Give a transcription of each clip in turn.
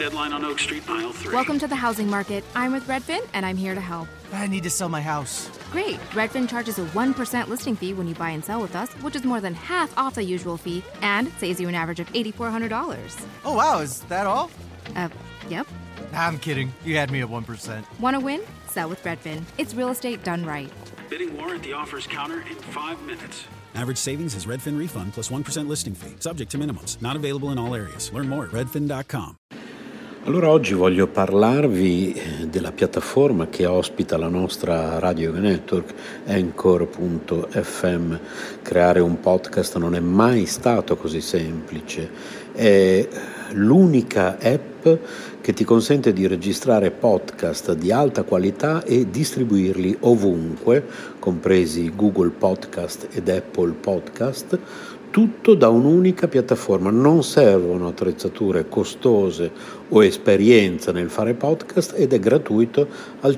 deadline on Oak Street, aisle 3. Welcome to the housing market. I'm with Redfin, and I'm here to help. I need to sell my house. Great. Redfin charges a 1% listing fee when you buy and sell with us, which is more than half off the usual fee and saves you an average of $8,400. Oh, wow. Is that all? Yep. I'm kidding. You had me at 1%. Want to win? Sell with Redfin. It's real estate done right. Bidding war at the offers counter in 5 minutes. Average savings is Redfin refund plus 1% listing fee. Subject to minimums. Not available in all areas. Learn more at redfin.com. Allora oggi voglio parlarvi della piattaforma che ospita la nostra Radio Yoga Network, Anchor.fm. Creare un podcast non è mai stato così semplice. È l'unica app che ti consente di registrare podcast di alta qualità e distribuirli ovunque, compresi Google Podcast ed Apple Podcast, tutto da un'unica piattaforma. Non servono attrezzature costose o esperienza nel fare podcast ed è gratuito al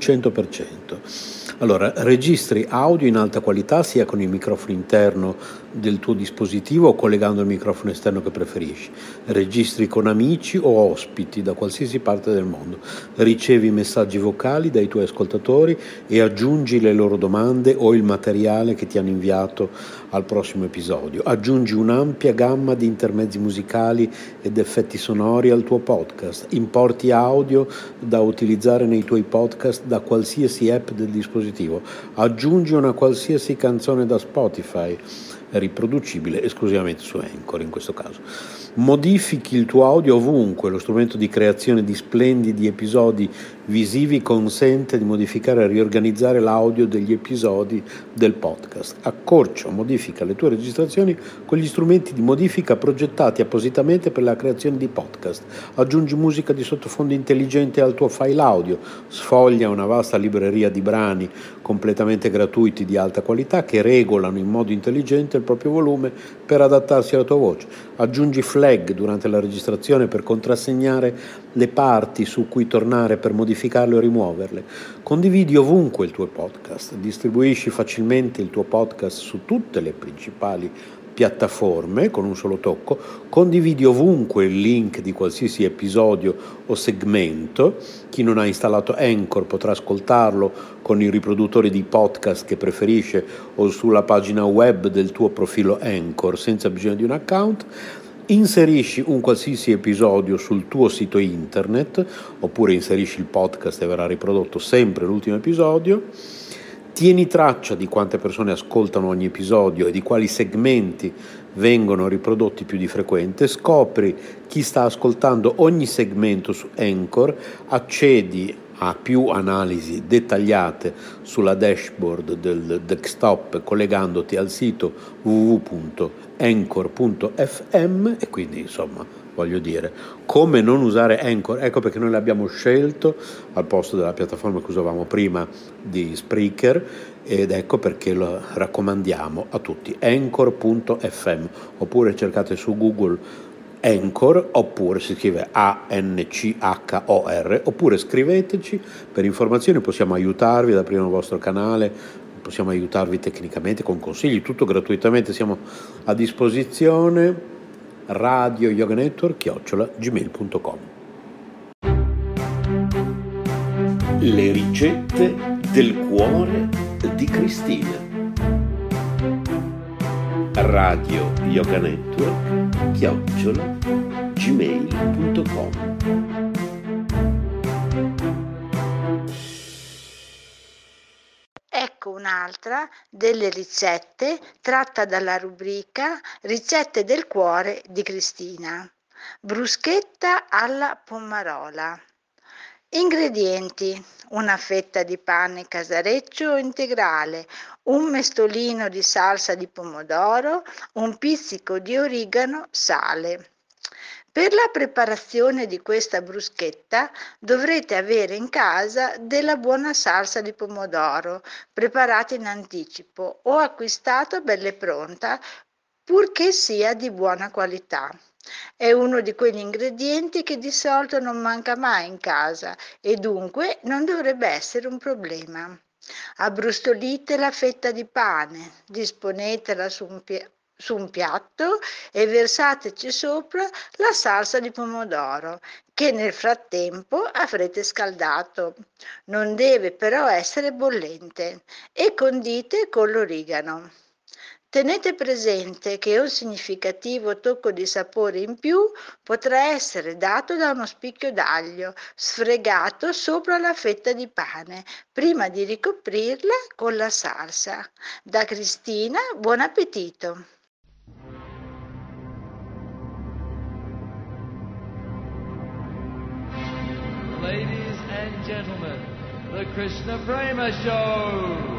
100%. Allora, registri audio in alta qualità sia con il microfono interno del tuo dispositivo o collegando il microfono esterno che preferisci. Registri con amici o ospiti da qualsiasi parte del mondo. Ricevi messaggi vocali dai tuoi ascoltatori e aggiungi le loro domande o il materiale che ti hanno inviato al prossimo episodio. Aggiungi un'ampia gamma di intermezzi musicali ed effetti sonori al tuo podcast. Importi audio da utilizzare nei tuoi podcast da qualsiasi app del dispositivo. Aggiungi una qualsiasi canzone da Spotify, riproducibile esclusivamente su Anchor in questo caso. Modifichi il tuo audio ovunque. Lo strumento di creazione di splendidi episodi visivi consente di modificare e riorganizzare l'audio degli episodi del podcast. Accorcia o modifica le tue registrazioni con gli strumenti di modifica progettati appositamente per la creazione di podcast. Aggiungi musica di sottofondo intelligente al tuo file audio. Sfoglia una vasta libreria di brani completamente gratuiti di alta qualità che regolano in modo intelligente il proprio volume per adattarsi alla tua voce. Aggiungi flag durante la registrazione per contrassegnare le parti su cui tornare per modificarle o rimuoverle. Condividi ovunque il tuo podcast. Distribuisci facilmente il tuo podcast su tutte le principali piattaforme con un solo tocco. Condividi ovunque il link di qualsiasi episodio o segmento. Chi non ha installato Anchor potrà ascoltarlo con i riproduttori di podcast che preferisce o sulla pagina web del tuo profilo Anchor senza bisogno di un account. Inserisci un qualsiasi episodio sul tuo sito internet oppure inserisci il podcast e verrà riprodotto sempre l'ultimo episodio. Tieni traccia di quante persone ascoltano ogni episodio e di quali segmenti vengono riprodotti più di frequente. Scopri chi sta ascoltando ogni segmento su Anchor, accedi a più analisi dettagliate sulla dashboard del desktop collegandoti al sito www.anchor.fm e quindi insomma voglio dire come non usare Anchor. Ecco perché noi l'abbiamo scelto al posto della piattaforma che usavamo prima di Spreaker ed ecco perché lo raccomandiamo a tutti. Anchor.fm oppure cercate su Google Anchor oppure si scrive Anchor oppure scriveteci per informazioni, possiamo aiutarvi ad aprire il vostro canale, possiamo aiutarvi tecnicamente con consigli, tutto gratuitamente, siamo a disposizione. Radio Yoga Network @gmail.com. Le ricette del cuore di Cristina. Radio Yoga Network @gmail.com. Ecco un'altra delle ricette tratta dalla rubrica Ricette del cuore di Cristina. Bruschetta alla pomarola. Ingredienti: una fetta di pane casareccio integrale, un mestolino di salsa di pomodoro, un pizzico di origano, sale. Per la preparazione di questa bruschetta dovrete avere in casa della buona salsa di pomodoro preparata in anticipo o acquistata belle pronta, purché sia di buona qualità. È uno di quegli ingredienti che di solito non manca mai in casa e dunque non dovrebbe essere un problema. Abbrustolite la fetta di pane, disponetela su un piatto e versateci sopra la salsa di pomodoro che nel frattempo avrete scaldato. Non deve però essere bollente e condite con l'origano. Tenete presente che un significativo tocco di sapore in più potrà essere dato da uno spicchio d'aglio sfregato sopra la fetta di pane prima di ricoprirla con la salsa. Da Cristina, buon appetito! Ladies and gentlemen, the Krishna Prema Show!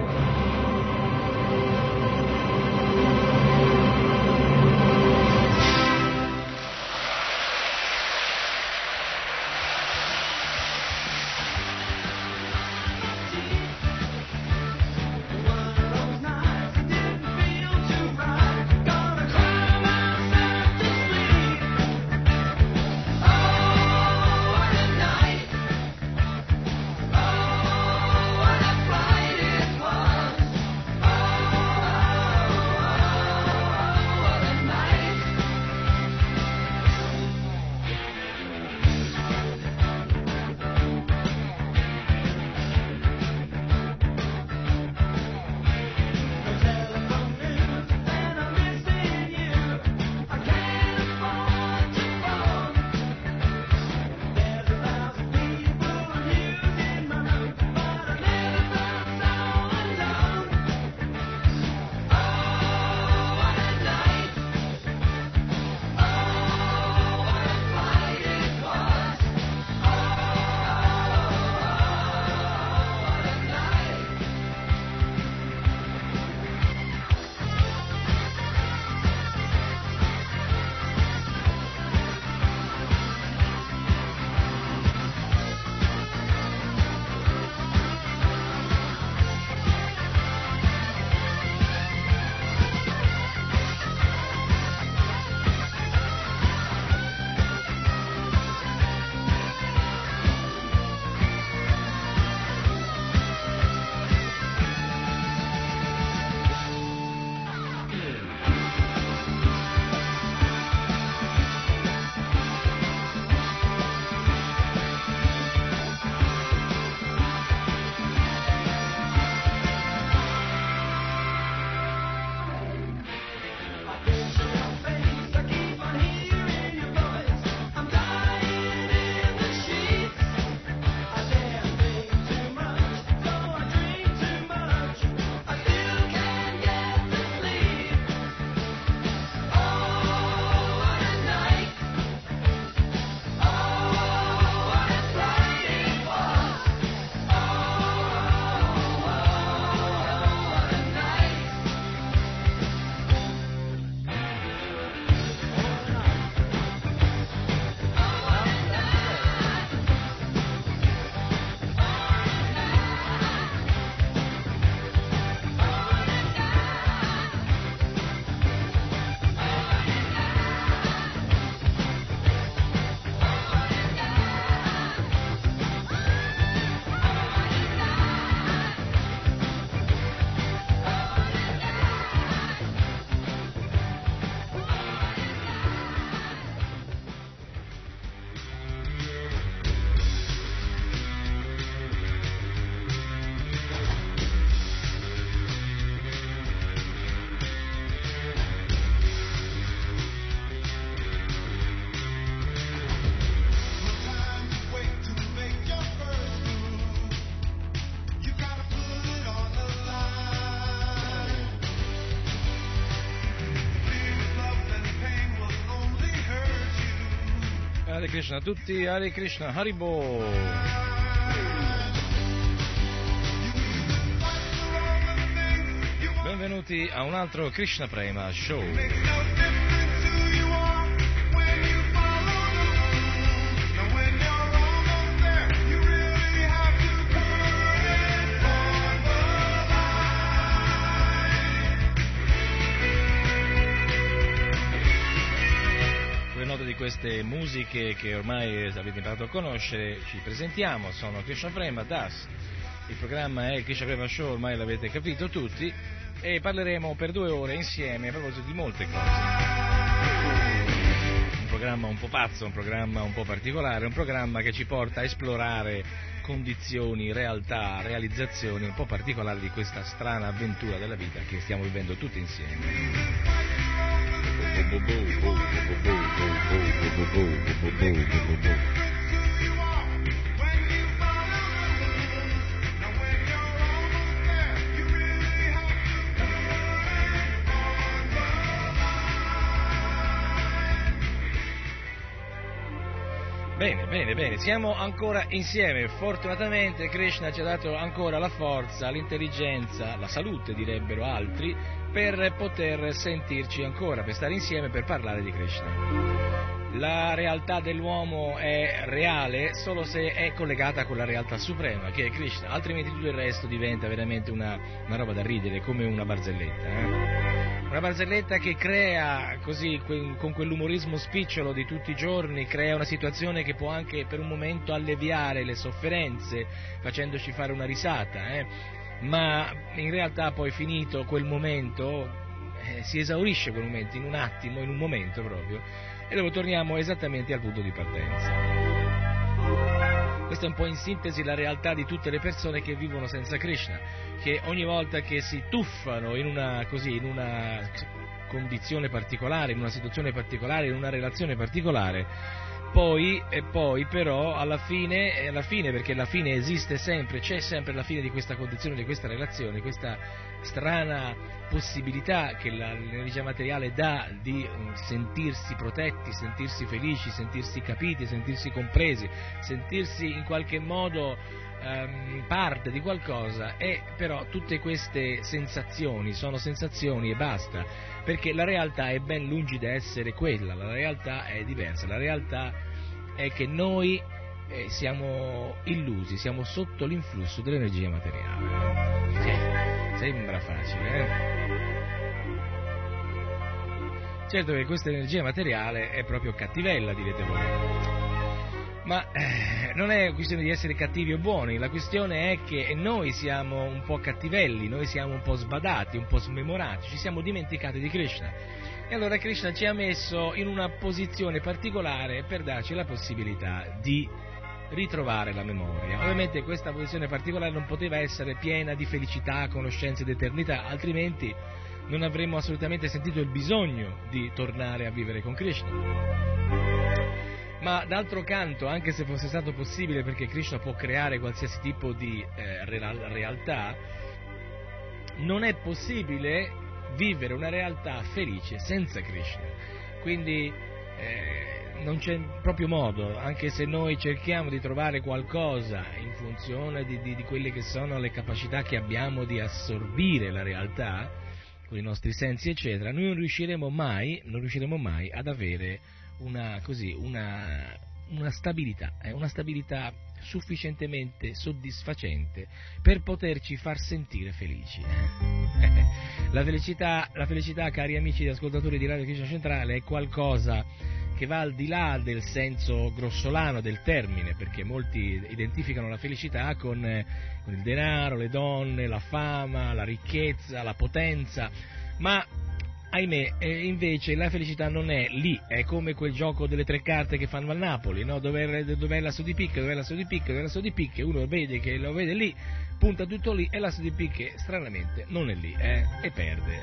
Hare Krishna a tutti, Hare Krishna, Haribo. Benvenuti a un altro Krishna Prema Show. Di queste musiche che ormai avete imparato a conoscere, ci presentiamo, sono Krishna Prema Das, il programma è il Krishna Prema Show, ormai l'avete capito tutti, e parleremo per 2 ore insieme a proposito di molte cose. Un programma un po' pazzo, un programma un po' particolare, un programma che ci porta a esplorare condizioni, realtà, realizzazioni un po' particolari di questa strana avventura della vita che stiamo vivendo tutti insieme. Bene, siamo ancora insieme, fortunatamente Krishna ci ha dato ancora la forza, l'intelligenza, la salute direbbero altri, per poter sentirci ancora, per stare insieme, per parlare di Krishna. La realtà dell'uomo è reale solo se è collegata con la realtà suprema, che è Krishna, altrimenti tutto il resto diventa veramente una roba da ridere, come una barzelletta. Una barzelletta che crea, così, con quell'umorismo spicciolo di tutti i giorni, crea una situazione che può anche per un momento alleviare le sofferenze, facendoci fare una risata, ma in realtà poi finito quel momento, si esaurisce quel momento, in un attimo, in un momento proprio, e dopo torniamo esattamente al punto di partenza. Questa è un po' in sintesi la realtà di tutte le persone che vivono senza Krishna, che ogni volta che si tuffano in una condizione particolare, in una situazione particolare, in una relazione particolare, poi però alla fine, perché la fine esiste sempre, c'è sempre la fine di questa condizione, di questa relazione, questa strana possibilità che l'energia materiale dà di sentirsi protetti, sentirsi felici, sentirsi capiti, sentirsi compresi, sentirsi in qualche modo parte di qualcosa, e però tutte queste sensazioni sono sensazioni e basta, perché la realtà è ben lungi da essere quella, la realtà è diversa, la realtà è che noi siamo illusi, siamo sotto l'influsso dell'energia materiale. Sembra facile, Certo che questa energia materiale è proprio cattivella, direte voi. Ma non è questione di essere cattivi o buoni, la questione è che noi siamo un po' cattivelli, noi siamo un po' sbadati, un po' smemorati, ci siamo dimenticati di Krishna. E allora Krishna ci ha messo in una posizione particolare per darci la possibilità di ritrovare la memoria. Ovviamente questa posizione particolare non poteva essere piena di felicità, conoscenza ed eternità, altrimenti non avremmo assolutamente sentito il bisogno di tornare a vivere con Krishna. Ma d'altro canto, anche se fosse stato possibile, perché Krishna può creare qualsiasi tipo di realtà, non è possibile vivere una realtà felice senza Krishna. Quindi non c'è proprio modo, anche se noi cerchiamo di trovare qualcosa in funzione di quelle che sono le capacità che abbiamo di assorbire la realtà, con i nostri sensi eccetera, noi non riusciremo mai ad avere una stabilità sufficientemente soddisfacente per poterci far sentire felici. La felicità, cari amici e ascoltatori di Radio Krishna Centrale, è qualcosa che va al di là del senso grossolano del termine, perché molti identificano la felicità con il denaro, le donne, la fama, la ricchezza, la potenza, ma ahimè, invece la felicità non è lì, è come quel gioco delle 3 carte che fanno al Napoli, no? Dov'è l'asso di picche, uno vede che lo vede lì, punta tutto lì, e l'asso di picche stranamente non è lì, e perde.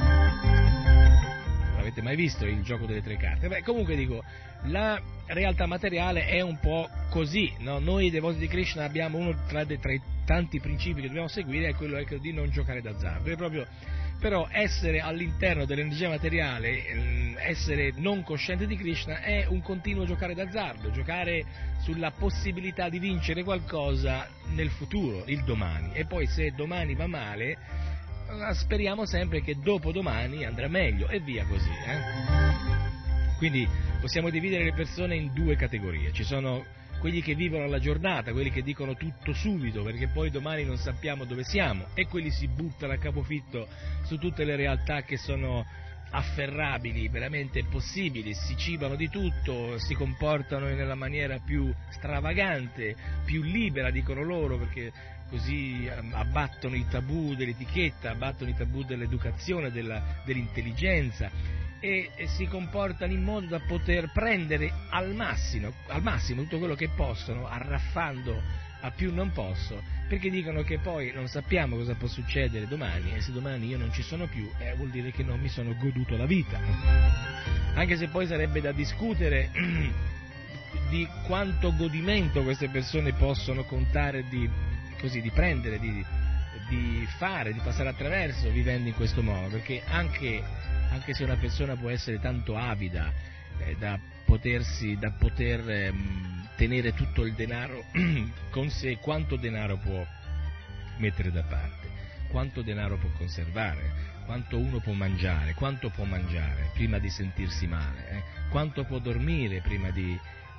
Avete mai visto il gioco delle 3 carte? Beh, comunque dico, la realtà materiale è un po' così, no? Noi devoti di Krishna abbiamo uno tra i tanti principi che dobbiamo seguire, è quello di non giocare d'azzardo, è proprio. Però essere all'interno dell'energia materiale, essere non cosciente di Krishna, è un continuo giocare d'azzardo, giocare sulla possibilità di vincere qualcosa nel futuro, il domani, e poi se domani va male, speriamo sempre che dopodomani andrà meglio, e via così. Quindi possiamo dividere le persone in 2 categorie, ci sono quelli che vivono la giornata, quelli che dicono tutto subito perché poi domani non sappiamo dove siamo, e quelli si buttano a capofitto su tutte le realtà che sono afferrabili, veramente possibili, si cibano di tutto, si comportano nella maniera più stravagante, più libera, dicono loro, perché così abbattono i tabù dell'etichetta, abbattono i tabù dell'educazione, dell'intelligenza, e si comportano in modo da poter prendere al massimo tutto quello che possono, arraffando a più non posso, perché dicono che poi non sappiamo cosa può succedere domani, e se domani io non ci sono più, vuol dire che non mi sono goduto la vita. Anche se poi sarebbe da discutere di quanto godimento queste persone possono contare di prendere, di fare, di passare attraverso vivendo in questo modo, perché anche se una persona può essere tanto avida da poter tenere tutto il denaro con sé, quanto denaro può mettere da parte, quanto denaro può conservare, quanto uno può mangiare, quanto può mangiare prima di sentirsi male, quanto può dormire prima di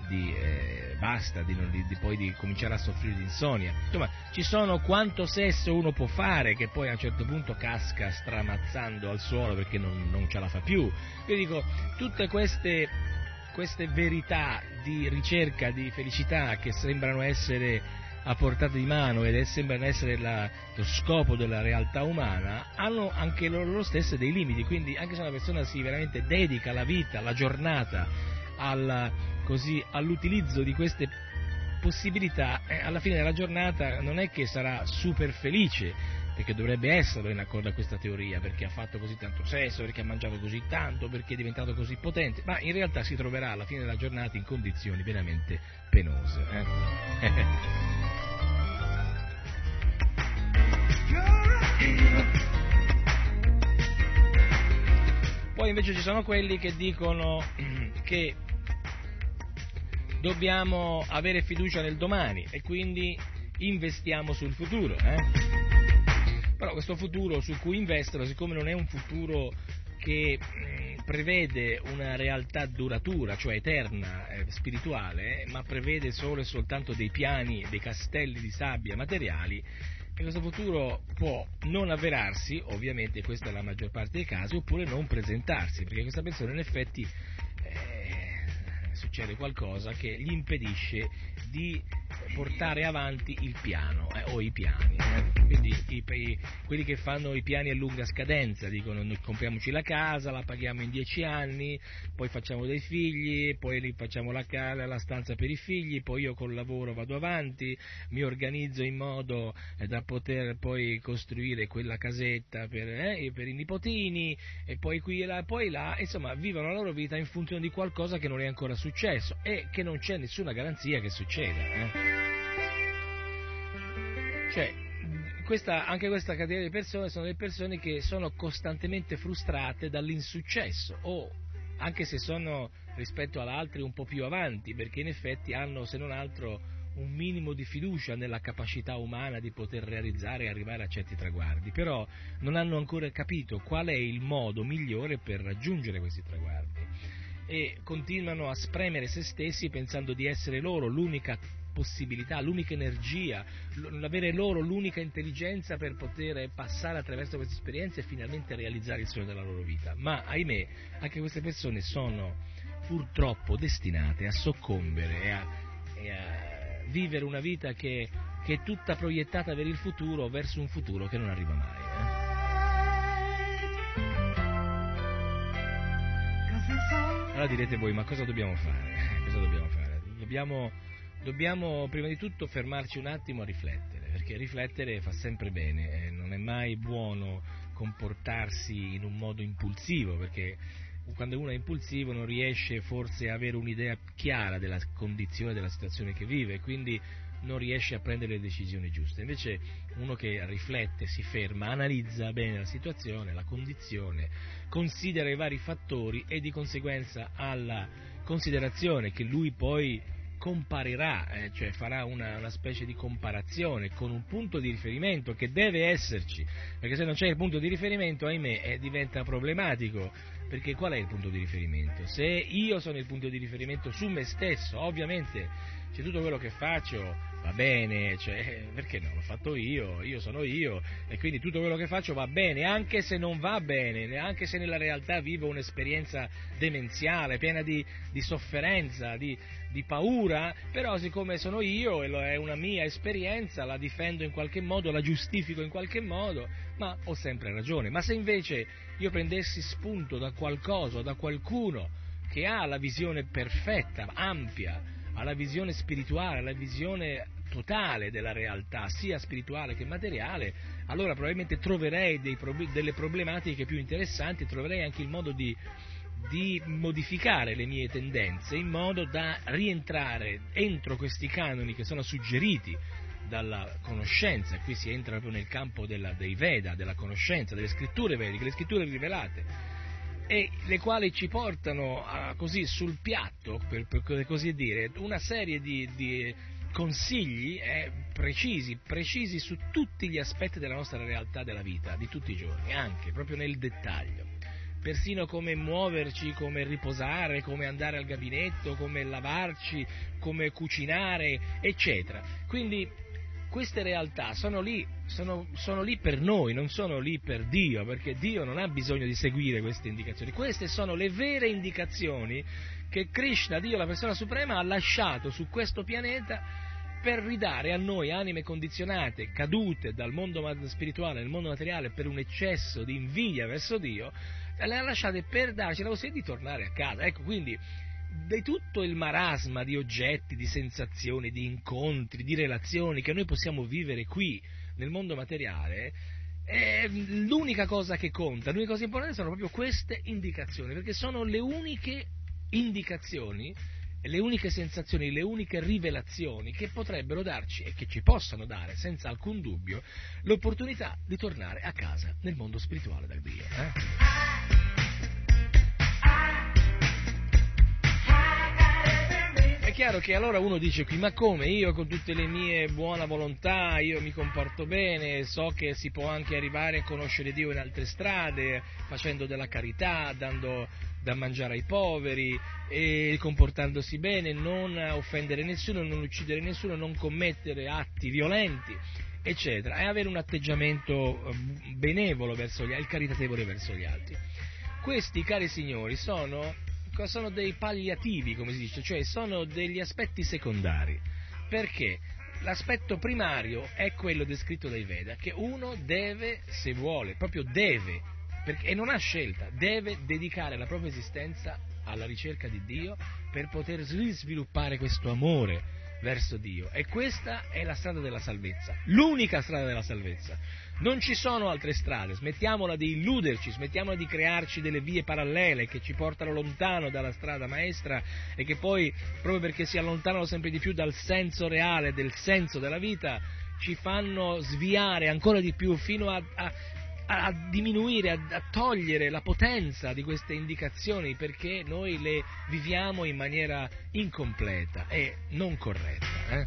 poi di cominciare a soffrire di insonnia. Insomma, ci sono quanto sesso uno può fare, che poi a un certo punto casca stramazzando al suolo perché non ce la fa più. Io dico, tutte queste verità di ricerca di felicità che sembrano essere a portata di mano ed sembrano essere lo scopo della realtà umana, hanno anche loro stesse dei limiti. Quindi anche se una persona si veramente dedica la vita, la giornata all'utilizzo di queste possibilità, alla fine della giornata non è che sarà super felice, perché dovrebbe esserlo in accordo a questa teoria, perché ha fatto così tanto sesso, perché ha mangiato così tanto, perché è diventato così potente, ma in realtà si troverà alla fine della giornata in condizioni veramente penose. Poi invece ci sono quelli che dicono che dobbiamo avere fiducia nel domani e quindi investiamo sul futuro. Però questo futuro su cui investono, siccome non è un futuro che prevede una realtà duratura, cioè eterna, spirituale, ma prevede solo e soltanto dei piani, dei castelli di sabbia materiali, e questo futuro può non avverarsi, ovviamente questa è la maggior parte dei casi, oppure non presentarsi, perché questa persona in effetti succede qualcosa che gli impedisce di portare avanti il piano o i piani. Quindi quelli che fanno i piani a lunga scadenza dicono: noi compriamoci la casa, la paghiamo in 10 anni, poi facciamo dei figli, poi facciamo la stanza per i figli, poi io col lavoro vado avanti, mi organizzo in modo da poter poi costruire quella casetta per i nipotini, e poi qui e là, poi là, insomma vivono la loro vita in funzione di qualcosa che non è ancora successo e che non c'è nessuna garanzia che succeda. Cioè, anche questa categoria di persone sono delle persone che sono costantemente frustrate dall'insuccesso, o anche se sono rispetto ad altri un po' più avanti, perché in effetti hanno, se non altro, un minimo di fiducia nella capacità umana di poter realizzare e arrivare a certi traguardi, però non hanno ancora capito qual è il modo migliore per raggiungere questi traguardi e continuano a spremere se stessi pensando di essere loro l'unica possibilità, l'unica energia, avere loro l'unica intelligenza per poter passare attraverso queste esperienze e finalmente realizzare il sogno della loro vita. Ma ahimè, anche queste persone sono purtroppo destinate a soccombere e a vivere una vita che è tutta proiettata per il futuro, verso un futuro che non arriva mai. Allora direte voi, ma cosa dobbiamo fare? Cosa dobbiamo fare? Dobbiamo prima di tutto fermarci un attimo a riflettere, perché riflettere fa sempre bene, non è mai buono comportarsi in un modo impulsivo, perché quando uno è impulsivo non riesce forse a avere un'idea chiara della condizione, della situazione che vive, quindi non riesce a prendere le decisioni giuste. Invece uno che riflette, si ferma, analizza bene la situazione, la condizione, considera i vari fattori e di conseguenza alla considerazione che lui poi comparirà, cioè farà una specie di comparazione con un punto di riferimento che deve esserci, perché se non c'è il punto di riferimento, ahimè, diventa problematico, perché qual è il punto di riferimento? Se io sono il punto di riferimento su me stesso, ovviamente c'è tutto quello che faccio va bene, cioè, perché no? L'ho fatto io sono io, e quindi tutto quello che faccio va bene, anche se non va bene, anche se nella realtà vivo un'esperienza demenziale, piena di sofferenza, di paura, però siccome sono io e è una mia esperienza, la difendo in qualche modo, la giustifico in qualche modo, ma ho sempre ragione. Ma se invece io prendessi spunto da qualcosa, da qualcuno che ha la visione perfetta, ampia, ha la visione spirituale, la visione totale della realtà, sia spirituale che materiale, allora probabilmente troverei delle problematiche più interessanti, troverei anche il modo di modificare le mie tendenze in modo da rientrare entro questi canoni che sono suggeriti dalla conoscenza. Qui si entra proprio nel campo dei Veda, della conoscenza, delle scritture vediche, le scritture rivelate, e le quali ci portano così sul piatto, per così dire, una serie di consigli precisi su tutti gli aspetti della nostra realtà della vita, di tutti i giorni, anche proprio nel dettaglio, persino come muoverci, come riposare, come andare al gabinetto, come lavarci, come cucinare, eccetera. Quindi queste realtà sono lì per noi, non sono lì per Dio, perché Dio non ha bisogno di seguire queste indicazioni. Queste sono le vere indicazioni che Krishna, Dio, la persona suprema, ha lasciato su questo pianeta per ridare a noi, anime condizionate, cadute dal mondo spirituale nel mondo materiale per un eccesso di invidia verso Dio, le ha lasciate per darci la possibilità di tornare a casa. Ecco, quindi di tutto il marasma di oggetti, di sensazioni, di incontri, di relazioni che noi possiamo vivere qui nel mondo materiale, l'unica cosa che conta, l'unica cosa importante sono proprio queste indicazioni, perché sono le uniche indicazioni, le uniche sensazioni, le uniche rivelazioni che potrebbero darci e che ci possono dare senza alcun dubbio l'opportunità di tornare a casa nel mondo spirituale del Dio. È chiaro che allora uno dice qui, ma come, io con tutte le mie buona volontà, io mi comporto bene, so che si può anche arrivare a conoscere Dio in altre strade, facendo della carità, dando da mangiare ai poveri, e comportandosi bene, non offendere nessuno, non uccidere nessuno, non commettere atti violenti, eccetera, e avere un atteggiamento benevolo verso gli altri, caritatevole verso gli altri. Questi, cari signori, sono dei palliativi, come si dice, cioè sono degli aspetti secondari, perché l'aspetto primario è quello descritto dai Veda, che uno deve, se vuole, proprio deve, e non ha scelta, deve dedicare la propria esistenza alla ricerca di Dio per poter sviluppare questo amore verso Dio, e questa è la strada della salvezza, l'unica strada della salvezza. Non ci sono altre strade, smettiamola di illuderci, smettiamola di crearci delle vie parallele che ci portano lontano dalla strada maestra e che poi, proprio perché si allontanano sempre di più dal senso reale, del senso della vita, ci fanno sviare ancora di più fino a diminuire, a togliere la potenza di queste indicazioni, perché noi le viviamo in maniera incompleta e non corretta.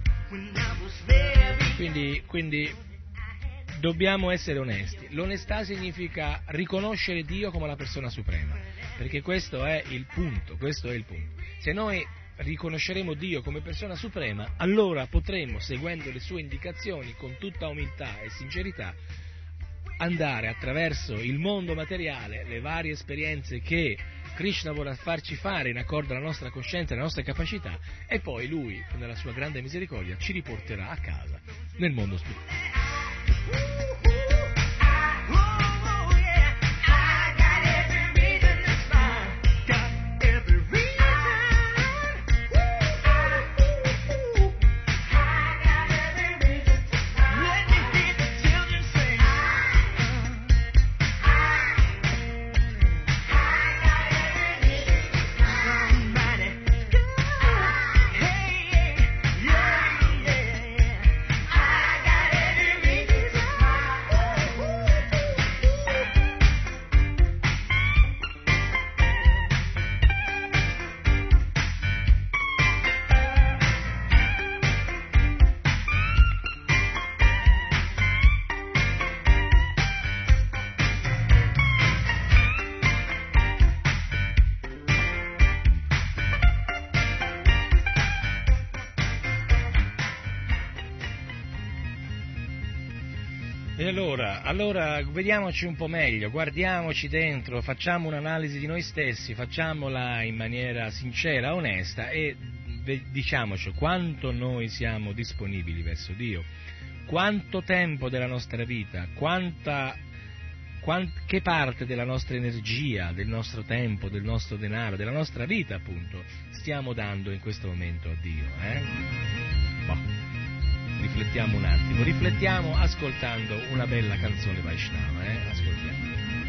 Quindi dobbiamo essere onesti. L'onestà significa riconoscere Dio come la persona suprema, perché questo è il punto. Se noi riconosceremo Dio come persona suprema, allora potremo, seguendo le sue indicazioni con tutta umiltà e sincerità, andare attraverso il mondo materiale, le varie esperienze che Krishna vuole farci fare in accordo alla nostra coscienza e alle nostre capacità, e poi Lui, nella sua grande misericordia, ci riporterà a casa nel mondo spirituale. E allora vediamoci un po' meglio, guardiamoci dentro, facciamo un'analisi di noi stessi, facciamola in maniera sincera, onesta e diciamoci quanto noi siamo disponibili verso Dio, quanto tempo della nostra vita, che parte della nostra energia, del nostro tempo, del nostro denaro, della nostra vita appunto, stiamo dando in questo momento a Dio. Riflettiamo un attimo, riflettiamo ascoltando una bella canzone Vaishnava, ascoltiamo.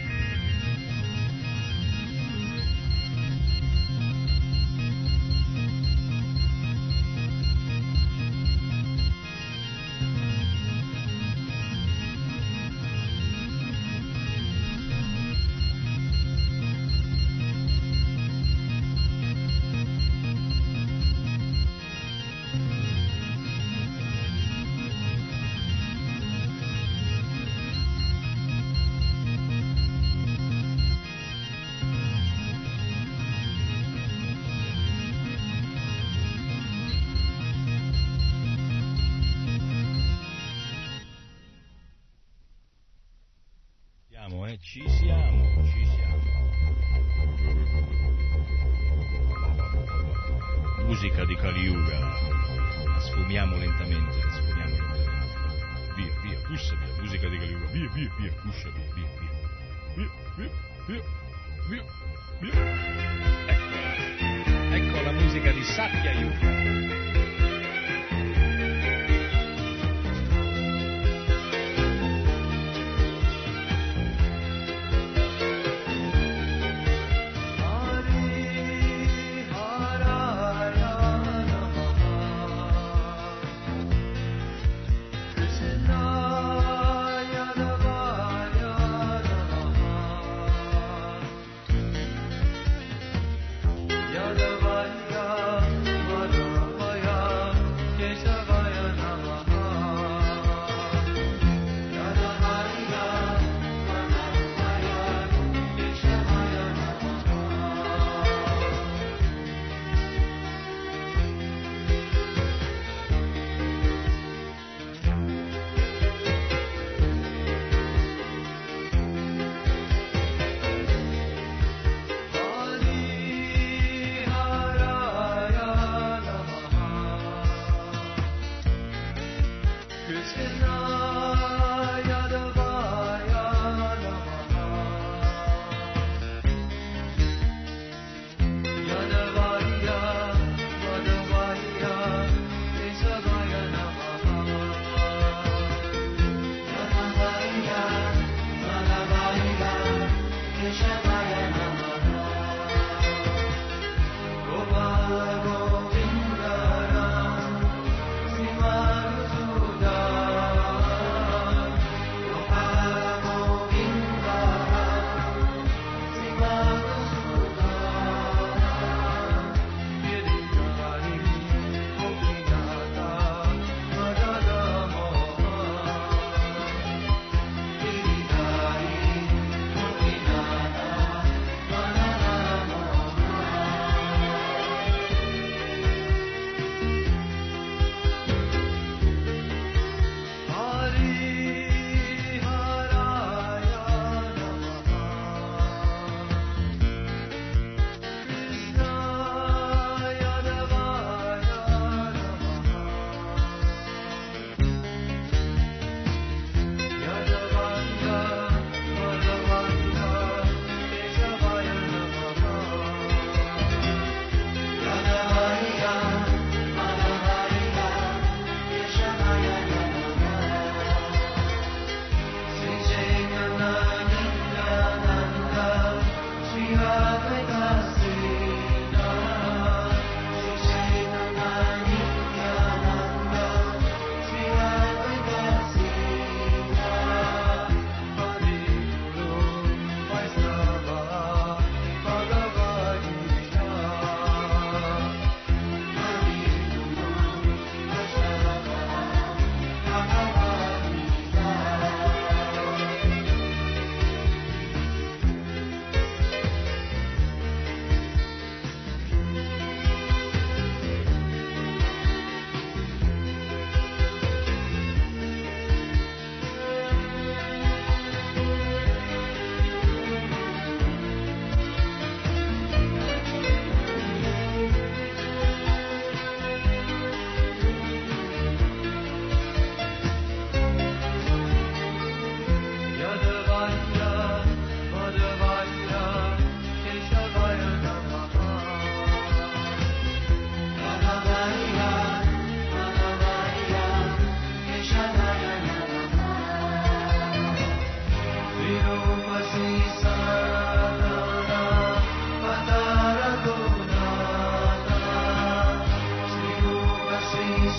Ci siamo. Musica di Kali Yuga. La sfumiamo lentamente. Via, puscia via. Musica di Kali Yuga. Via, puscia via. Ecco la musica di Satya Yuga.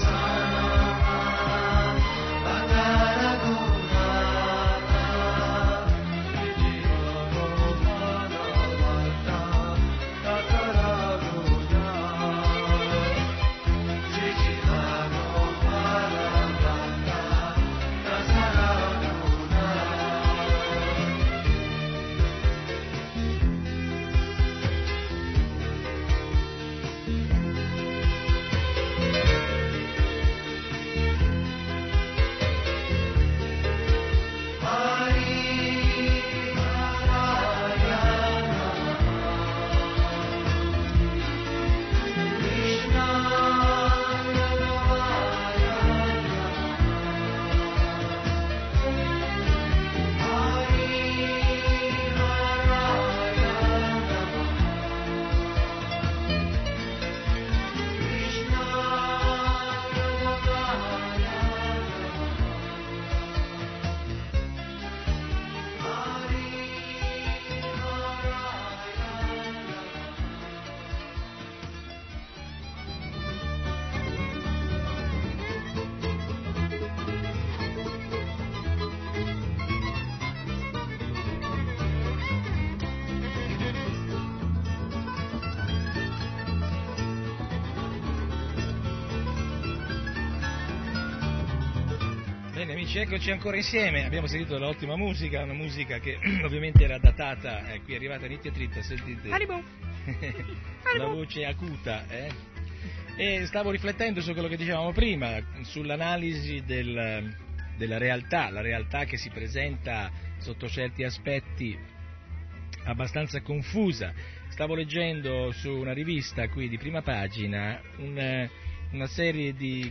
Bene amici, eccoci ancora insieme, abbiamo sentito dell'ottima musica, una musica che ovviamente era datata, qui è arrivata Nitya Tritta, sentite la voce acuta, E stavo riflettendo su quello che dicevamo prima, sull'analisi della realtà, la realtà che si presenta sotto certi aspetti abbastanza confusa. Stavo leggendo su una rivista qui di prima pagina una serie di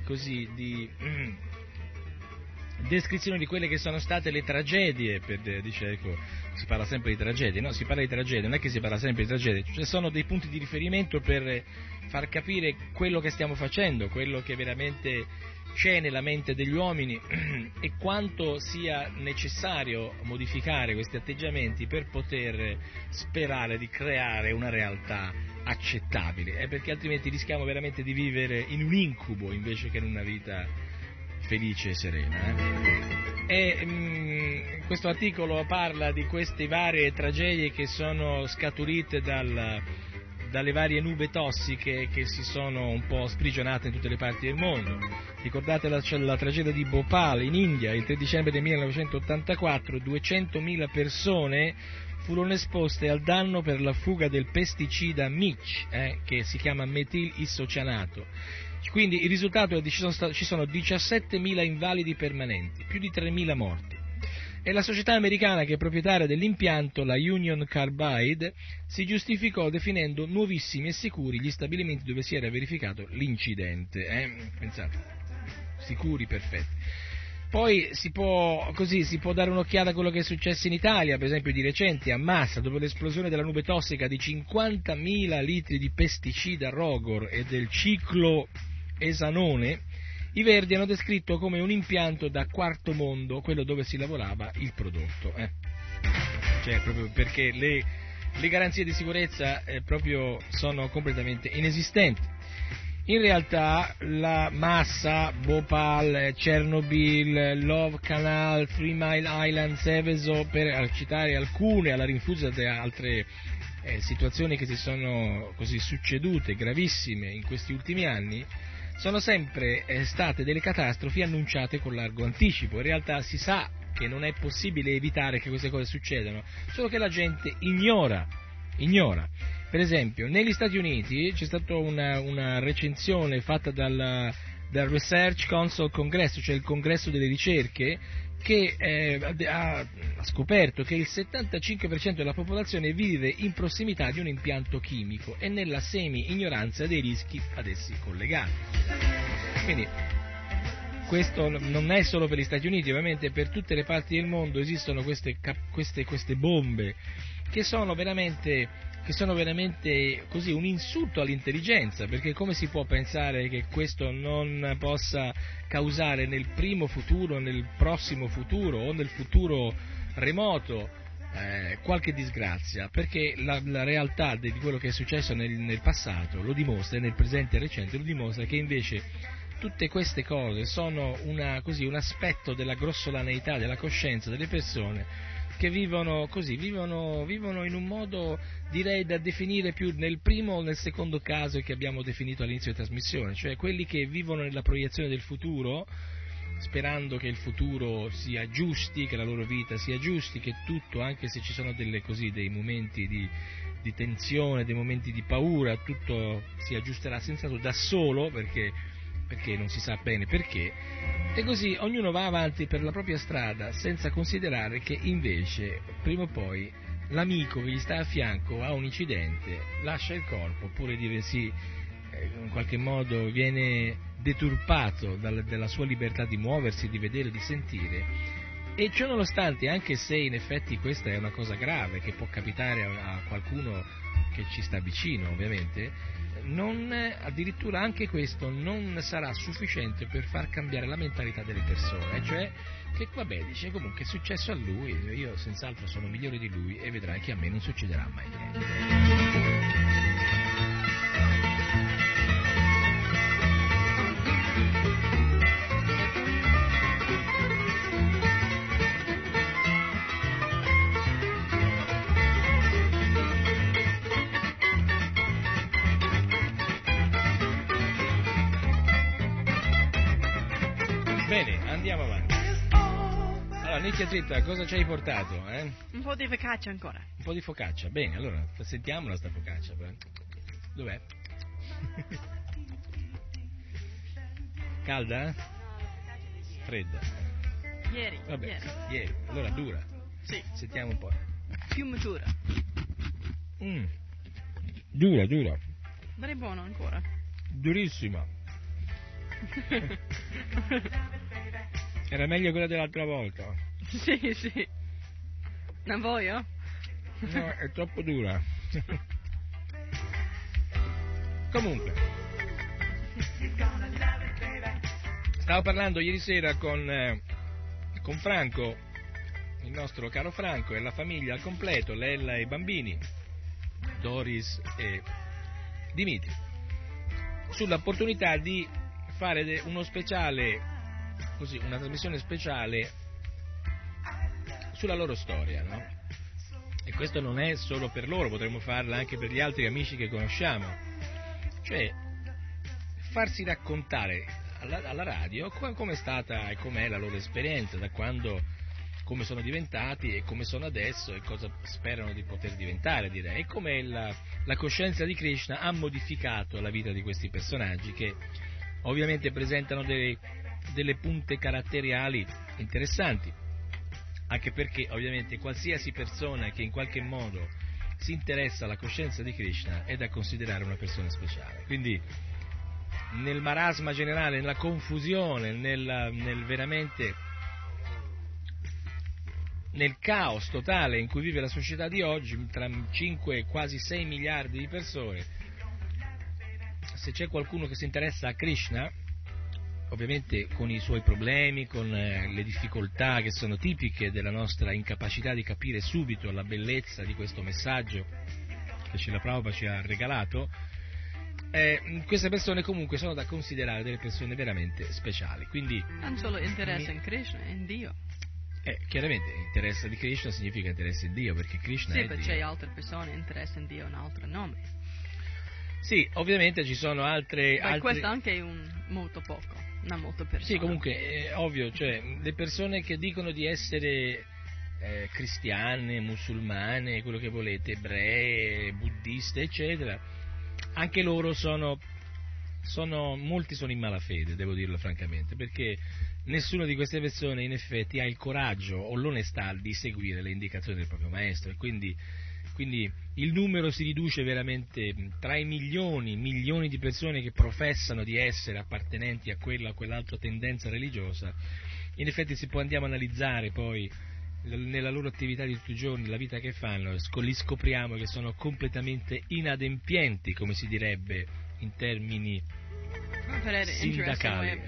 descrizione di quelle che sono state le tragedie, si parla sempre di tragedie, no? Si parla di tragedie, non è che si parla sempre di tragedie, ci sono dei punti di riferimento per far capire quello che stiamo facendo, quello che veramente c'è nella mente degli uomini e quanto sia necessario modificare questi atteggiamenti per poter sperare di creare una realtà accettabile, perché altrimenti rischiamo veramente di vivere in un incubo invece che in una vita felice e serena. Questo articolo parla di queste varie tragedie che sono scaturite dalle varie nube tossiche che si sono un po' sprigionate in tutte le parti del mondo. Ricordate la tragedia di Bhopal in India, il 3 dicembre del 1984, 200.000 persone furono esposte al danno per la fuga del pesticida MIC, che si chiama metil isocianato. Quindi il risultato è che ci sono 17.000 invalidi permanenti, più di 3.000 morti. E la società americana che è proprietaria dell'impianto, la Union Carbide, si giustificò definendo nuovissimi e sicuri gli stabilimenti dove si era verificato l'incidente. Pensate, sicuri, perfetti. Poi si può dare un'occhiata a quello che è successo in Italia, per esempio di recente a Massa, dopo l'esplosione della nube tossica di 50.000 litri di pesticida Rogor e del cicloesanone, i Verdi hanno descritto come un impianto da quarto mondo, quello dove si lavorava il prodotto. Cioè, proprio perché le garanzie di sicurezza proprio sono completamente inesistenti. In realtà la Massa, Bhopal, Chernobyl, Love Canal, 3 Mile Island, Seveso, per citare alcune, alla rinfusa di altre situazioni che si sono così succedute, gravissime, in questi ultimi anni, sono sempre state delle catastrofi annunciate con largo anticipo. In realtà si sa che non è possibile evitare che queste cose succedano, solo che la gente ignora. Per esempio, negli Stati Uniti c'è stata una recensione fatta dal Research Council Congress, cioè il congresso delle ricerche, che ha scoperto che il 75% della popolazione vive in prossimità di un impianto chimico e nella semi-ignoranza dei rischi ad essi collegati. Quindi questo non è solo per gli Stati Uniti, ovviamente per tutte le parti del mondo esistono queste bombe che sono veramente così un insulto all'intelligenza, perché come si può pensare che questo non possa causare nel primo futuro, nel prossimo futuro o nel futuro remoto qualche disgrazia? Perché la realtà di quello che è successo nel passato lo dimostra, e nel presente recente lo dimostra, che invece tutte queste cose sono un aspetto della grossolaneità della coscienza delle persone che vivono in un modo, direi, da definire più nel primo o nel secondo caso che abbiamo definito all'inizio di trasmissione, cioè quelli che vivono nella proiezione del futuro, sperando che il futuro sia giusti, che la loro vita sia giusti, che tutto, anche se ci sono dei momenti di tensione, dei momenti di paura, tutto si aggiusterà senz'altro da solo, perché non si sa bene perché, e così ognuno va avanti per la propria strada senza considerare che invece prima o poi l'amico che gli sta a fianco ha un incidente, lascia il corpo, oppure in qualche modo viene deturpato dalla sua libertà di muoversi, di vedere, di sentire. E ciò nonostante, anche se in effetti questa è una cosa grave che può capitare a qualcuno che ci sta vicino, ovviamente, addirittura anche questo non sarà sufficiente per far cambiare la mentalità delle persone, cioè che vabbè, dice, comunque è successo a lui, io senz'altro sono migliore di lui e vedrai che a me non succederà mai niente. Bene, andiamo avanti. Allora, Nicchia Zitta, cosa ci hai portato? Un po' di focaccia ancora. Un po' di focaccia, bene, allora, sentiamola sta focaccia. Dov'è? Calda? Fredda? Ieri. Vabbè, ieri. Allora dura. Sì. Sentiamo un po'. Più matura. Dura. Ma è buono ancora. Durissima. Era meglio quella dell'altra volta. Sì. Non voglio? No, è troppo dura. Comunque, stavo parlando ieri sera con Franco, il nostro caro Franco, e la famiglia al completo, Lella e i bambini, Doris e Dimitri, sull'opportunità di fare uno speciale, così, una trasmissione speciale sulla loro storia, no? E questo non è solo per loro, potremmo farla anche per gli altri amici che conosciamo, cioè farsi raccontare alla radio come è stata e com'è la loro esperienza, da quando, come sono diventati e come sono adesso e cosa sperano di poter diventare, direi, e come la coscienza di Krishna ha modificato la vita di questi personaggi che ovviamente presentano delle punte caratteriali interessanti, anche perché ovviamente qualsiasi persona che in qualche modo si interessa alla coscienza di Krishna è da considerare una persona speciale. Quindi nel marasma generale, nella confusione, nel veramente nel caos totale in cui vive la società di oggi, tra 5 e quasi 6 miliardi di persone, se c'è qualcuno che si interessa a Krishna, ovviamente con i suoi problemi, con le difficoltà che sono tipiche della nostra incapacità di capire subito la bellezza di questo messaggio che Srila Prabhupada ci ha regalato, queste persone comunque sono da considerare delle persone veramente speciali. Quindi non solo interesse in Krishna, in Dio. Chiaramente interesse di Krishna significa interesse in Dio, perché Krishna è Dio. Sì, c'è altre persone interesse in Dio un altro nome. Sì, ovviamente ci sono altre... questo anche è molto poco, non molto persone. Sì, comunque è ovvio, cioè le persone che dicono di essere cristiane, musulmane, quello che volete, ebree, buddiste, eccetera, anche loro molti sono in malafede, devo dirlo francamente, perché nessuna di queste persone in effetti ha il coraggio o l'onestà di seguire le indicazioni del proprio maestro, e quindi il numero si riduce veramente tra i milioni di persone che professano di essere appartenenti a quella o quell'altra tendenza religiosa. In effetti, se poi andiamo a analizzare poi nella loro attività di tutti i giorni, la vita che fanno, li scopriamo che sono completamente inadempienti, come si direbbe in termini sindacali.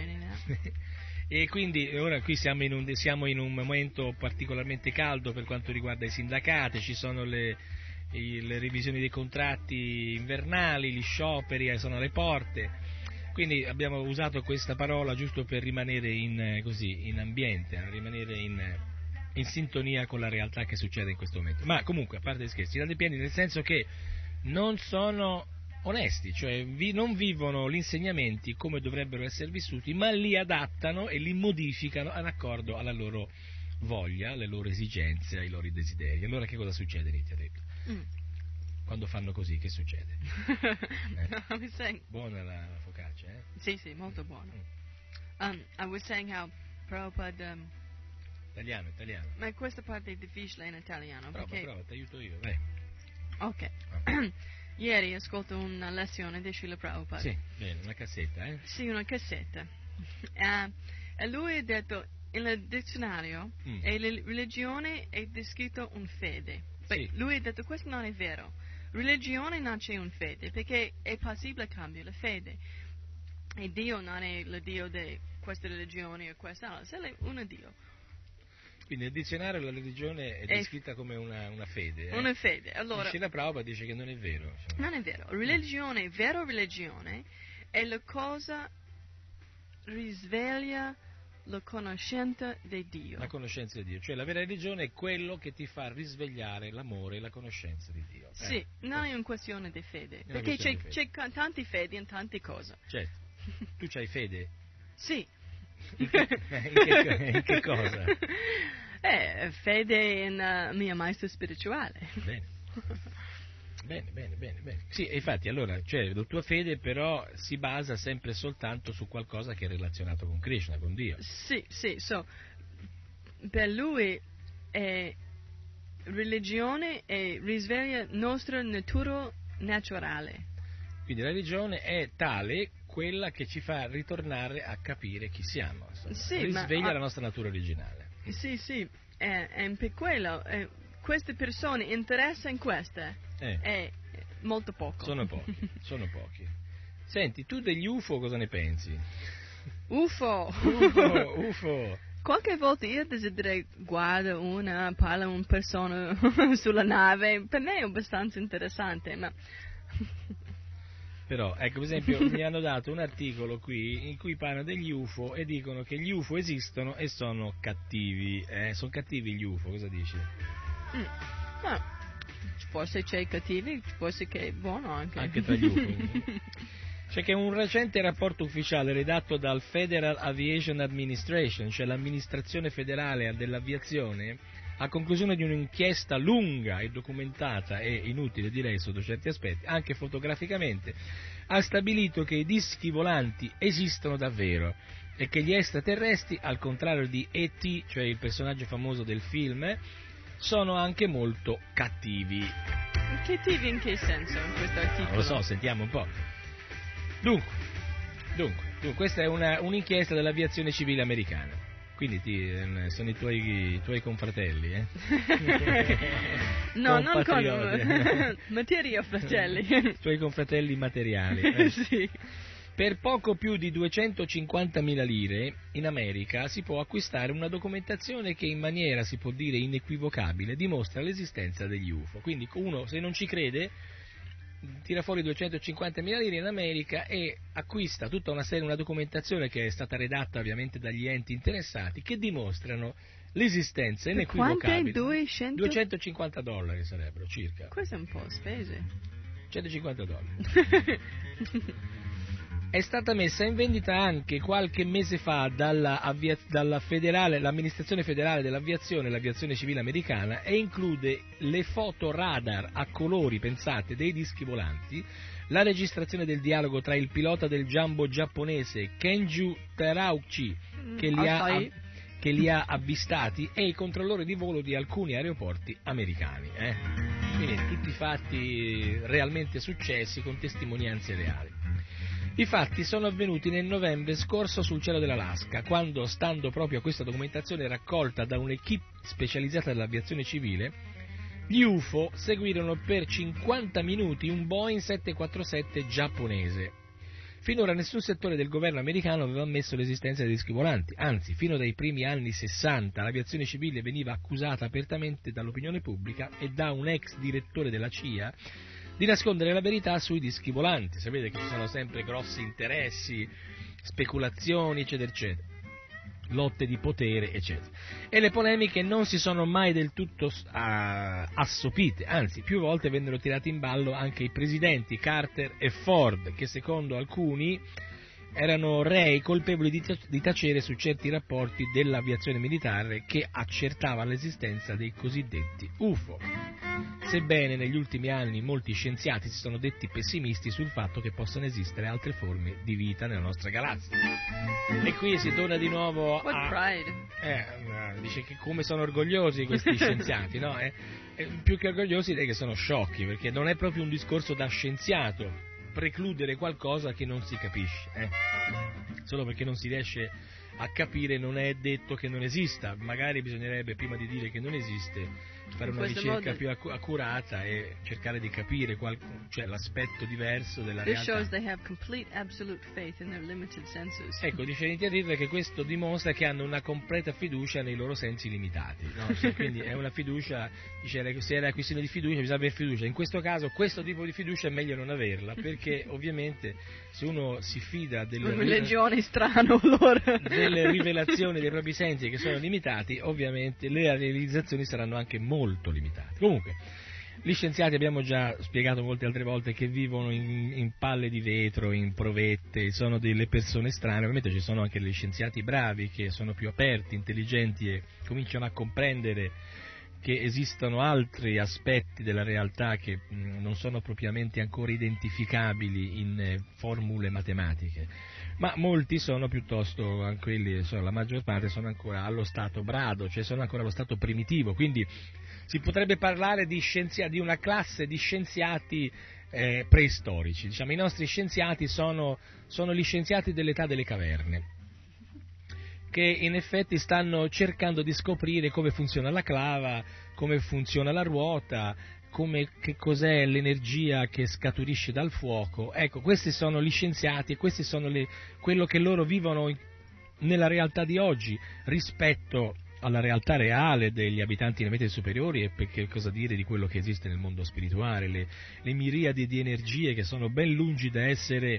E quindi ora qui siamo in un momento particolarmente caldo per quanto riguarda i sindacati, ci sono le revisioni dei contratti invernali, gli scioperi sono alle porte, Quindi abbiamo usato questa parola giusto per rimanere in ambiente, rimanere in sintonia con la realtà che succede in questo momento. Ma comunque, a parte gli scherzi, i radiopieni nel senso che non sono onesti, cioè non vivono gli insegnamenti come dovrebbero essere vissuti, ma li adattano e li modificano in accordo alla loro voglia, alle loro esigenze, ai loro desideri. Allora che cosa succede, Nitya? Quando fanno così, che succede? Buona la focaccia, eh? Sì, molto buona. I was saying how Prabhupada... Italiano. Ma questa parte è difficile in italiano. Prova, ti aiuto io, vai. Ok. Ieri ascolto una lezione di Srila Prabhupada. Sì, bene, una cassetta, eh? Sì, una cassetta. E lui ha detto, nel dizionario, la religione è descritto un fede. Sì. Lui ha detto, questo non è vero. Religione non c'è un fede, perché è possibile cambiare la fede. E Dio non è il Dio di queste religioni o quest'altra, è un Dio. Quindi nel dizionario la religione è descritta come una fede. Una fede. Allora, Srila Prabhupada dice che non è vero. Cioè. Non è vero. Religione, vera religione, è la cosa risveglia la conoscenza di Dio. La conoscenza di Dio. Cioè la vera religione è quello che ti fa risvegliare l'amore e la conoscenza di Dio. Sì, non è una questione di fede. Perché c'è tanti fedi in tante cose. Certo. Tu c'hai fede? Sì. In che cosa? Fede in mia maestra spirituale. Bene. Sì, infatti, allora, cioè, la tua fede però si basa sempre e soltanto su qualcosa che è relazionato con Krishna, con Dio. Sì, per lui religione risveglia nostra natura naturale. Quindi la religione è tale, quella che ci fa ritornare a capire chi siamo, risveglia la nostra natura originale. Sì, per quello queste persone interessate in queste è molto poco. Sono pochi. Senti, tu degli UFO cosa ne pensi? UFO. Qualche volta io desidererei guardare parla una persona sulla nave, per me è abbastanza interessante, ma... Però, ecco, per esempio, mi hanno dato un articolo qui in cui parlano degli UFO e dicono che gli UFO esistono e sono cattivi. Sono cattivi gli UFO, cosa dici? Forse c'è cattivi, forse che è buono anche. Anche tra gli UFO. C'è che un recente rapporto ufficiale redatto dal Federal Aviation Administration, cioè l'amministrazione federale dell'aviazione, a conclusione di un'inchiesta lunga e documentata e inutile direi sotto certi aspetti, anche fotograficamente, ha stabilito che i dischi volanti esistono davvero e che gli extraterrestri, al contrario di E.T., cioè il personaggio famoso del film, sono anche molto cattivi. Cattivi in che senso in questo articolo? Non lo so, sentiamo un po'. Dunque, questa è un'inchiesta dell'aviazione civile americana. Quindi sono i tuoi confratelli, eh? No, non con materia fratelli. I tuoi confratelli materiali. Sì. Per poco più di 250.000 lire in America si può acquistare una documentazione che in maniera, si può dire, inequivocabile dimostra l'esistenza degli UFO. Quindi uno, se non ci crede, tira fuori 250.000 lire in America e acquista tutta una documentazione che è stata redatta ovviamente dagli enti interessati che dimostrano l'esistenza inequivocabile. Quante? $250 sarebbero circa. Questo è un po' spese. $150. È stata messa in vendita anche qualche mese fa l'amministrazione federale dell'aviazione, l'aviazione civile americana, e include le foto radar a colori, pensate, dei dischi volanti, la registrazione del dialogo tra il pilota del jumbo giapponese Kenju Terauchi, che li ha avvistati, e i controllori di volo di alcuni aeroporti americani. Quindi tutti fatti realmente successi con testimonianze reali. I fatti sono avvenuti nel novembre scorso sul cielo dell'Alaska, quando, stando proprio a questa documentazione raccolta da un'equipe specializzata dell'aviazione civile, gli UFO seguirono per 50 minuti un Boeing 747 giapponese. Finora nessun settore del governo americano aveva ammesso l'esistenza dei dischi volanti, anzi, fino dai primi anni 60 l'aviazione civile veniva accusata apertamente dall'opinione pubblica e da un ex direttore della CIA di nascondere la verità sui dischi volanti. Sapete che ci sono sempre grossi interessi, speculazioni, eccetera, eccetera, lotte di potere, eccetera. E le polemiche non si sono mai del tutto assopite, anzi, più volte vennero tirati in ballo anche i presidenti Carter e Ford, che secondo alcuni erano rei colpevoli di tacere su certi rapporti dell'aviazione militare che accertavano l'esistenza dei cosiddetti UFO. Sebbene negli ultimi anni molti scienziati si sono detti pessimisti sul fatto che possano esistere altre forme di vita nella nostra galassia. E qui si torna di nuovo dice che come sono orgogliosi questi scienziati, no? Più che orgogliosi direi che sono sciocchi, perché non è proprio un discorso da scienziato precludere qualcosa che non si capisce, solo perché non si riesce a capire non è detto che non esista. Magari bisognerebbe, prima di dire che non esiste, fare una ricerca più accurata e cercare di capire cioè l'aspetto diverso della realtà. Ecco, dice Nittierriver che questo dimostra che hanno una completa fiducia nei loro sensi limitati, no? Cioè, quindi è una fiducia, dice, se era questione di fiducia bisogna avere fiducia. In questo caso questo tipo di fiducia è meglio non averla, perché ovviamente se uno si fida delle rivelazioni dei propri sensi che sono limitati, ovviamente le realizzazioni saranno anche molto limitate. Comunque, gli scienziati, abbiamo già spiegato molte altre volte, che vivono in palle di vetro, in provette, sono delle persone strane. Ovviamente ci sono anche degli scienziati bravi che sono più aperti, intelligenti e cominciano a comprendere che esistono altri aspetti della realtà che non sono propriamente ancora identificabili in formule matematiche, ma molti sono piuttosto, la maggior parte sono ancora allo stato brado, cioè sono ancora allo stato primitivo, quindi si potrebbe parlare di una classe di scienziati preistorici. Diciamo, i nostri scienziati sono gli scienziati dell'età delle caverne, che in effetti stanno cercando di scoprire come funziona la clava, come funziona la ruota, che cos'è l'energia che scaturisce dal fuoco. Ecco, questi sono gli scienziati e questi sono quello che loro vivono nella realtà di oggi rispetto alla realtà reale degli abitanti delle mete superiori, e perché cosa dire di quello che esiste nel mondo spirituale, le miriadi di energie che sono ben lungi da essere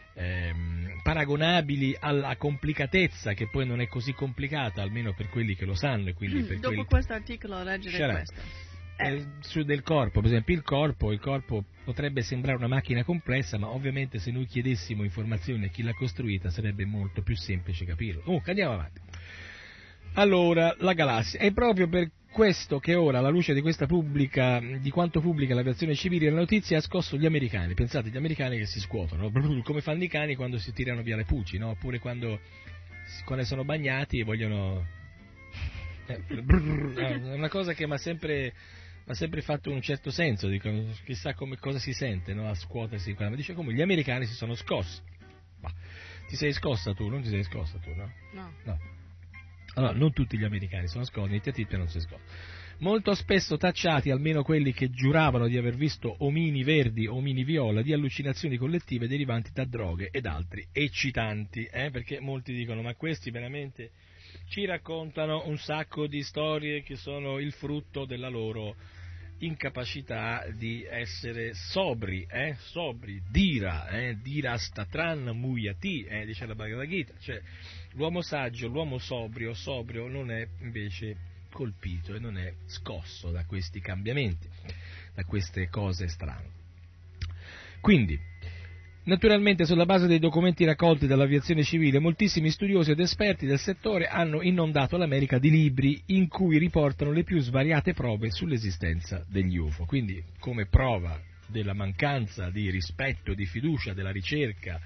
paragonabili alla complicatezza, che poi non è così complicata, almeno per quelli che lo sanno. E quindi dopo questo articolo leggere questo. Del corpo, per esempio, il corpo potrebbe sembrare una macchina complessa, ma ovviamente se noi chiedessimo informazioni a chi l'ha costruita sarebbe molto più semplice capirlo. Comunque andiamo avanti. Allora, la galassia è proprio per questo che ora, alla luce di quanto pubblica l'aviazione civile, la notizia ha scosso gli americani. Pensate, gli americani che si scuotono, come fanno i cani quando si tirano via le pulci, no? Oppure quando sono bagnati e vogliono... è una cosa che mi ha sempre fatto un certo senso, dico, chissà cosa si sente, no? A scuotersi, ma dice come gli americani si sono scossi. Ma ti sei scossa tu? Non ti sei scossa tu, no? No. Allora, non tutti gli americani sono scossi, Nittierriver non si è scosso. Molto spesso tacciati, almeno quelli che giuravano di aver visto omini verdi o omini viola, di allucinazioni collettive derivanti da droghe ed altri eccitanti, perché molti dicono, ma questi veramente ci raccontano un sacco di storie che sono il frutto della loro incapacità di essere sobri, dira statran muyati, dice la Bhagavad Gita, cioè l'uomo saggio, l'uomo sobrio non è invece colpito e non è scosso da questi cambiamenti, da queste cose strane. Quindi, naturalmente, sulla base dei documenti raccolti dall'aviazione civile, moltissimi studiosi ed esperti del settore hanno inondato l'America di libri in cui riportano le più svariate prove sull'esistenza degli UFO. Quindi, come prova della mancanza di rispetto e di fiducia della ricerca,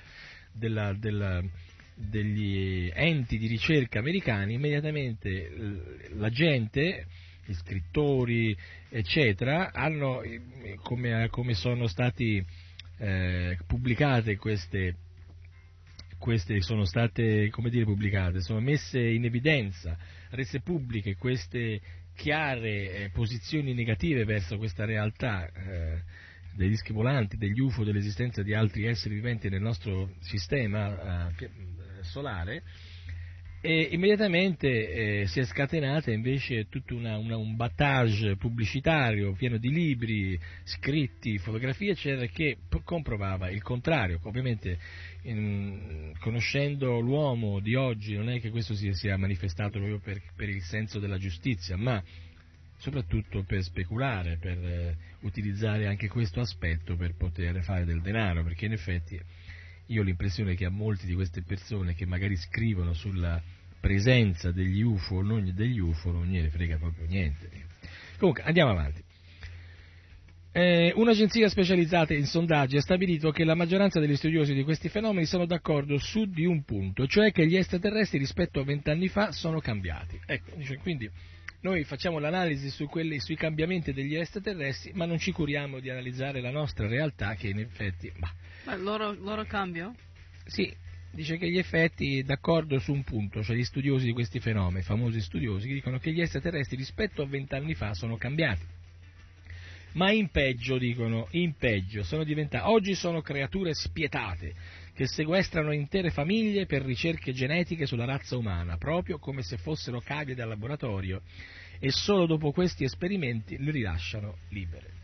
degli enti di ricerca americani, immediatamente la gente, gli scrittori, eccetera, hanno, come sono stati pubblicate queste sono state, pubblicate, sono messe in evidenza, rese pubbliche queste chiare posizioni negative verso questa realtà dei dischi volanti, degli UFO, dell'esistenza di altri esseri viventi nel nostro sistema solare. E immediatamente si è scatenata invece tutto un battage pubblicitario pieno di libri, scritti, fotografie, eccetera, che comprovava il contrario. Ovviamente, conoscendo l'uomo di oggi, non è che questo si sia manifestato proprio per il senso della giustizia, ma soprattutto per speculare, per utilizzare anche questo aspetto per poter fare del denaro, perché in effetti io ho l'impressione che a molti di queste persone che magari scrivono sulla presenza degli UFO o non degli UFO non gliene frega proprio niente. Comunque, andiamo avanti. Un'agenzia specializzata in sondaggi ha stabilito che la maggioranza degli studiosi di questi fenomeni sono d'accordo su di un punto, cioè che gli extraterrestri rispetto a 20 anni fa sono cambiati. Ecco, quindi noi facciamo l'analisi sui cambiamenti degli extraterrestri, ma non ci curiamo di analizzare la nostra realtà, che in effetti... Ma loro cambio? Sì, dice che gli effetti d'accordo su un punto, cioè gli studiosi di questi fenomeni, famosi studiosi, che dicono che gli extraterrestri rispetto a 20 anni fa sono cambiati. Ma in peggio, dicono, sono diventati, oggi sono creature spietate, che sequestrano intere famiglie per ricerche genetiche sulla razza umana, proprio come se fossero cavie da laboratorio, e solo dopo questi esperimenti le rilasciano libere.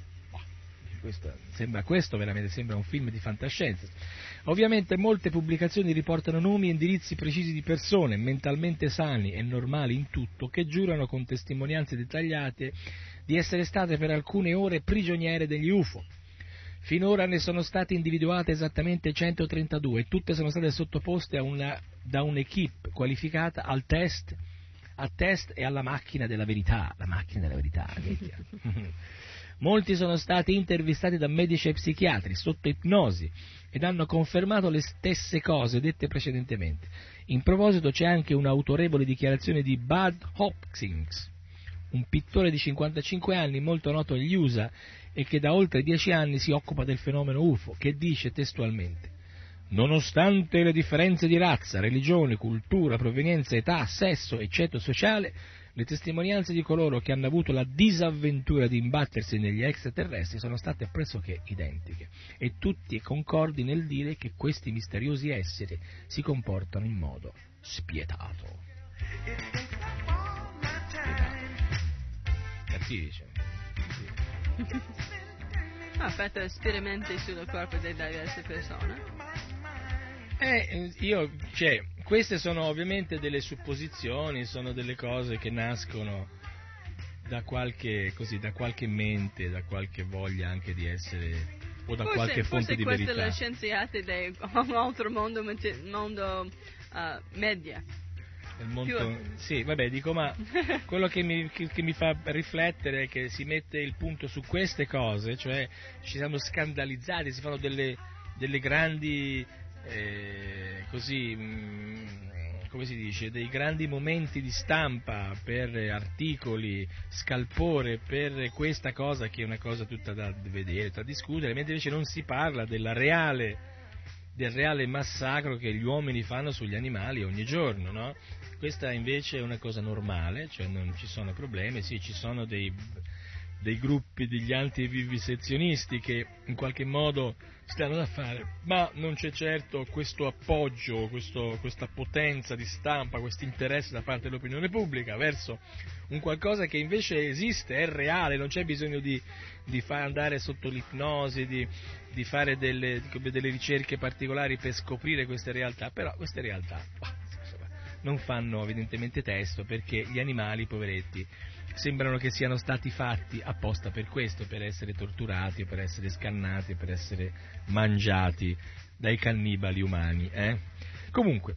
Questo veramente sembra un film di fantascienza. Ovviamente molte pubblicazioni riportano nomi e indirizzi precisi di persone mentalmente sani e normali in tutto, che giurano con testimonianze dettagliate di essere state per alcune ore prigioniere degli UFO. Finora ne sono state individuate esattamente 132 e tutte sono state sottoposte da un'equipe qualificata al test e alla macchina della verità. La macchina della verità, Molti sono stati intervistati da medici e psichiatri sotto ipnosi ed hanno confermato le stesse cose dette precedentemente. In proposito c'è anche un'autorevole dichiarazione di Bud Hopkins, un pittore di 55 anni molto noto agli USA e che da oltre 10 anni si occupa del fenomeno UFO, che dice testualmente: nonostante le differenze di razza, religione, cultura, provenienza, età, sesso e ceto sociale, le testimonianze di coloro che hanno avuto la disavventura di imbattersi negli extraterrestri sono state pressoché identiche, e tutti concordi nel dire che questi misteriosi esseri si comportano in modo spietato. Dice. Ha fatto esperimenti sul corpo di diverse persone. Queste sono ovviamente delle supposizioni, sono delle cose che nascono da qualche mente, da qualche voglia anche di essere, o da qualche fonte di verità. Forse queste le scienziate di un altro mondo media. Sì, vabbè, dico, ma quello che mi fa riflettere è che si mette il punto su queste cose, cioè ci siamo scandalizzati, si fanno delle grandi, come si dice, dei grandi momenti di stampa per articoli, scalpore per questa cosa che è una cosa tutta da vedere, da discutere, mentre invece non si parla del reale massacro che gli uomini fanno sugli animali ogni giorno, no? Questa invece è una cosa normale, cioè non ci sono problemi, sì, ci sono dei gruppi degli antivivisezionisti che in qualche modo stanno da fare, ma non c'è certo questo appoggio, questa potenza di stampa, questo interesse da parte dell'opinione pubblica verso un qualcosa che invece esiste, è reale, non c'è bisogno di far andare sotto l'ipnosi, di fare delle ricerche particolari per scoprire queste realtà, però queste realtà non fanno evidentemente testo, perché gli animali, poveretti, sembrano che siano stati fatti apposta per questo, per essere torturati, per essere scannati, per essere mangiati dai cannibali umani. Comunque,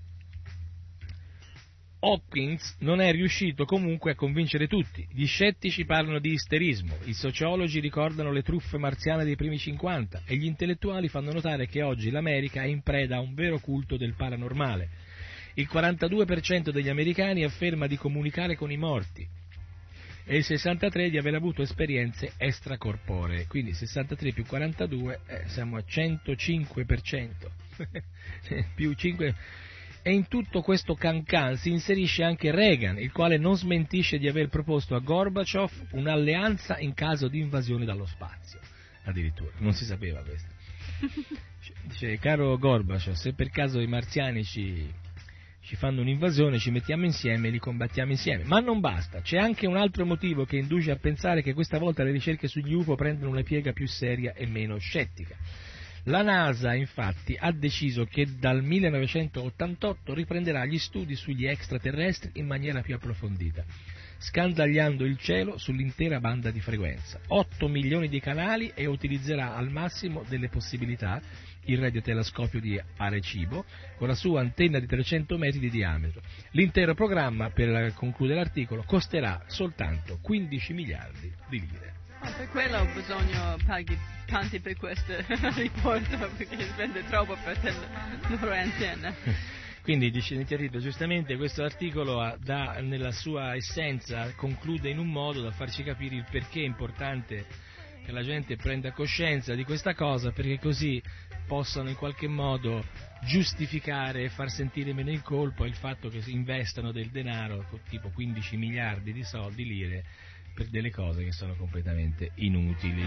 Hopkins non è riuscito comunque a convincere tutti. Gli scettici parlano di isterismo, i sociologi ricordano le truffe marziane dei primi 50 e gli intellettuali fanno notare che oggi l'America è in preda a un vero culto del paranormale. Il 42% degli americani afferma di comunicare con i morti e il 63% di aver avuto esperienze extracorporee, quindi 63 più 42 siamo a 105%, più 5. E in tutto questo cancan si inserisce anche Reagan, il quale non smentisce di aver proposto a Gorbaciov un'alleanza in caso di invasione dallo spazio, addirittura, non si sapeva questo. Dice, caro Gorbaciov, se per caso i marziani ci ci fanno un'invasione, ci mettiamo insieme e li combattiamo insieme. Ma non basta, c'è anche un altro motivo che induce a pensare che questa volta le ricerche sugli UFO prendono una piega più seria e meno scettica. La NASA, infatti, ha deciso che dal 1988 riprenderà gli studi sugli extraterrestri in maniera più approfondita, scandagliando il cielo sull'intera banda di frequenza, 8 milioni di canali, e utilizzerà al massimo delle possibilità il radiotelescopio di Arecibo con la sua antenna di 300 metri di diametro. L'intero programma, per concludere l'articolo, costerà soltanto 15 miliardi di lire. Per quello bisogna pagare tanti per questo riporto, perché spende troppo per le loro antenne. Quindi, dice Iniziativa, giustamente questo articolo nella sua essenza conclude in un modo da farci capire il perché è importante che la gente prenda coscienza di questa cosa, perché così possano in qualche modo giustificare e far sentire meno in colpa il fatto che si investano del denaro, tipo 15 miliardi di lire, per delle cose che sono completamente inutili.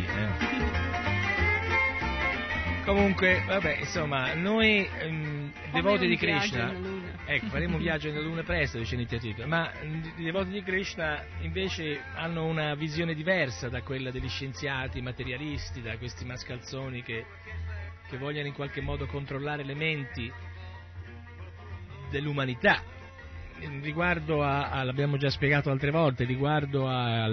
Comunque, vabbè, insomma, noi devoti di Krishna, faremo un viaggio nella Luna presto, dice Iniziativa, ma i devoti di Krishna invece hanno una visione diversa da quella degli scienziati materialisti, da questi mascalzoni che vogliono in qualche modo controllare le menti dell'umanità. Riguardo l'abbiamo già spiegato altre volte, riguardo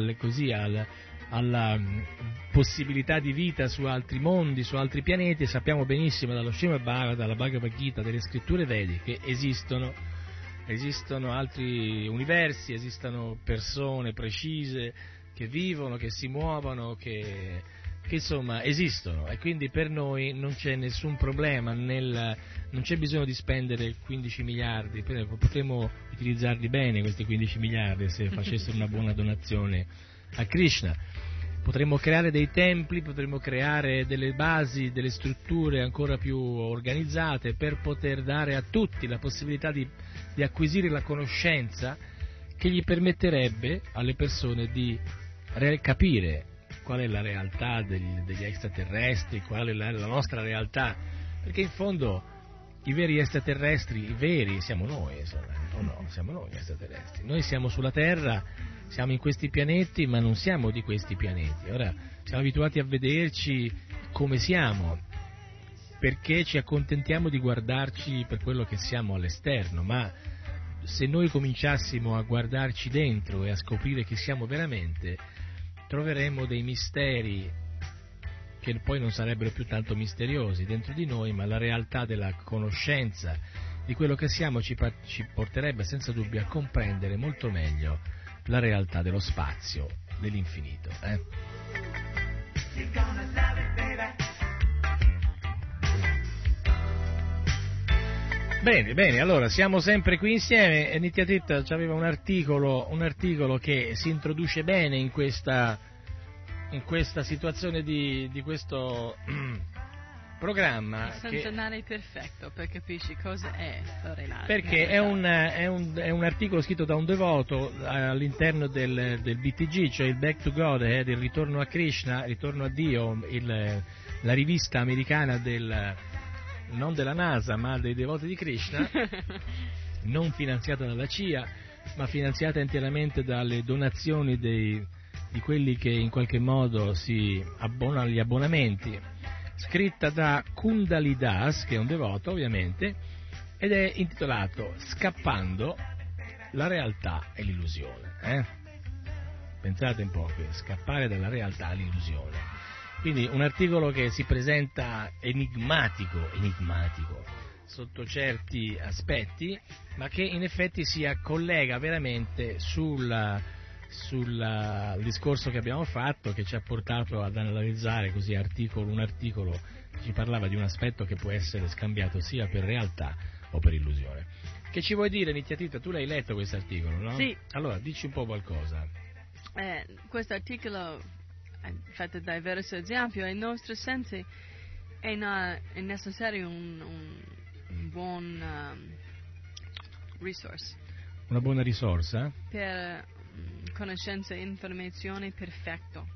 alla possibilità di vita su altri mondi, su altri pianeti, sappiamo benissimo dallo Srimad Bhagavatam, dalla Bhagavad Gita, delle scritture vediche, che esistono altri universi, esistono persone precise che vivono, che si muovono, che insomma esistono, e quindi per noi non c'è nessun problema, non c'è bisogno di spendere 15 miliardi, potremmo utilizzarli bene questi 15 miliardi se facessero una buona donazione a Krishna. Potremmo creare dei templi, potremmo creare delle basi, delle strutture ancora più organizzate per poter dare a tutti la possibilità di acquisire la conoscenza che gli permetterebbe alle persone di capire qual è la realtà degli extraterrestri, qual è la nostra realtà, perché in fondo i veri extraterrestri, siamo noi, siamo noi gli extraterrestri. Noi siamo sulla Terra, siamo in questi pianeti, ma non siamo di questi pianeti. Ora, siamo abituati a vederci come siamo, perché ci accontentiamo di guardarci per quello che siamo all'esterno, ma se noi cominciassimo a guardarci dentro e a scoprire chi siamo veramente, troveremo dei misteri che poi non sarebbero più tanto misteriosi dentro di noi, ma la realtà della conoscenza di quello che siamo ci porterebbe senza dubbio a comprendere molto meglio la realtà dello spazio, dell'infinito. Bene, allora siamo sempre qui insieme, e Nityatirtha aveva un articolo che si introduce bene in questa situazione di questo programma. Il centenario perfetto, per capisci cosa è la perché è un articolo scritto da un devoto all'interno del BTG, cioè il Back to God, il ritorno a Krishna, ritorno a Dio, la rivista americana non della NASA, ma dei devoti di Krishna, non finanziata dalla CIA, ma finanziata interamente dalle donazioni di quelli che in qualche modo si abbonano agli abbonamenti, scritta da Kundalidas, che è un devoto ovviamente, ed è intitolato Scappando la realtà e l'illusione. Pensate un po', scappare dalla realtà all'illusione. Quindi un articolo che si presenta enigmatico sotto certi aspetti, ma che in effetti si collega veramente sul discorso che abbiamo fatto, che ci ha portato ad analizzare così un articolo che ci parlava di un aspetto che può essere scambiato sia per realtà o per illusione. Che ci vuoi dire, Nityatirtha? Tu l'hai letto questo articolo, no? Sì. Allora, dici un po' qualcosa. Questo articolo, fatto da diversi esempi, ai nostri sensi è necessario un buon resource. Una buona risorsa? Per conoscenza e informazione perfetto.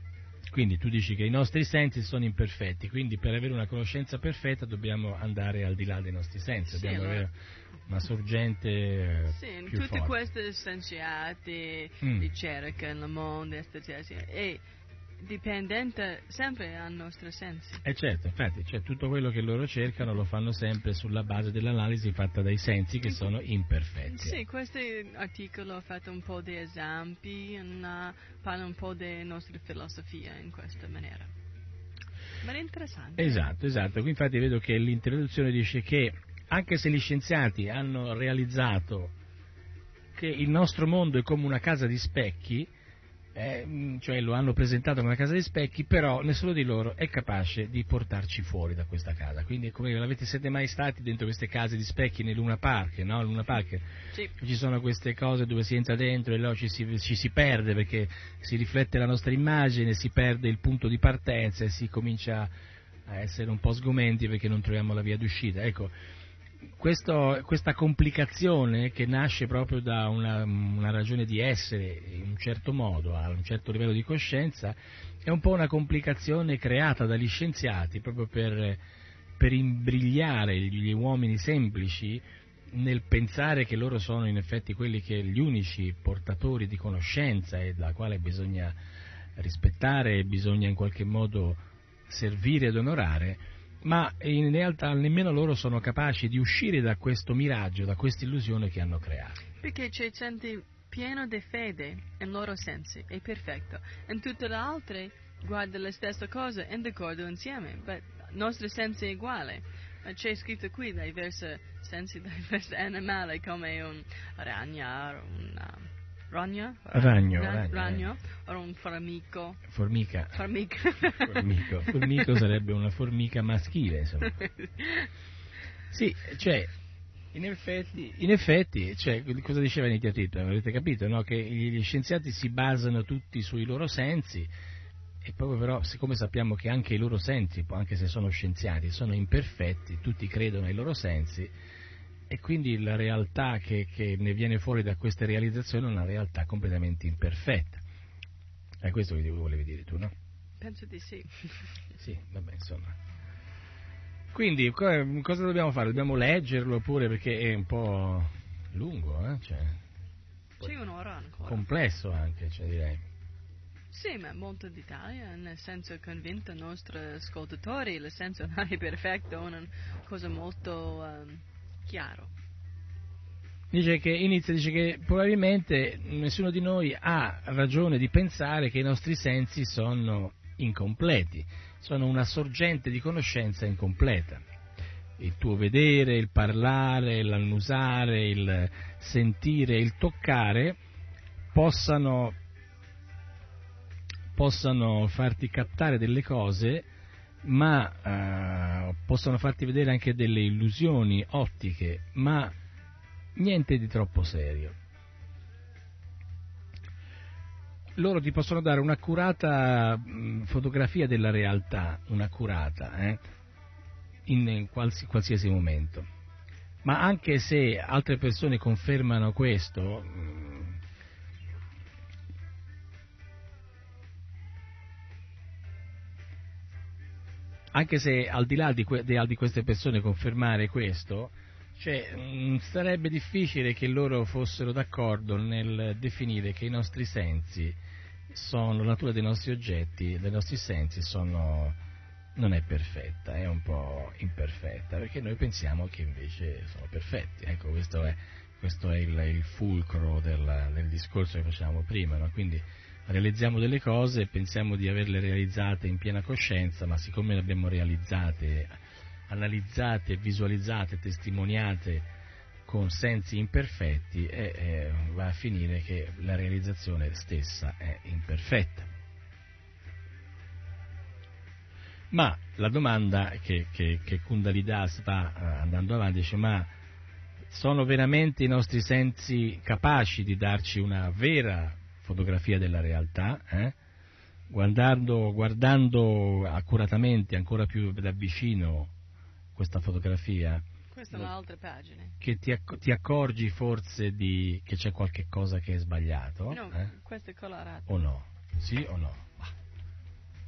Quindi tu dici che i nostri sensi sono imperfetti, quindi per avere una conoscenza perfetta dobbiamo andare al di là dei nostri sensi, dobbiamo avere una sorgente più tutte forte. Queste scienziati ricerca nel mondo, è dipendente sempre dai nostri sensi. Certo, infatti, cioè, tutto quello che loro cercano lo fanno sempre sulla base dell'analisi fatta dai sensi che sono imperfetti. Sì, questo articolo ha fatto un po' di esempi, parla un po' della nostra filosofia in questa maniera. Ma è interessante. Esatto. Qui infatti vedo che l'introduzione dice che anche se gli scienziati hanno realizzato che il nostro mondo è come una casa di specchi, cioè lo hanno presentato come una casa di specchi, però nessuno di loro è capace di portarci fuori da questa casa. Quindi, come siete mai stati dentro queste case di specchi nel Luna Park, no? Luna Park sì. Ci sono queste cose dove si entra dentro e là ci si perde perché si riflette la nostra immagine, si perde il punto di partenza e si comincia a essere un po' sgomenti perché non troviamo la via d'uscita. Ecco, questa complicazione che nasce proprio da una ragione di essere in un certo modo, a un certo livello di coscienza, è un po' una complicazione creata dagli scienziati proprio per imbrigliare gli uomini semplici nel pensare che loro sono in effetti quelli che gli unici portatori di conoscenza e la quale bisogna rispettare e bisogna in qualche modo servire ed onorare. Ma in realtà nemmeno loro sono capaci di uscire da questo miraggio, da questa illusione che hanno creato. Perché ci senti pieno di fede in loro sensi, è perfetto. In tutte le altre guarda la stessa cosa e d'accordo insieme, ma i nostri sensi è uguale. C'è scritto qui diversi sensi, diversi animali come un ragno, o un formico. Formico sarebbe una formica maschile, insomma. Sì, cioè, in effetti, cioè, cosa diceva Iniziativa? Avete capito, no? Che gli scienziati si basano tutti sui loro sensi, e proprio però, siccome sappiamo che anche i loro sensi, anche se sono scienziati, sono imperfetti, tutti credono ai loro sensi, e quindi la realtà che ne viene fuori da queste realizzazioni è una realtà completamente imperfetta. È questo che volevi dire tu, no? Penso di sì. Sì, vabbè, insomma. Quindi, cosa dobbiamo fare? Dobbiamo leggerlo oppure perché è un po' lungo, Cioè, c'è un'ora ancora. Complesso anche, cioè, direi. Sì, ma molto dettaglio, nel senso convinto ai nostri ascoltatori, il senso non è perfetto, è una cosa molto chiaro. Dice che probabilmente nessuno di noi ha ragione di pensare che i nostri sensi sono incompleti, sono una sorgente di conoscenza incompleta. Il tuo vedere, il parlare, l'annusare, il sentire, il toccare possano farti captare delle cose, ma possono farti vedere anche delle illusioni ottiche, ma niente di troppo serio. Loro ti possono dare un'accurata fotografia della realtà, in qualsiasi momento, ma anche se altre persone confermano questo, anche se al di là di queste persone confermare questo, cioè, sarebbe difficile che loro fossero d'accordo nel definire che i nostri sensi la natura dei nostri oggetti, dei nostri sensi non è perfetta, è un po' imperfetta, perché noi pensiamo che invece sono perfetti. Ecco, questo è il fulcro del discorso che facevamo prima, no? Quindi realizziamo delle cose e pensiamo di averle realizzate in piena coscienza, ma siccome le abbiamo realizzate, analizzate, visualizzate, testimoniate con sensi imperfetti, va a finire che la realizzazione stessa è imperfetta. Ma la domanda che Kundalidas va andando avanti dice: ma sono veramente i nostri sensi capaci di darci una vera fotografia della realtà? Guardando accuratamente, ancora più da vicino, questa fotografia, questa è un'altra pagina, che ti accorgi forse che c'è qualche cosa che è sbagliato? No, questo è colorato. O no? Sì o no?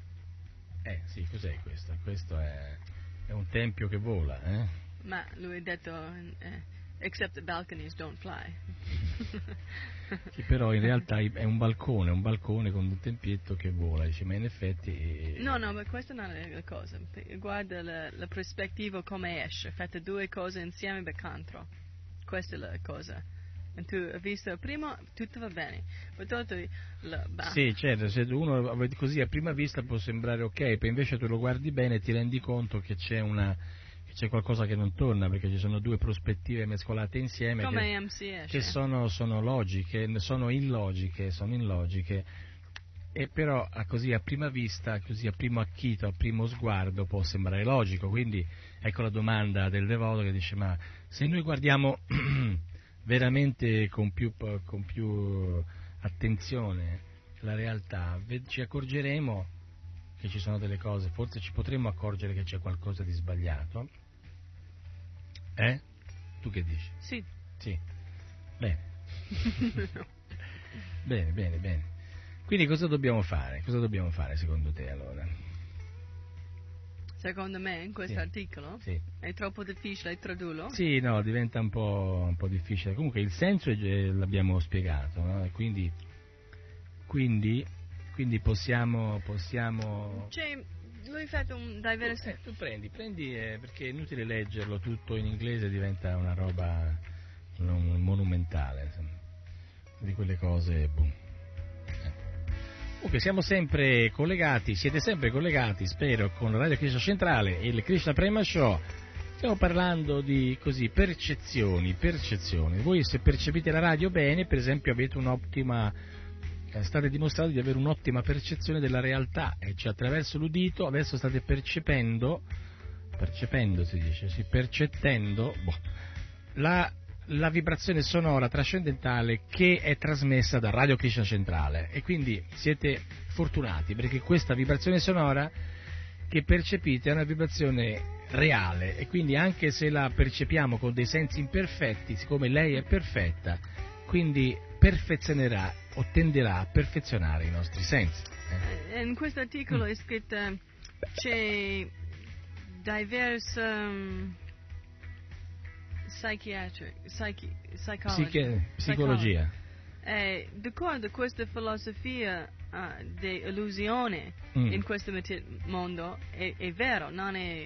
Sì, cos'è questo? Questo è un tempio che vola, Ma lui ha detto, except the balconies don't fly. Che però in realtà è un balcone con un tempietto che vola, dice, ma in effetti... No, ma questa non è la cosa. Guarda la prospettiva come esce, fate due cose insieme per contro. Questa è la cosa. E tu hai visto prima, tutto va bene. Sì, certo, se uno così a prima vista può sembrare ok, poi invece tu lo guardi bene e ti rendi conto che c'è qualcosa che non torna, perché ci sono due prospettive mescolate insieme che sono logiche, sono illogiche, e però così a prima vista, così a primo acchito, a primo sguardo può sembrare logico. Quindi ecco la domanda del devoto che dice: ma se noi guardiamo veramente con più attenzione la realtà, ci accorgeremo che ci sono delle cose, forse ci potremmo accorgere che c'è qualcosa di sbagliato. Tu che dici? Sì. Bene. Bene. Quindi cosa dobbiamo fare? Cosa dobbiamo fare secondo te allora? Secondo me in questo articolo è troppo difficile tradurlo? Sì, no, diventa un po' difficile. Comunque il senso l'abbiamo spiegato, no? E quindi possiamo... Lui ha fatto un diverso... Tu prendi perché è inutile leggerlo tutto in inglese, diventa una roba monumentale, insomma, di quelle cose, boom. Comunque siamo sempre collegati, siete sempre collegati, spero, con Radio Krishna Centrale e il Krishna Prema Show. Stiamo parlando di percezioni. Voi se percepite la radio bene, per esempio, avete state dimostrando di avere un'ottima percezione della realtà, e cioè attraverso l'udito adesso state percettendo la vibrazione sonora trascendentale che è trasmessa da Radio Krishna Centrale, e quindi siete fortunati perché questa vibrazione sonora che percepite è una vibrazione reale, e quindi anche se la percepiamo con dei sensi imperfetti, siccome lei è perfetta, quindi perfezionerà o tenderà a perfezionare i nostri sensi. In questo articolo è scritto c'è diverse psicologia. D'accordo, questa filosofia di illusione in questo mondo è vero, noi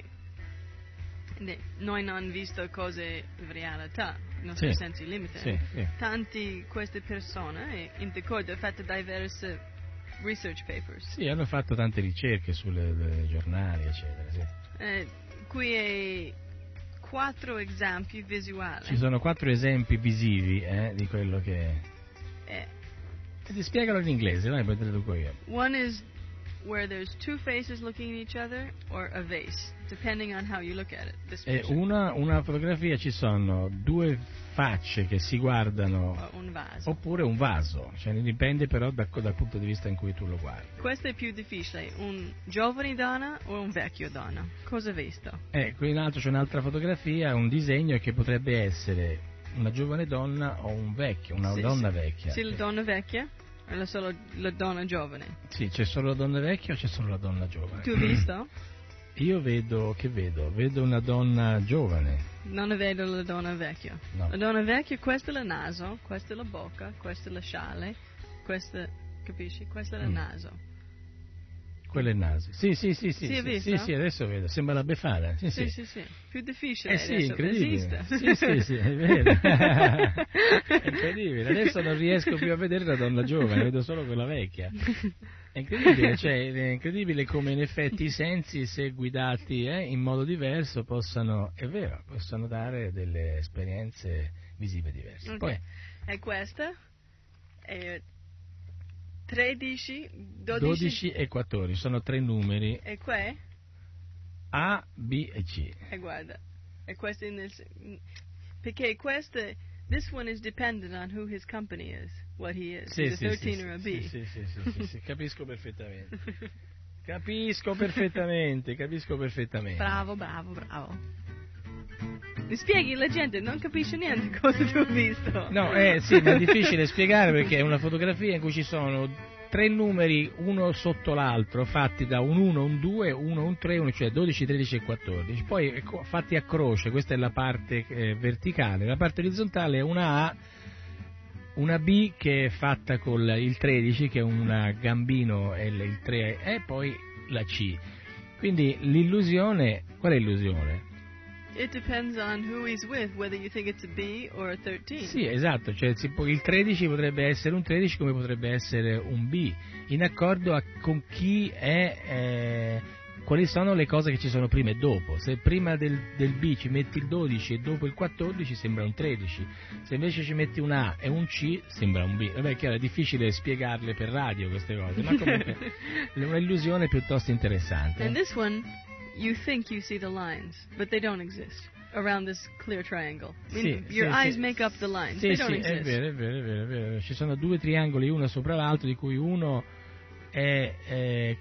non abbiamo visto cose in realtà, i nostri sensi limitati. Tanti queste persone in d'accordo hanno fatto diverse research papers. Sì, hanno fatto tante ricerche sulle giornali, eccetera. Qui è 4 esempi visuali. Ci sono 4 esempi visivi di quello che è. Ti spiegalo in inglese, poi te lo traduco io. One is where there's two faces looking at each other, or a vase, depending on how you look at it. Una fotografia, ci sono due facce che si guardano, un vaso. Oppure un vaso, cioè dipende però dal punto di vista in cui tu lo guardi. Questo è più difficile, un giovane donna o un vecchio donna? Cosa hai visto? Qui in alto c'è un'altra fotografia, un disegno che potrebbe essere una giovane donna o un vecchio, una donna vecchia. Sì, la donna vecchia? O solo la donna giovane? Sì, c'è solo la donna vecchia o c'è solo la donna giovane? Tu hai visto? Io vedo una donna giovane. Non vedo la donna vecchia. No. La donna vecchia, questo è il naso, questa è la bocca, questo è la sciale, questa, capisci? Questo è il naso. Quello è il naso. Sì, hai visto? Sì, adesso vedo, sembra la Befana. Sì. Più difficile Sì, adesso, incredibile. esiste. Sì, è vero. È incredibile. Adesso non riesco più a vedere la donna giovane, vedo solo quella vecchia. È incredibile, è incredibile come in effetti i sensi, se guidati in modo diverso, possano dare delle esperienze visive diverse. Okay. Poi, e questa è 13, 12 e 14, sono 3 numeri. E qua? A, B e C. E guarda, e questo perché questo, this one is dependent on who his company is, what he is, a 13 or a B. Sì, capisco perfettamente. Capisco perfettamente. Bravo. Mi spieghi, la gente non capisce niente cosa tu hai visto. No, sì, ma è difficile spiegare perché è una fotografia in cui ci sono tre numeri uno sotto l'altro, fatti da un 1, un 2, un 3, cioè 12, 13 e 14, poi fatti a croce, questa è la parte verticale, la parte orizzontale è una A, una B che è fatta con il 13, che è un gambino, e il 3 e poi la C. Quindi l'illusione, qual è l'illusione? It depends on who he's with, whether you think it's a B or a 13. Sì, esatto, cioè il 13 potrebbe essere un 13 come potrebbe essere un B, in accordo con chi è, quali sono le cose che ci sono prima e dopo. Se prima del B ci metti il 12 e dopo il 14 sembra un 13, se invece ci metti un A e un C sembra un B. Vabbè, chiaro, è difficile spiegarle per radio queste cose, ma comunque è un'illusione piuttosto interessante. And this one, you think you see the lines, but they don't exist around this clear triangle. I mean, your eyes make up the lines, they don't exist. È vero. Ci sono due triangoli uno sopra l'altro, di cui uno è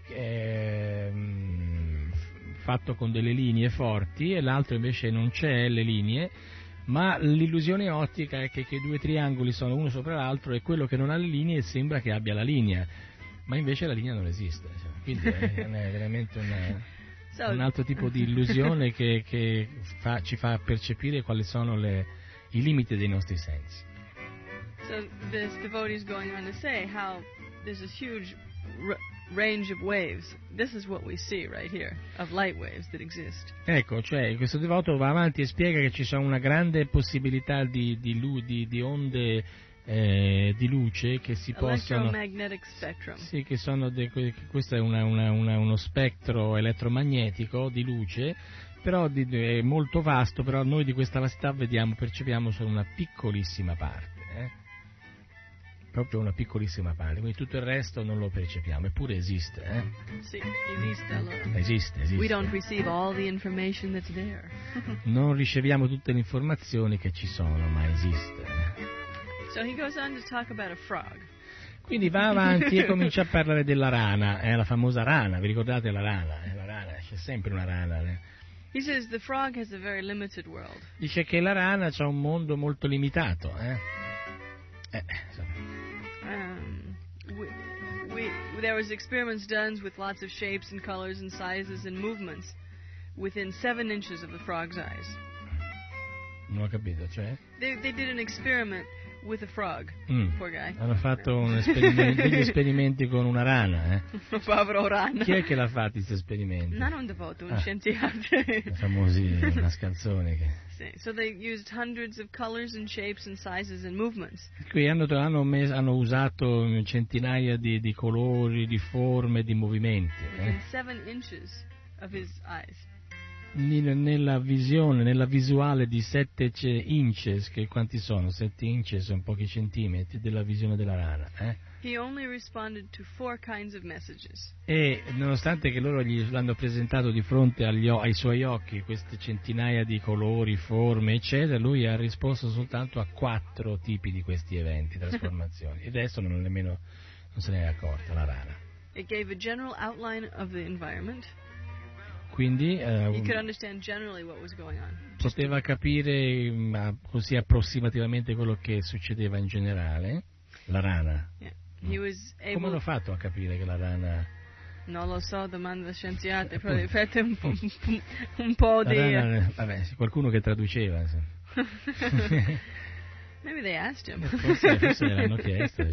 fatto con delle linee forti e l'altro invece non c'è le linee, ma l'illusione ottica è che i due triangoli sono uno sopra l'altro e quello che non ha le linee sembra che abbia la linea, ma invece la linea non esiste, quindi è veramente un altro tipo di illusione che ci fa percepire quali sono i limiti dei nostri sensi. So this devotee is going on to say how there's this huge range of waves. This is what we see right here, of light waves that exist. Ecco, cioè questo devoto va avanti e spiega che ci sono una grande possibilità di onde di luce che si possono, electromagnetic spectrum. Sì, che sono questo è uno spettro elettromagnetico di luce, però è molto vasto, però noi di questa vastità percepiamo solo una piccolissima parte, proprio una piccolissima parte, quindi tutto il resto non lo percepiamo, eppure esiste, Sì, esiste allora. Esiste. We don't receive all the information that's there. Non riceviamo tutte le informazioni che ci sono, ma esiste. So he goes on to talk about a frog. Quindi va avanti e comincia a parlare della rana, la famosa rana, vi ricordate la rana? La rana, c'è sempre una rana. He says the frog has a very limited world. Dice che la rana ha un mondo molto limitato. There was experiments done with lots of shapes and colors and sizes and movements within 7 inches of the frog's eyes. Non ho capito, cioè? They did an experiment with a frog, poor guy. Hanno fatto degli esperimenti con una rana, Povero rana. Chi è che l'ha fatto questi esperimenti? Non un devoto, un scienziato. I famosi mascalzoni che... Sì. So they used hundreds of colors and shapes and sizes and movements. Qui hanno usato centinaia di colori, di forme, di movimenti. Within 7 inches of his eyes. Nella visione, nella visuale di 7 inches, che quanti sono? 7 inches sono pochi centimetri della visione della rana. He only responded to 4 kinds of messages. E nonostante che loro gli l'hanno presentato di fronte ai suoi occhi queste centinaia di colori, forme, eccetera, lui ha risposto soltanto a 4 tipi di questi eventi, trasformazioni. E adesso non se ne è accorta la rana. It gave a general outline of the environment. Quindi poteva capire così approssimativamente quello che succedeva in generale. La rana. Yeah. Come l'ho fatto a capire che la rana... Non lo so, domanda da scienziati, però fate un po' di... Rana, vabbè, qualcuno che traduceva. Maybe they asked him. Forse l'hanno chiesto.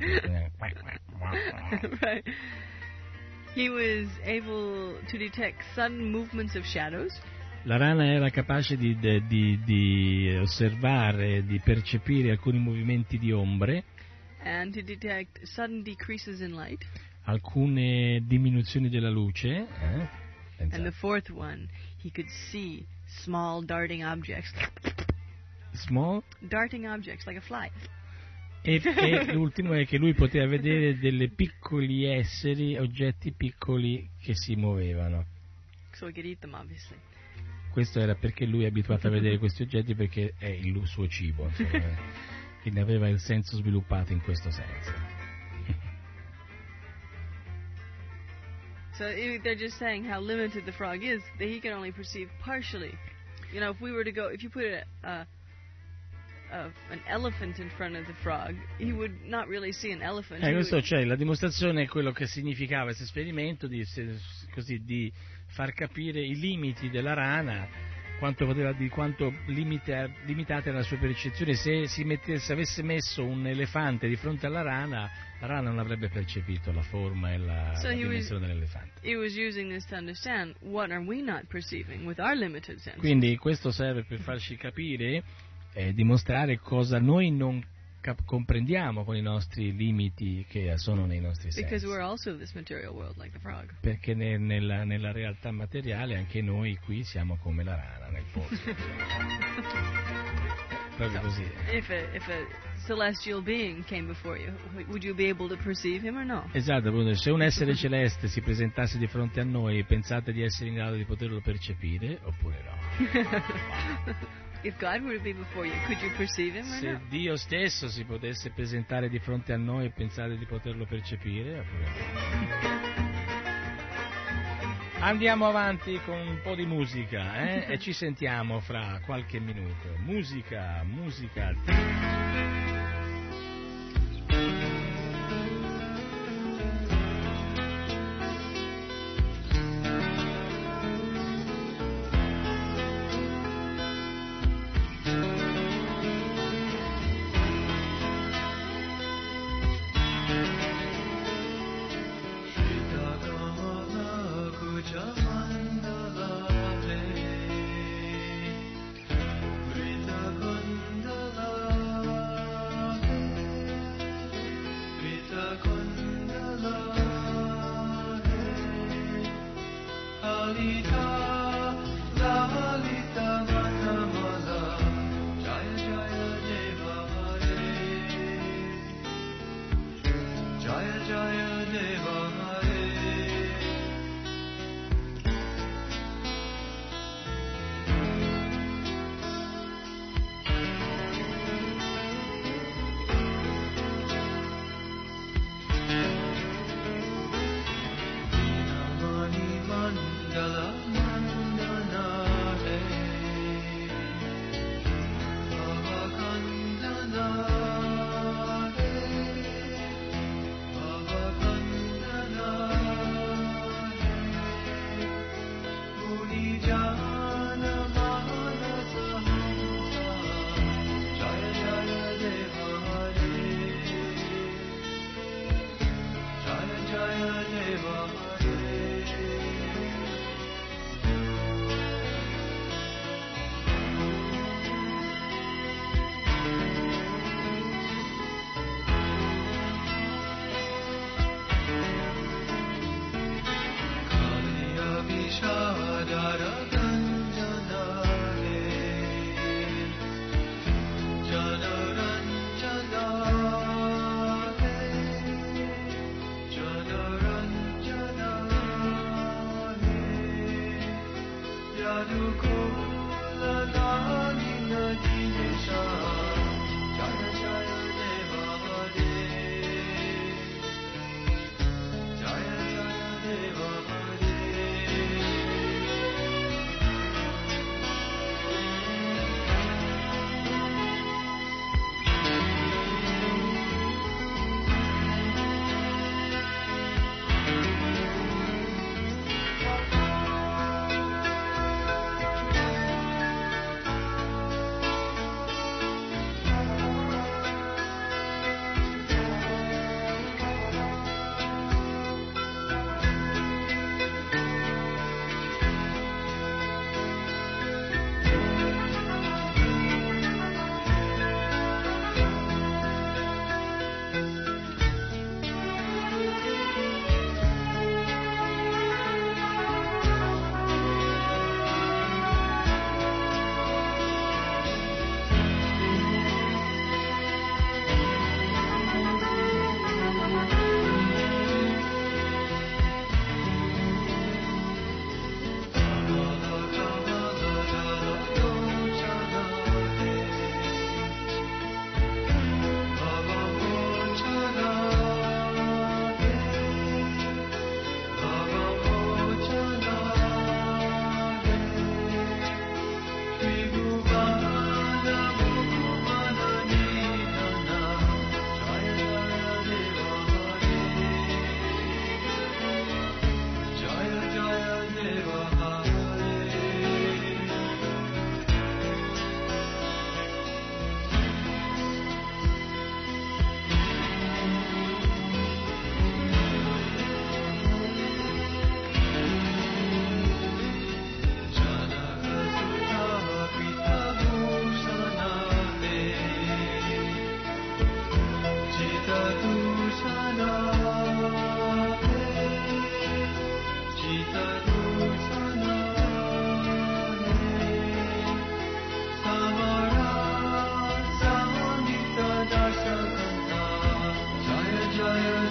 Right. He was able to detect sudden movements of shadows. La rana era capace di osservare, di percepire alcuni movimenti di ombre. And to detect sudden decreases in light. Alcune diminuzioni della luce. And the fourth one, he could see small darting objects. Small? Darting objects, like a fly. E l'ultimo è che lui poteva vedere delle piccoli esseri, oggetti piccoli che si muovevano. So he could eat them, obviously. Questo era perché lui è abituato a vedere questi oggetti, perché è il suo cibo, quindi aveva il senso sviluppato in questo senso. So they're just saying how limited the frog is, that he can only perceive partially. You know, if you put a an elephant in front of the frog, he would not really see an elephant. Questo cioè la dimostrazione è quello che significava questo esperimento di far capire i limiti della rana, di quanto limitata era la sua percezione. Se avesse messo un elefante di fronte alla rana non avrebbe percepito la forma e la dimensione dell'elefante. He was using this to understand what are we not perceiving with our limited senses. Quindi questo serve per farci capire e dimostrare cosa noi non comprendiamo con i nostri limiti che sono nei nostri sensi. Because we're also this material world like the frog. Perché nella realtà materiale anche noi qui siamo come la rana nel pozzo. Proprio così. If a celestial being came before you, would you be able to perceive him or no? Esatto, se un essere celeste si presentasse di fronte a noi, pensate di essere in grado di poterlo percepire oppure no? If God were to be before you, could you perceive him or Se no? Dio stesso si potesse presentare di fronte a noi, pensate di poterlo percepire oppure no? Andiamo avanti con un po' di musica, e ci sentiamo fra qualche minuto. Musica.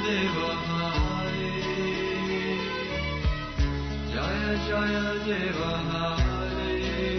Deva Hari, Jaya Jaya Deva Hari.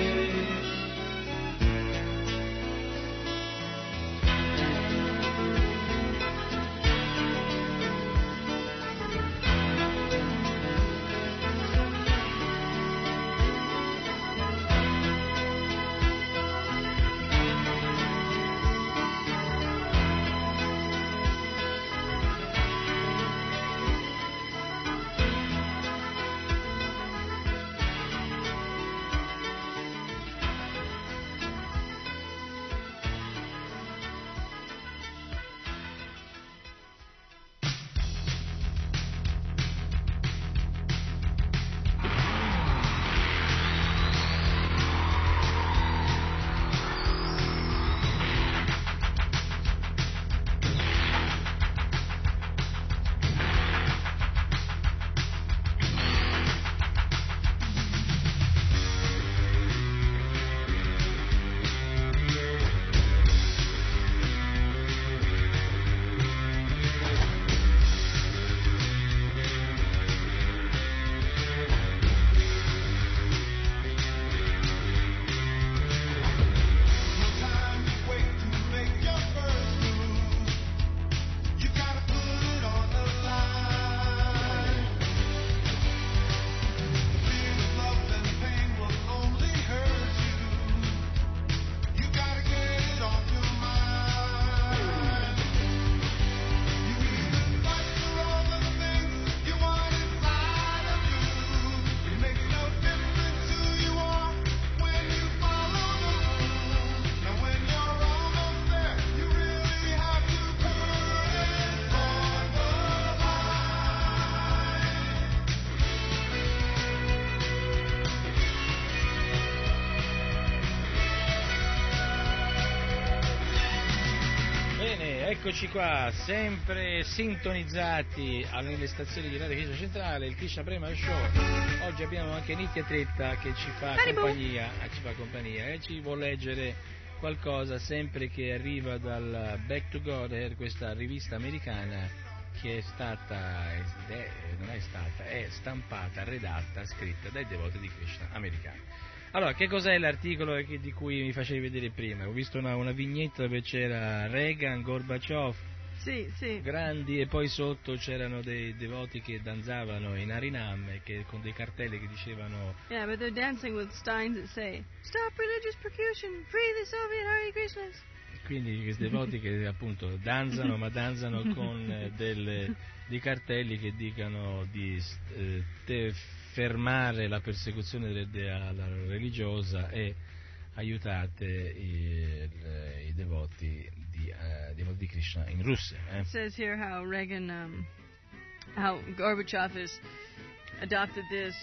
Eccoci qua, sempre sintonizzati nelle stazioni di Radio Krishna Centrale, il Krishna Prema Show. Oggi abbiamo anche Nitya Tretta che ci fa compagnia e ci vuol leggere qualcosa sempre che arriva dal Back to God, questa rivista americana che è stampata, redatta, scritta dai devoti di Krishna americani. Allora, che cos'è l'articolo di cui mi facevi vedere prima? Ho visto una vignetta dove c'era Reagan, Gorbaciov, sì. grandi, e poi sotto c'erano dei devoti che danzavano in Harinam con dei cartelli che dicevano... Yeah, but they're dancing with signs that say, "Stop religious persecution, free the Soviet Hare Krishnas." Quindi questi devoti che appunto danzano, ma danzano con dei cartelli che dicano di fermare la persecuzione religiosa e aiutate i devoti di Krishna in Russia. It says here how how Gorbachev has adopted this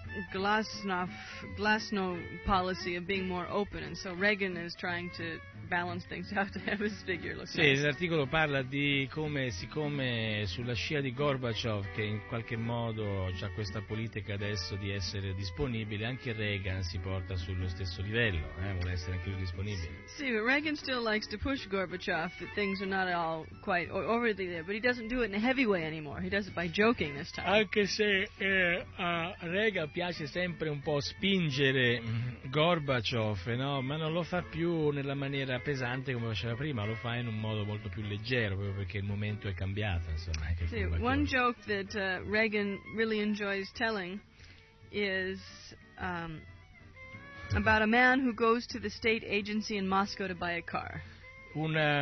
glasnost policy of being more open, and so Reagan is trying to balance things out to have his figure look Sì, nice. l'articolo parla di come, siccome sulla scia di Gorbaciov, che in qualche modo ha questa politica adesso di essere disponibile, anche Reagan si porta sullo stesso livello, vuole essere anche lui disponibile. See, but Reagan still likes to push Gorbachev that things are not all quite overly there, but he doesn't do it in a heavy way anymore. He does it by joking this time. Anche se a Reagan piace sempre un po' spingere Gorbaciov, no? Ma non lo fa più nella maniera pesante come faceva prima, lo fa in un modo molto più leggero, proprio perché il momento è cambiato, insomma. See, one joke that Reagan really enjoys telling is about a man who goes to the state agency in Moscow to buy a car. Una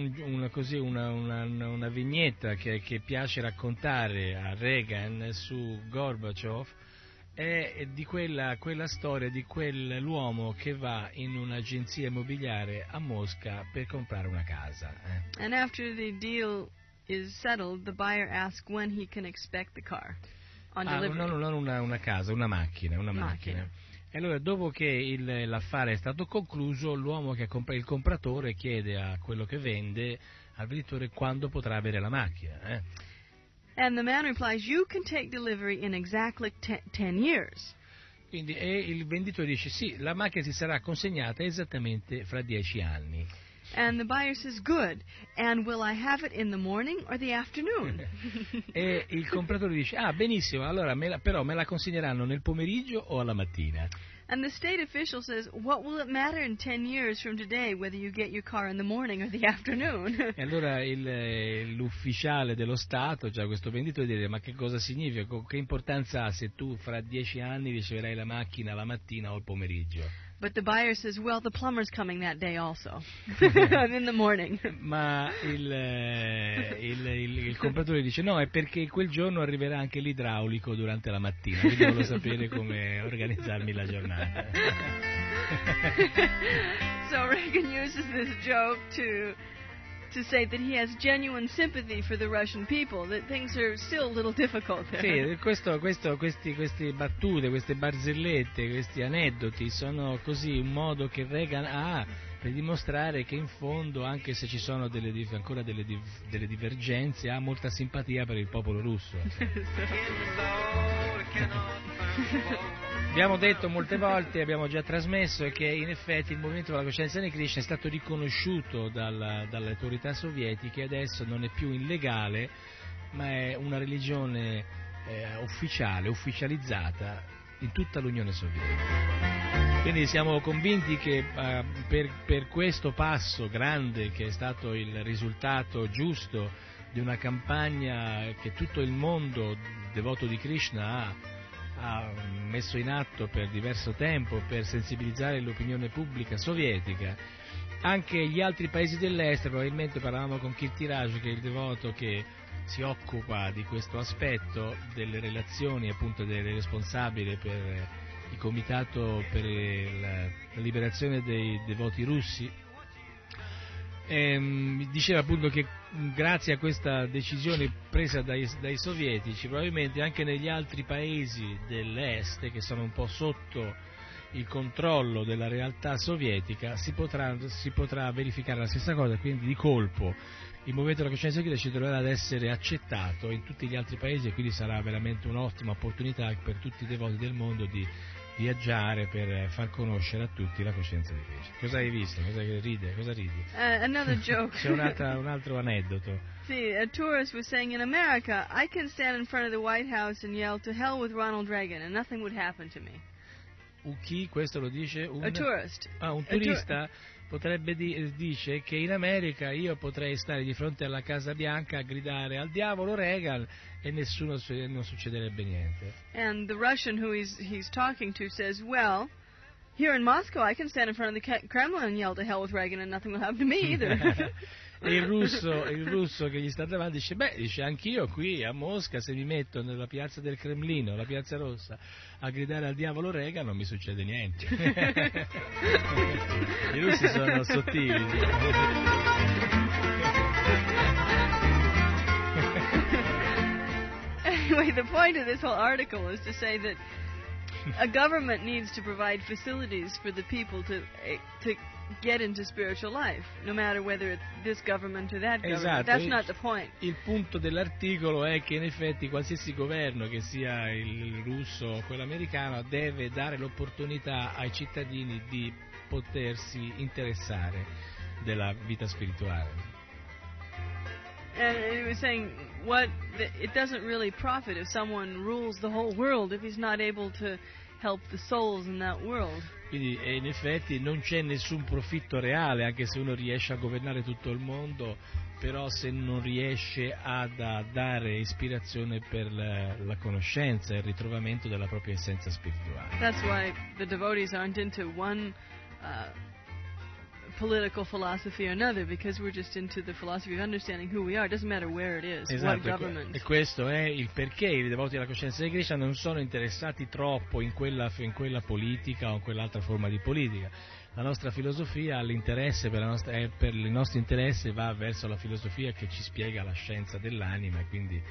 vignetta che piace raccontare a Reagan su Gorbaciov è di quella storia di quell'uomo che va in un'agenzia immobiliare a Mosca per comprare una casa. And after the deal is settled, the buyer asks when he can expect the car on delivery. Non una casa, una macchina. E allora, dopo che l'affare è stato concluso, l'uomo che il compratore chiede a quello che vende, al venditore, quando potrà avere la macchina. And the man replies, "You can take delivery in exactly 10 years." E il venditore dice, sì, la macchina si sarà consegnata esattamente fra 10 anni. And the buyer says, good. And will I have it in the morning or the afternoon? E il compratore dice, benissimo, allora però me la consegneranno nel pomeriggio o alla mattina? And the state official says, what will it matter in 10 years from today whether you get your car in the morning or the afternoon? E allora l'ufficiale dello Stato, già questo venditore, dice, ma che cosa significa? Che importanza ha se tu fra 10 anni riceverai la macchina la mattina o il pomeriggio? But the buyer says, well, the plumber's coming that day also, in the morning. Ma il compratore dice, no, è perché quel giorno arriverà anche l'idraulico durante la mattina, quindi devo sapere come organizzarmi la giornata. So Reagan uses this joke to say that he has genuine sympathy for the Russian people, that things are still a little difficult there. Sì, queste battute, queste barzellette, questi aneddoti sono così un modo che Reagan ha per dimostrare che in fondo, anche se ci sono ancora delle divergenze, ha molta simpatia per il popolo russo. Abbiamo detto molte volte, abbiamo già trasmesso, che in effetti il movimento della coscienza di Krishna è stato riconosciuto dalle autorità sovietiche e adesso non è più illegale, ma è una religione ufficializzata in tutta l'Unione Sovietica. Quindi siamo convinti che per questo passo grande, che è stato il risultato giusto di una campagna che tutto il mondo devoto di Krishna ha messo in atto per diverso tempo per sensibilizzare l'opinione pubblica sovietica, anche gli altri paesi dell'est, probabilmente parlavamo con Kirtiraj, che è il devoto che si occupa di questo aspetto delle relazioni, appunto del responsabile per il comitato per la liberazione dei devoti russi, diceva appunto che grazie a questa decisione presa dai sovietici, probabilmente anche negli altri paesi dell'est, che sono un po' sotto il controllo della realtà sovietica, si potrà verificare la stessa cosa, quindi di colpo il movimento della coscienza critica ci troverà ad essere accettato in tutti gli altri paesi, e quindi sarà veramente un'ottima opportunità per tutti i devoti del mondo di viaggiare per far conoscere a tutti la coscienza di Krishna. Cosa hai visto? Cosa ridi? Another joke. C'è un altro aneddoto. See, a tourist was saying, in America, I can stand in front of the White House and yell, to hell with Ronald Reagan, and nothing would happen to me. Chi? Questo lo dice? A tourist. Un turista potrebbe dice che in America io potrei stare di fronte alla Casa Bianca a gridare al diavolo Reagan e non succederebbe niente. And the Russian who he's talking to says, well, here in Moscow I can stand in front of the Kremlin and yell to hell with Reagan and nothing will happen to me either. E il russo che gli sta davanti dice anch'io qui a Mosca, se mi metto nella piazza del Cremlino, la piazza Rossa, a gridare al diavolo Reagan non mi succede niente. I russi sono sottili. Anyway, the point of this whole article is to say that a government needs to provide facilities for the people to get into spiritual life, no matter whether it's this government or that government. Esatto, that's not the point. Il punto dell'articolo è che in effetti qualsiasi governo, che sia il russo o quello americano, deve dare l'opportunità ai cittadini di potersi interessare della vita spirituale. And he was saying, it doesn't really profit if someone rules the whole world if he's not able to help the souls in that world. Quindi in effetti non c'è nessun profitto reale, anche se uno riesce a governare tutto il mondo, però se non riesce a dare ispirazione per la conoscenza e il ritrovamento della propria essenza spirituale. That's why the devotees aren't into one political philosophy or another, because we're just into the philosophy of understanding who we are. It doesn't matter where it is, esatto, what government. E questo è il perché i devoti della coscienza di Krishna non sono interessati troppo in quella politica o in quell'altra forma di politica. La nostra filosofia, l'interesse per il nostro interesse va verso la filosofia che ci spiega la scienza dell'anima, e quindi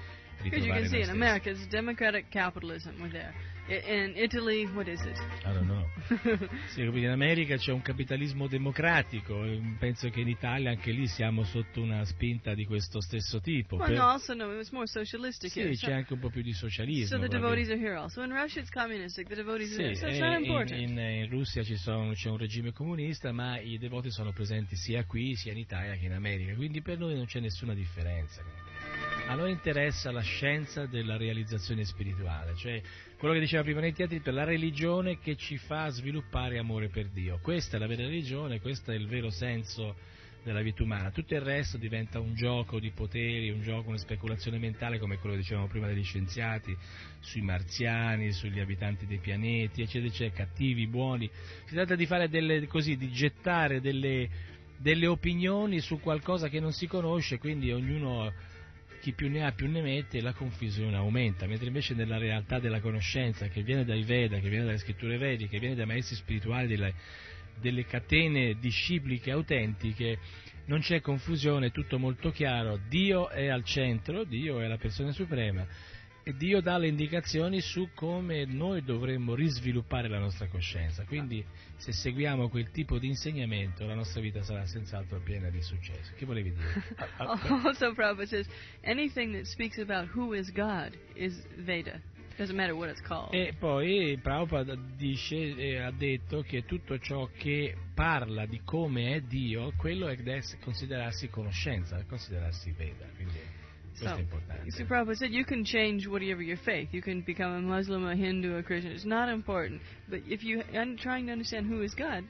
Because you can see in America, it's democratic capitalism. We're there. In Italy, what is it? I don't know. Sì, in America c'è un capitalismo democratico, penso che in Italia anche lì siamo sotto una spinta di questo stesso tipo. Well, no, also no, it's more socialistic here. Sì, c'è anche un po' più di socialismo. So the devotees are here also. In Russia it's communistic, the devotees are there, so it's not important. In Russia c'è un regime comunista, ma i devoti sono presenti sia qui, sia in Italia che in America, quindi per noi non c'è nessuna differenza. A noi interessa la scienza della realizzazione spirituale, cioè quello che diceva prima Nittya Tripta, la religione che ci fa sviluppare amore per Dio. Questa è la vera religione, questo è il vero senso della vita umana. Tutto il resto diventa un gioco di poteri, un gioco, una speculazione mentale, come quello che dicevamo prima degli scienziati, sui marziani, sugli abitanti dei pianeti, eccetera, eccetera, cattivi, buoni. Si tratta di fare di gettare delle opinioni su qualcosa che non si conosce, quindi ognuno, chi più ne ha più ne mette, e la confusione aumenta, mentre invece nella realtà della conoscenza che viene dai Veda, che viene dalle scritture vediche, che viene dai maestri spirituali, delle catene discipliche autentiche, non c'è confusione, è tutto molto chiaro, Dio è al centro, Dio è la persona suprema e Dio dà le indicazioni su come noi dovremmo risviluppare la nostra coscienza, quindi se seguiamo quel tipo di insegnamento la nostra vita sarà senz'altro piena di successo. Che volevi dire? Also Prabhupada says, anything that speaks about who is God is Veda. Doesn't matter what it's called. E poi Prabhupada ha detto che tutto ciò che parla di come è Dio, quello è da considerarsi conoscenza, da considerarsi Veda, quindi questo è importante. So Prabhupada said you can change whatever your faith. You can become a Muslim, a Hindu, a Christian. It's not important. But if you are trying to understand who is God,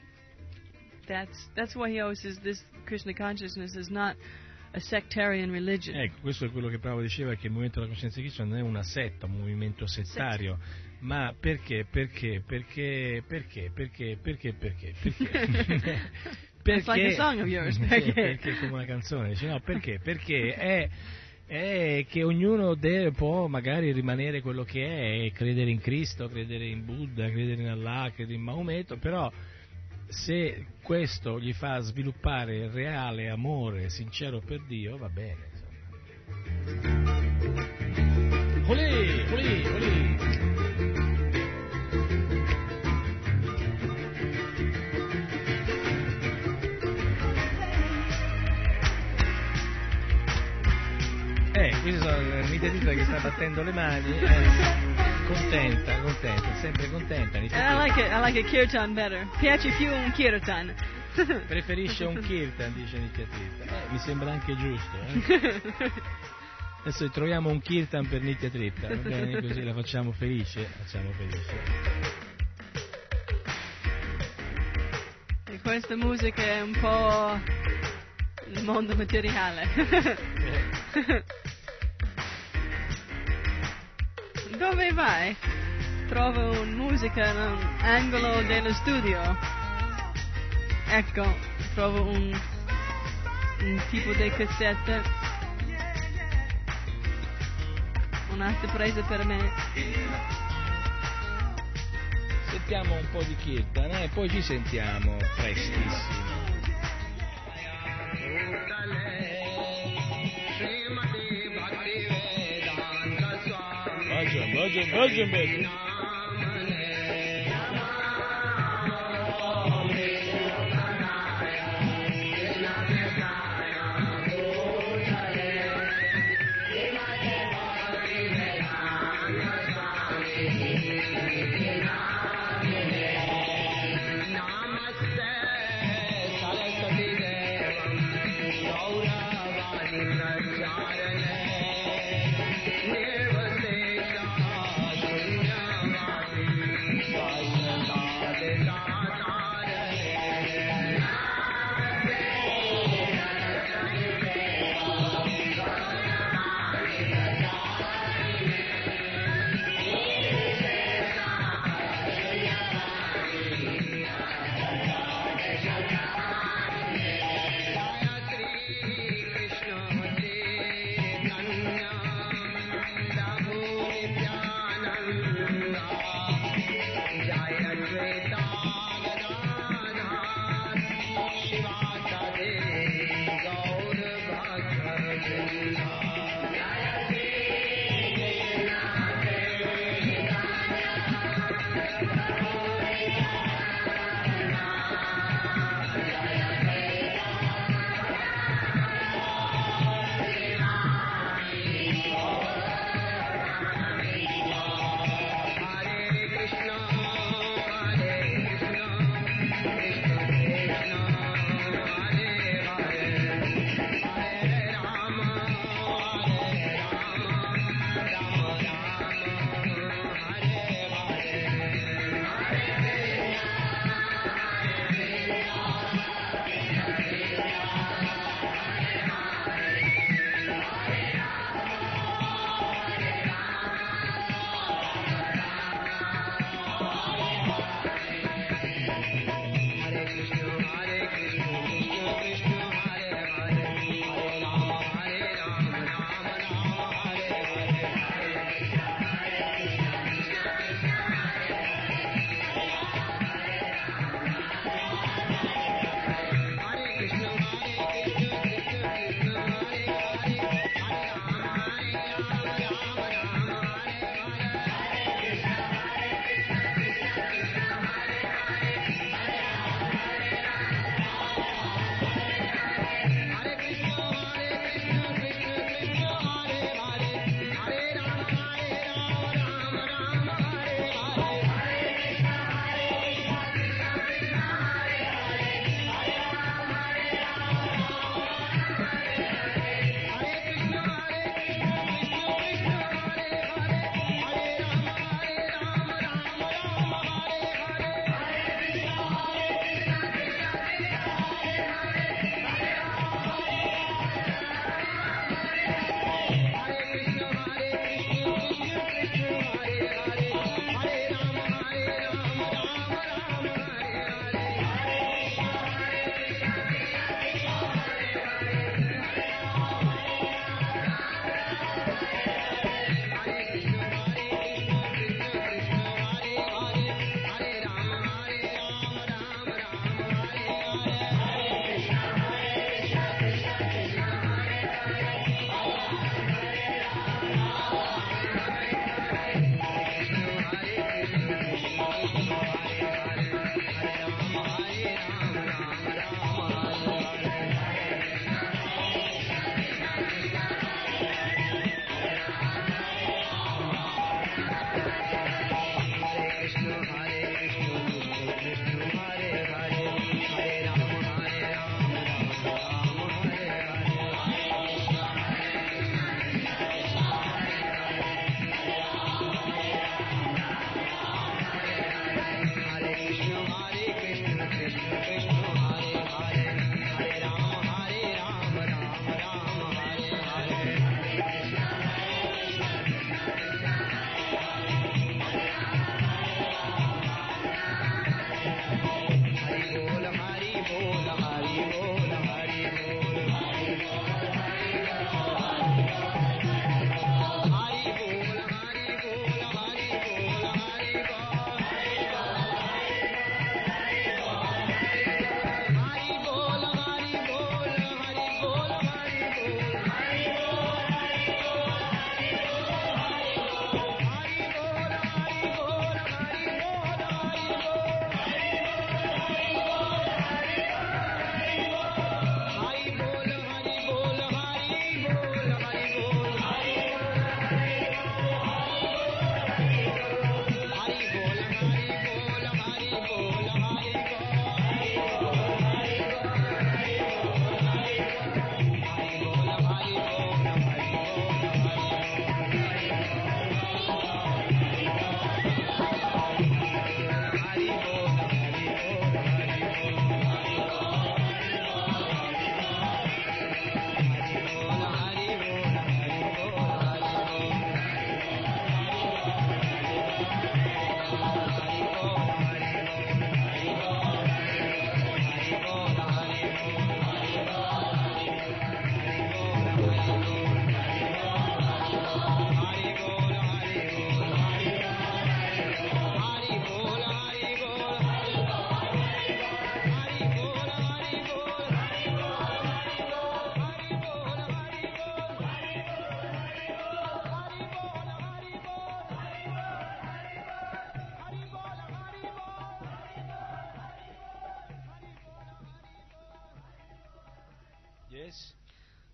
that's why he always says this Krishna consciousness is not a sectarian religion. Ecco, questo è quello che Prabhupada diceva, che il movimento della coscienza di Krishna non è una setta, un movimento settario. Ma perché? It's like a song of yours. Perché come una canzone, dice no, perché? Perché è che ognuno può magari rimanere quello che è, credere in Cristo, credere in Buddha, credere in Allah, credere in Maometto, però se questo gli fa sviluppare reale amore sincero per Dio, va bene, insomma. Olè, olè, olè. Questi sono Nittya Tripta che sta battendo le mani, contenta, sempre contenta. I like a kirtan better. Piace più un kirtan. Preferisce un kirtan, dice Nittya Tripta. Mi sembra anche giusto. Adesso troviamo un kirtan per Nittya Tripta, va bene? Così la facciamo felice. E questa musica è un po' il mondo materiale. Dove vai? Trovo una musica in un angolo dello studio. Ecco, trovo un tipo di cassetta. Un'altra presa per me. Sentiamo un po' di kirtan e poi ci sentiamo prestissimo. Bhajan, baby.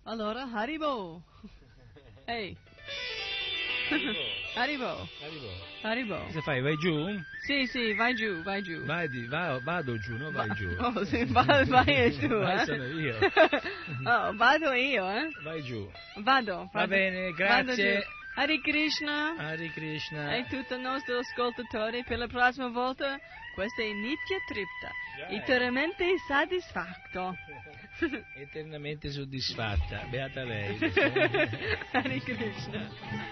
Allora, Haribo. Ehi. Haribo. Cosa fai? Vai giù? Sì, vai giù. Vado giù, no? Vai giù. Oh, sì, vai giù. Vai, sono io. Oh, vado io, Vai giù. Vado. Va bene, grazie. Hare Krishna. Hare Krishna. E tutti i nostri ascoltatori, per la prossima volta, questa è Nitya Tripta, eternamente soddisfatto. Eternamente soddisfatta, beata lei. Hare Krishna.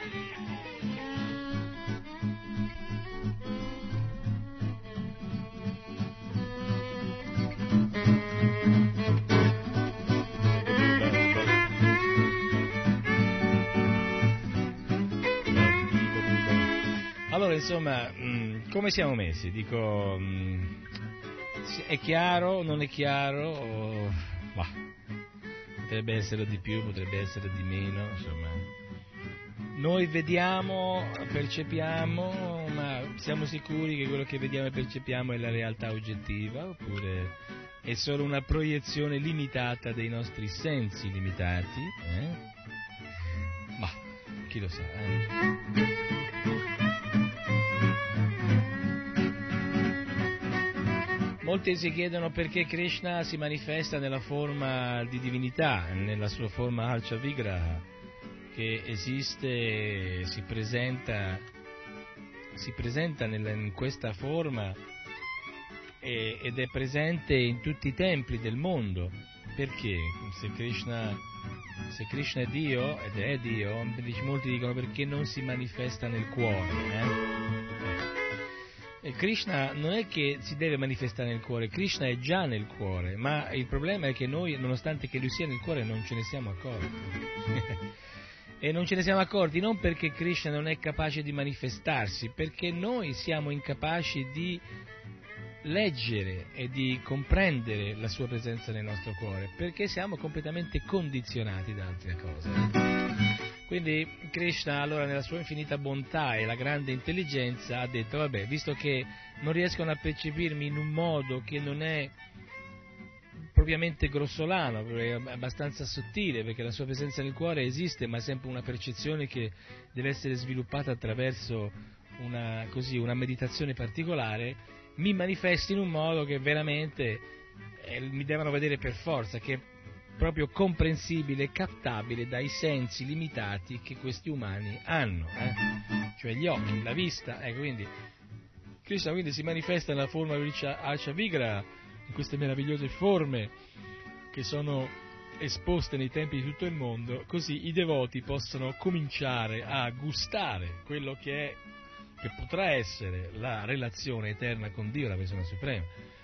Allora, insomma, come siamo messi? Dico, è chiaro, non è chiaro? Potrebbe essere di più, potrebbe essere di meno, insomma. Noi vediamo, percepiamo, ma siamo sicuri che quello che vediamo e percepiamo è la realtà oggettiva, oppure è solo una proiezione limitata dei nostri sensi limitati? Ma chi lo sa, Molti si chiedono perché Krishna si manifesta nella forma di divinità, nella sua forma Archa Vigraha, che esiste, si presenta in questa forma ed è presente in tutti i templi del mondo. Perché? Se Krishna è Dio, ed è Dio, molti dicono perché non si manifesta nel cuore, E Krishna non è che si deve manifestare nel cuore, Krishna è già nel cuore, ma il problema è che noi, nonostante che lui sia nel cuore, non ce ne siamo accorti. E non ce ne siamo accorti non perché Krishna non è capace di manifestarsi, perché noi siamo incapaci di leggere e di comprendere la sua presenza nel nostro cuore, perché siamo completamente condizionati da altre cose. Quindi Krishna, allora, nella sua infinita bontà e la grande intelligenza, ha detto, vabbè, visto che non riescono a percepirmi in un modo che non è propriamente grossolano, è abbastanza sottile, perché la sua presenza nel cuore esiste, ma è sempre una percezione che deve essere sviluppata attraverso una meditazione particolare, mi manifesti in un modo che veramente mi devono vedere per forza, che è proprio comprensibile e captabile dai sensi limitati che questi umani hanno, cioè gli occhi, la vista, quindi Krishna si manifesta nella forma Archa Vigraha, in queste meravigliose forme che sono esposte nei templi di tutto il mondo, così i devoti possono cominciare a gustare quello che potrà essere la relazione eterna con Dio, la persona suprema.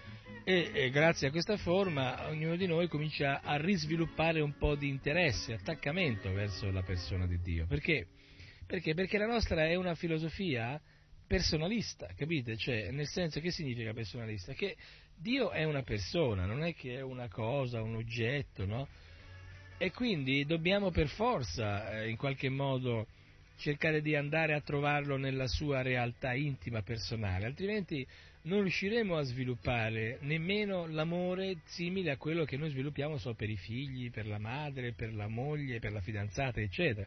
E grazie a questa forma ognuno di noi comincia a risviluppare un po' di interesse, attaccamento verso la persona di Dio. Perché? Perché la nostra è una filosofia personalista, capite? Cioè, nel senso, che significa personalista? Che Dio è una persona, non è che è una cosa, un oggetto, no? E quindi dobbiamo per forza, in qualche modo, cercare di andare a trovarlo nella sua realtà intima, personale, altrimenti non riusciremo a sviluppare nemmeno l'amore simile a quello che noi sviluppiamo solo per i figli, per la madre, per la moglie, per la fidanzata, eccetera.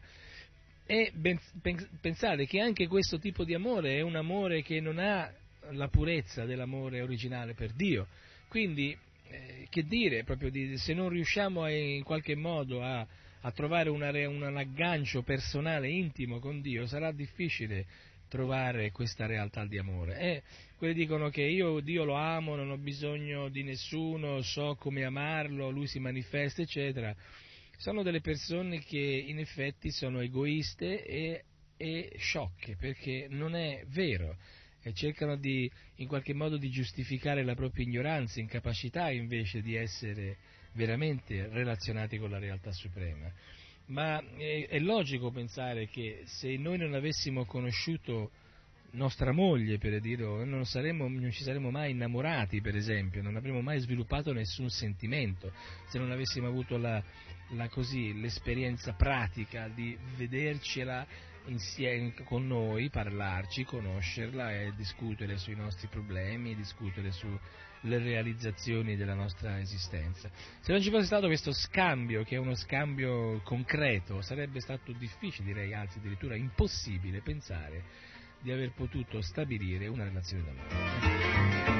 E pensate che anche questo tipo di amore è un amore che non ha la purezza dell'amore originale per Dio. Quindi, che dire, proprio se non riusciamo in qualche modo a trovare un aggancio personale intimo con Dio, sarà difficile trovare questa realtà di amore. Quelli dicono che io Dio lo amo, non ho bisogno di nessuno, so come amarlo, lui si manifesta, eccetera. Sono delle persone che in effetti sono egoiste e sciocche, perché non è vero, e cercano in qualche modo di giustificare la propria ignoranza, incapacità invece di essere veramente relazionati con la realtà suprema. Ma è logico pensare che se noi non avessimo conosciuto nostra moglie, per dire, non ci saremmo mai innamorati, per esempio, non avremmo mai sviluppato nessun sentimento, se non avessimo avuto l'esperienza pratica di vedercela insieme con noi, parlarci, conoscerla e discutere sui nostri problemi, discutere le realizzazioni della nostra esistenza. Se non ci fosse stato questo scambio, che è uno scambio concreto, sarebbe stato difficile, direi, anzi addirittura impossibile pensare di aver potuto stabilire una relazione d'amore.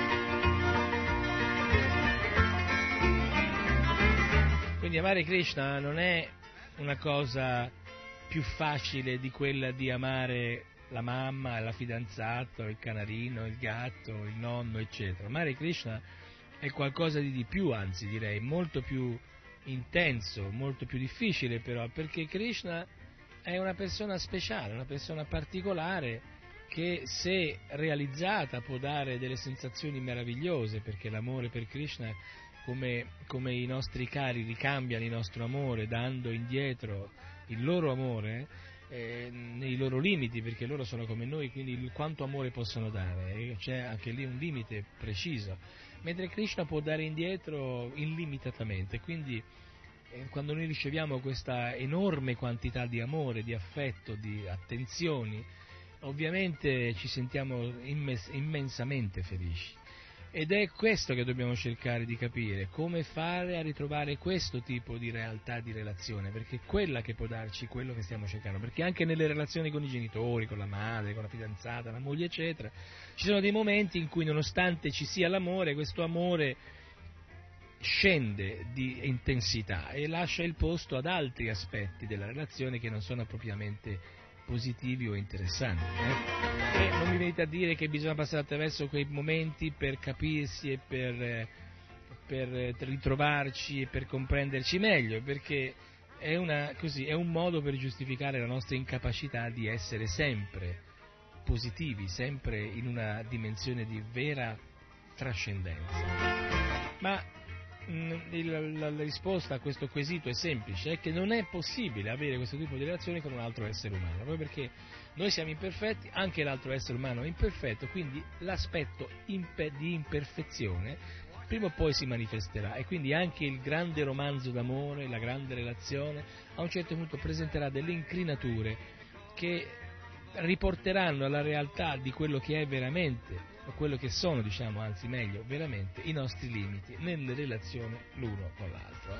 Quindi amare Krishna non è una cosa più facile di quella di amare la mamma, la fidanzata, il canarino, il gatto, il nonno, eccetera. Amare Krishna è qualcosa di più, anzi direi molto più intenso, molto più difficile però, perché Krishna è una persona speciale, una persona particolare che, se realizzata, può dare delle sensazioni meravigliose, perché l'amore per Krishna, come i nostri cari ricambiano il nostro amore dando indietro il loro amore nei loro limiti, perché loro sono come noi, quindi quanto amore possono dare, c'è anche lì un limite preciso, mentre Krishna può dare indietro illimitatamente. Quindi quando noi riceviamo questa enorme quantità di amore, di affetto, di attenzioni, ovviamente ci sentiamo immensamente felici. Ed è questo che dobbiamo cercare di capire, come fare a ritrovare questo tipo di realtà di relazione, perché è quella che può darci quello che stiamo cercando, perché anche nelle relazioni con i genitori, con la madre, con la fidanzata, la moglie, eccetera, ci sono dei momenti in cui, nonostante ci sia l'amore, questo amore scende di intensità e lascia il posto ad altri aspetti della relazione che non sono propriamente positivi o interessanti. E non mi venite a dire che bisogna passare attraverso quei momenti per capirsi e per ritrovarci e per comprenderci meglio, perché è un modo per giustificare la nostra incapacità di essere sempre positivi, sempre in una dimensione di vera trascendenza. Ma la risposta a questo quesito è semplice, è che non è possibile avere questo tipo di relazione con un altro essere umano, proprio perché noi siamo imperfetti, anche l'altro essere umano è imperfetto, quindi l'aspetto di imperfezione prima o poi si manifesterà, e quindi anche il grande romanzo d'amore, la grande relazione, a un certo punto presenterà delle incrinature che riporteranno alla realtà di quello che è veramente, o quello che sono, diciamo, anzi meglio, veramente i nostri limiti nelle relazioni l'uno con l'altro.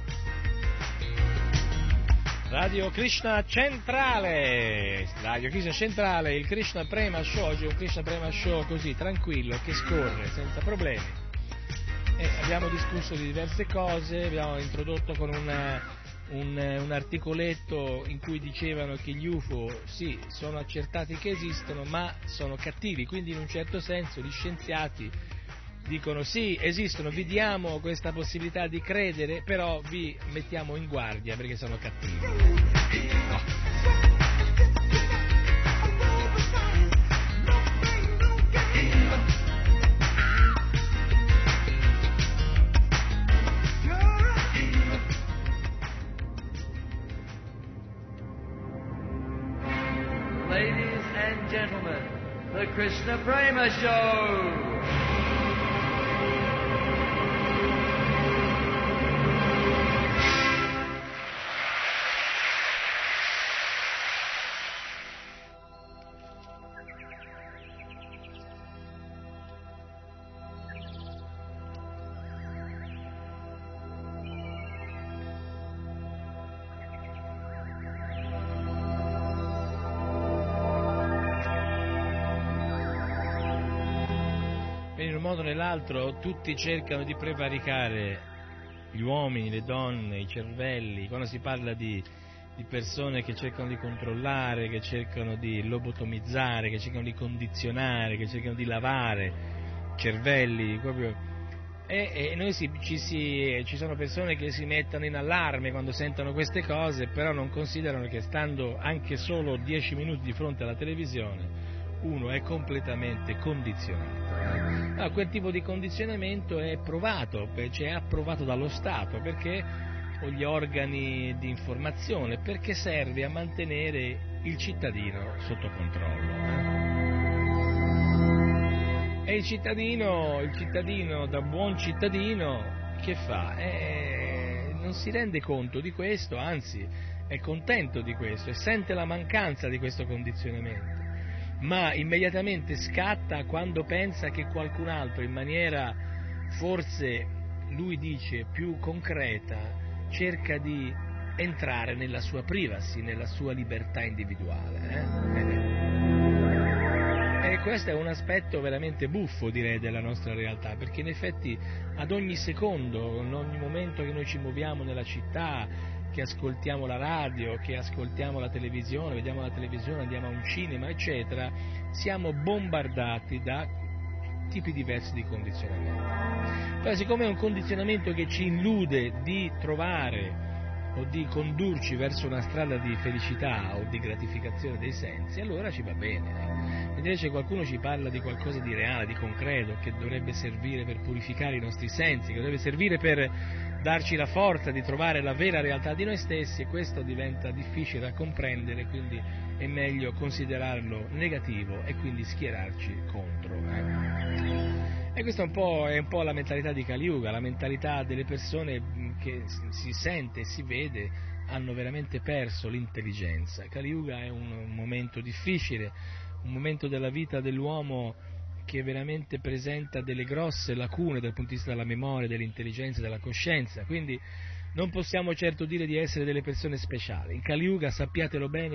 Radio Krishna Centrale, il Krishna Prema Show, oggi è un Krishna Prema Show così, tranquillo, che scorre, senza problemi. Abbiamo discusso di diverse cose, abbiamo introdotto con un articoletto in cui dicevano che gli UFO, sì, sono accertati che esistono, ma sono cattivi, quindi in un certo senso gli scienziati dicono sì, esistono, vi diamo questa possibilità di credere, però vi mettiamo in guardia perché sono cattivi. No. Ladies and gentlemen, the Krishna Prema Show! In un modo o nell'altro tutti cercano di prevaricare gli uomini, le donne, i cervelli. Quando si parla di persone che cercano di controllare, che cercano di lobotomizzare, che cercano di condizionare, che cercano di lavare cervelli, proprio. E noi ci sono persone che si mettono in allarme quando sentono queste cose, però non considerano che, stando anche solo 10 minuti di fronte alla televisione, uno è completamente condizionato. Quel tipo di condizionamento è provato, cioè è approvato dallo Stato, perché o gli organi di informazione, perché serve a mantenere il cittadino sotto controllo. E il cittadino da buon cittadino che fa? Non si rende conto di questo, anzi è contento di questo e sente la mancanza di questo condizionamento. ma immediatamente scatta quando pensa che qualcun altro, in maniera forse, lui dice, più concreta, cerca di entrare nella sua privacy, nella sua libertà individuale. E questo è un aspetto veramente buffo, direi, della nostra realtà, perché in effetti ad ogni secondo, in ogni momento che noi ci muoviamo nella città, che ascoltiamo la radio, che ascoltiamo la televisione, vediamo la televisione, andiamo a un cinema, eccetera, siamo bombardati da tipi diversi di condizionamento. Però siccome è un condizionamento che ci illude di trovare o di condurci verso una strada di felicità o di gratificazione dei sensi, allora ci va bene. Invece qualcuno ci parla di qualcosa di reale, di concreto, che dovrebbe servire per purificare i nostri sensi, che dovrebbe servire per darci la forza di trovare la vera realtà di noi stessi, e questo diventa difficile da comprendere, quindi è meglio considerarlo negativo e quindi schierarci contro. E questa è un po' la mentalità di Kali Yuga, la mentalità delle persone che si sente e si vede hanno veramente perso l'intelligenza. Kali Yuga è un momento difficile, un momento della vita dell'uomo che veramente presenta delle grosse lacune dal punto di vista della memoria, dell'intelligenza, della coscienza, quindi non possiamo certo dire di essere delle persone speciali. In Kali Yuga, sappiatelo bene,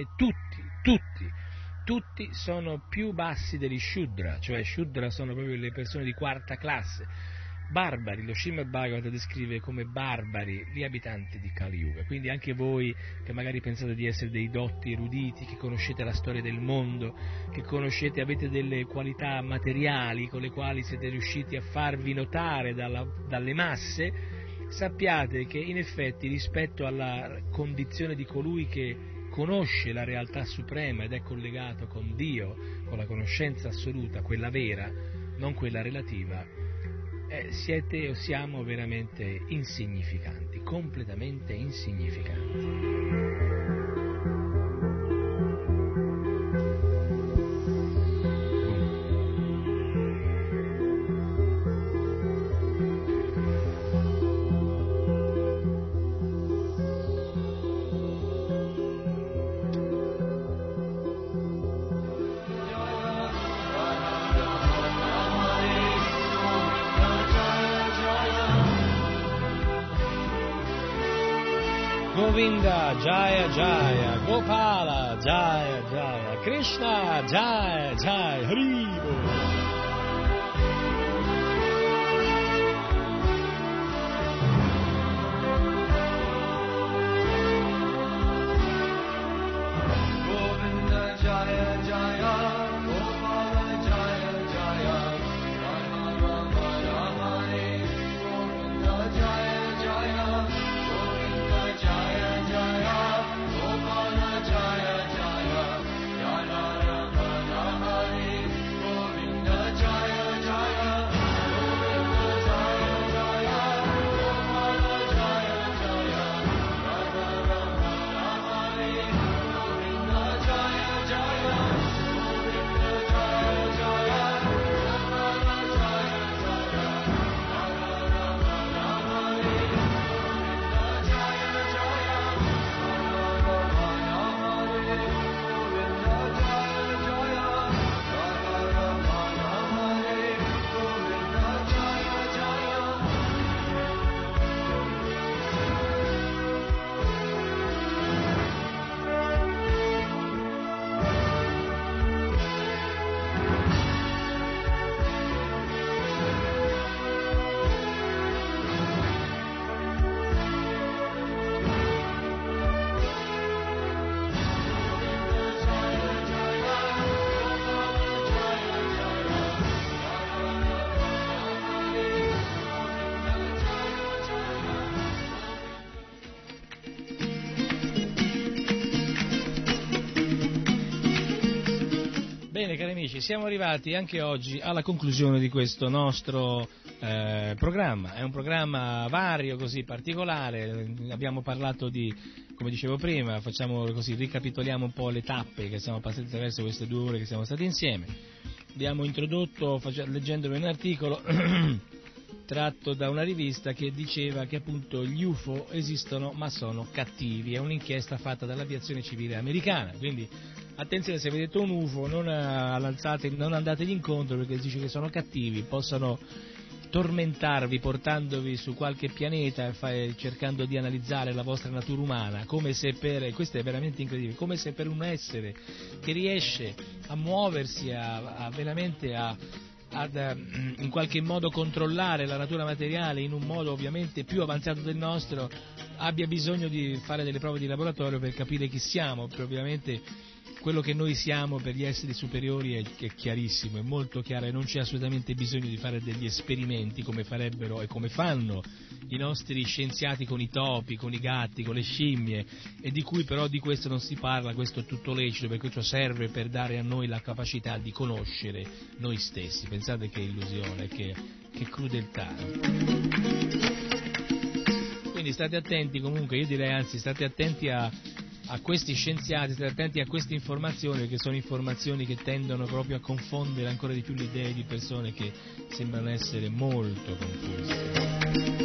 tutti sono più bassi degli Shudra, cioè Shudra sono proprio le persone di quarta classe, barbari. Lo Srimad Bhagavatam descrive come barbari gli abitanti di Kali Yuga, quindi anche voi che magari pensate di essere dei dotti eruditi, che conoscete la storia del mondo, che conoscete, avete delle qualità materiali con le quali siete riusciti a farvi notare dalle masse, sappiate che in effetti rispetto alla condizione di colui che conosce la realtà suprema ed è collegato con Dio, con la conoscenza assoluta, quella vera, non quella relativa, siete o siamo veramente insignificanti, completamente insignificanti. Govinda Jaya Jaya, Gopala Jaya Jaya, Krishna Jaya Jaya, Haribo. Bene, cari amici, siamo arrivati anche oggi alla conclusione di questo nostro programma. È un programma vario, così particolare. Abbiamo parlato di, come dicevo prima, ricapitoliamo un po' le tappe che siamo passati attraverso queste 2 ore che siamo stati insieme. Abbiamo introdotto leggendovi un articolo tratto da una rivista che diceva che appunto gli UFO esistono ma sono cattivi. È un'inchiesta fatta dall'aviazione civile americana, quindi attenzione, se vedete un UFO non andategli incontro, perché dice che sono cattivi, possono tormentarvi portandovi su qualche pianeta cercando di analizzare la vostra natura umana, come se questo è veramente incredibile, come se per un essere che riesce a muoversi, veramente ad in qualche modo controllare la natura materiale in un modo ovviamente più avanzato del nostro, abbia bisogno di fare delle prove di laboratorio per capire chi siamo. Ovviamente quello che noi siamo per gli esseri superiori è chiarissimo, è molto chiaro, e non c'è assolutamente bisogno di fare degli esperimenti come farebbero e come fanno i nostri scienziati con i topi, con i gatti, con le scimmie, e di cui però di questo non si parla. Questo è tutto lecito, perché ciò serve per dare a noi la capacità di conoscere noi stessi. Pensate che illusione, che crudeltà. Quindi state attenti, comunque io direi anzi state attenti a questi scienziati, state attenti a queste informazioni, perché sono informazioni che tendono proprio a confondere ancora di più le idee di persone che sembrano essere molto confuse.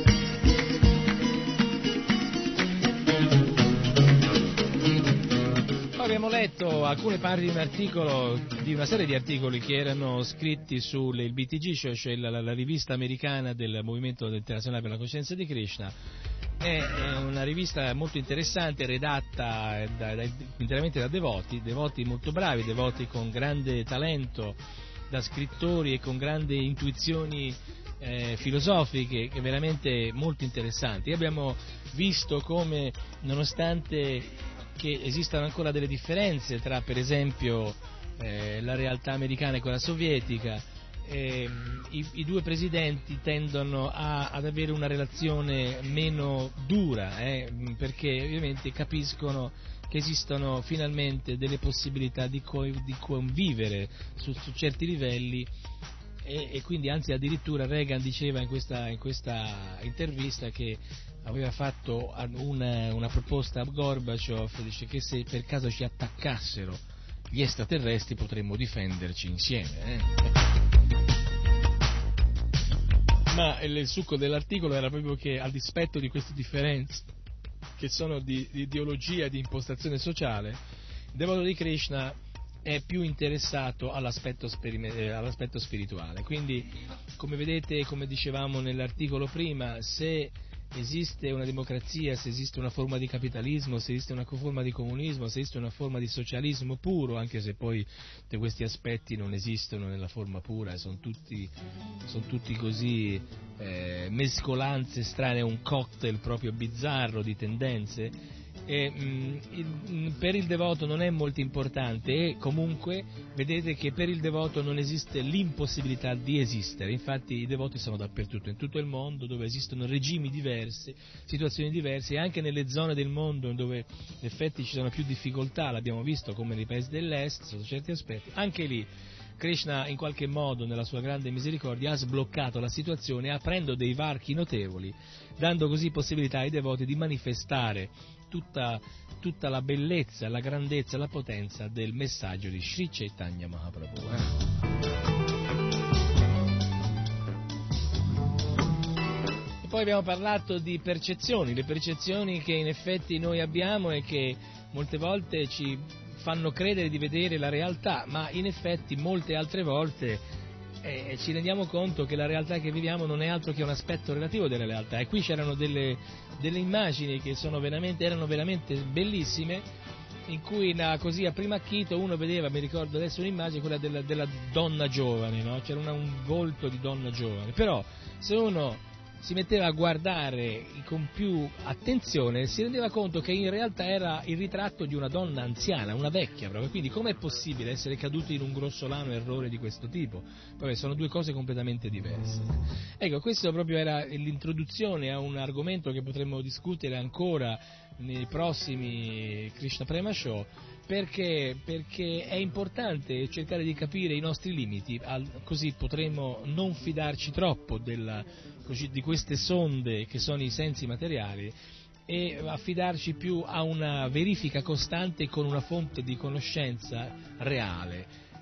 Abbiamo letto alcune parti di un articolo, di una serie di articoli che erano scritti sul BTG, cioè la rivista americana del Movimento Internazionale per la Coscienza di Krishna. È una rivista molto interessante, redatta interamente da devoti molto bravi, devoti con grande talento, da scrittori e con grandi intuizioni filosofiche, veramente molto interessanti. Abbiamo visto come, nonostante che esistano ancora delle differenze tra, per esempio, la realtà americana e quella sovietica, i due presidenti tendono ad avere una relazione meno dura, perché ovviamente capiscono che esistono finalmente delle possibilità di convivere su certi livelli, e quindi anzi addirittura Reagan diceva in questa intervista che aveva fatto una proposta a Gorbaciov, dice che se per caso ci attaccassero gli extraterrestri potremmo difenderci insieme. Ma il succo dell'articolo era proprio che, a dispetto di queste differenze che sono di ideologia e di impostazione sociale, il devoto di Krishna è più interessato all'aspetto spirituale. Quindi, come vedete, come dicevamo nell'articolo prima, se esiste una democrazia, se esiste una forma di capitalismo, se esiste una forma di comunismo, se esiste una forma di socialismo puro, anche se poi tutti questi aspetti non esistono nella forma pura, sono tutti così mescolanze strane, un cocktail proprio bizzarro di tendenze. Per il devoto non è molto importante, e comunque vedete che per il devoto non esiste l'impossibilità di esistere. Infatti i devoti sono dappertutto, in tutto il mondo, dove esistono regimi diversi, situazioni diverse, e anche nelle zone del mondo dove in effetti ci sono più difficoltà, l'abbiamo visto come nei paesi dell'est sotto certi aspetti. Anche lì Krishna in qualche modo, nella sua grande misericordia, ha sbloccato la situazione aprendo dei varchi notevoli, dando così possibilità ai devoti di manifestare tutta la bellezza, la grandezza e la potenza del messaggio di Sri Chaitanya Mahaprabhu. E poi abbiamo parlato di percezioni, le percezioni che in effetti noi abbiamo e che molte volte ci fanno credere di vedere la realtà, ma in effetti molte altre volte ci rendiamo conto che la realtà che viviamo non è altro che un aspetto relativo della realtà. E qui c'erano delle immagini che erano veramente bellissime, in cui così a primo acchito uno vedeva, mi ricordo adesso un'immagine, quella della donna giovane, no? C'era un volto di donna giovane, però se uno si metteva a guardare con più attenzione si rendeva conto che in realtà era il ritratto di una donna anziana, una vecchia proprio. Quindi com'è possibile essere caduti in un grossolano errore di questo tipo? Vabbè, sono due cose completamente diverse. Ecco, questo proprio era l'introduzione a un argomento che potremmo discutere ancora nei prossimi Krishna Prema Show, perché è importante cercare di capire i nostri limiti, così potremo non fidarci troppo di queste sonde che sono i sensi materiali, e affidarci più a una verifica costante con una fonte di conoscenza reale.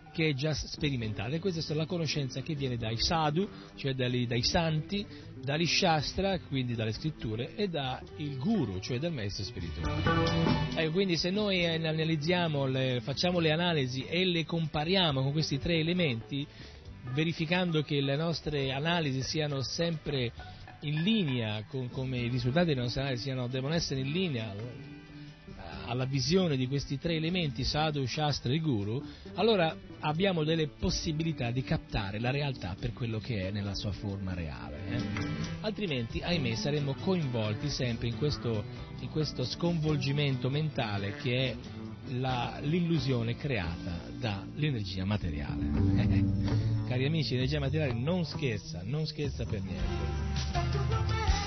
che è già sperimentata, e questa è la conoscenza che viene dai sadhu, cioè dai santi, dagli shastra, quindi dalle scritture, e dal guru, cioè dal maestro spirituale. Quindi se noi analizziamo, facciamo le analisi e le compariamo con questi tre elementi, verificando che le nostre analisi siano sempre in linea, come i risultati delle nostre analisi devono essere in linea alla visione di questi tre elementi, sadhu, shastra e guru, allora abbiamo delle possibilità di captare la realtà per quello che è nella sua forma reale. Altrimenti, ahimè, saremmo coinvolti sempre in questo sconvolgimento mentale che è l'illusione creata dall'energia materiale. Cari amici, l'energia materiale non scherza per niente.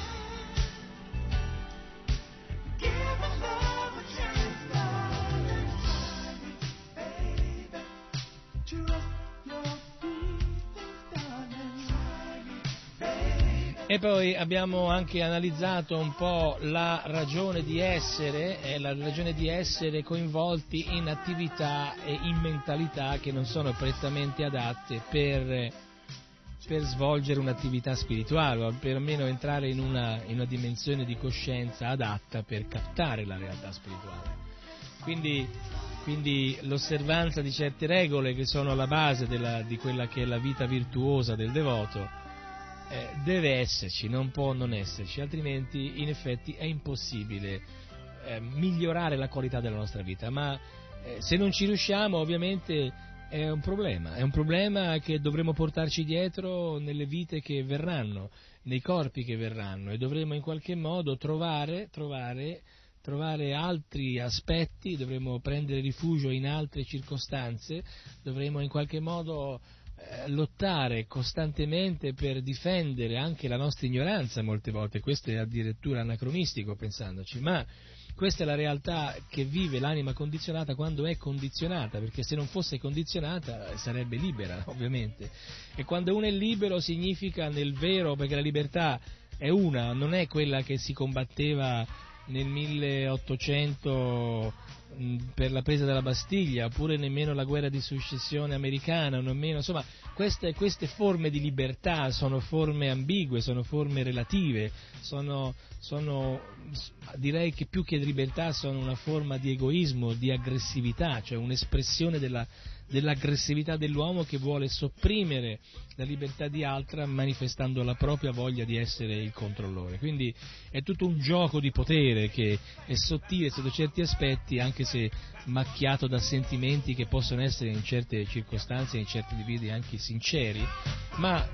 E poi abbiamo anche analizzato un po' la ragione di essere coinvolti in attività e in mentalità che non sono prettamente adatte per svolgere un'attività spirituale, o perlomeno entrare in una dimensione di coscienza adatta per captare la realtà spirituale. Quindi l'osservanza di certe regole che sono alla base di quella che è la vita virtuosa del devoto deve esserci, non può non esserci, altrimenti in effetti è impossibile migliorare la qualità della nostra vita, ma se non ci riusciamo ovviamente è un problema che dovremo portarci dietro nelle vite che verranno, nei corpi che verranno, e dovremo in qualche modo trovare altri aspetti, dovremo prendere rifugio in altre circostanze, dovremo in qualche modo lottare costantemente per difendere anche la nostra ignoranza molte volte. Questo è addirittura anacronistico pensandoci, ma questa è la realtà che vive l'anima condizionata quando è condizionata, perché se non fosse condizionata sarebbe libera, ovviamente, e quando uno è libero significa nel vero, perché la libertà è una, non è quella che si combatteva nel 1800 per la presa della Bastiglia, oppure nemmeno la guerra di successione americana, nemmeno, insomma, queste forme di libertà sono forme ambigue, sono forme relative, sono direi che più che di libertà sono una forma di egoismo, di aggressività, cioè un'espressione dell'aggressività dell'uomo che vuole sopprimere la libertà di altra manifestando la propria voglia di essere il controllore. Quindi è tutto un gioco di potere che è sottile sotto certi aspetti, anche se macchiato da sentimenti che possono essere in certe circostanze, in certi individui anche sinceri, ma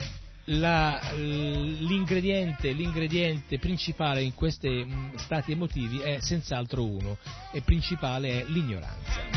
l'ingrediente principale in questi stati emotivi è senz'altro uno, e principale è l'ignoranza.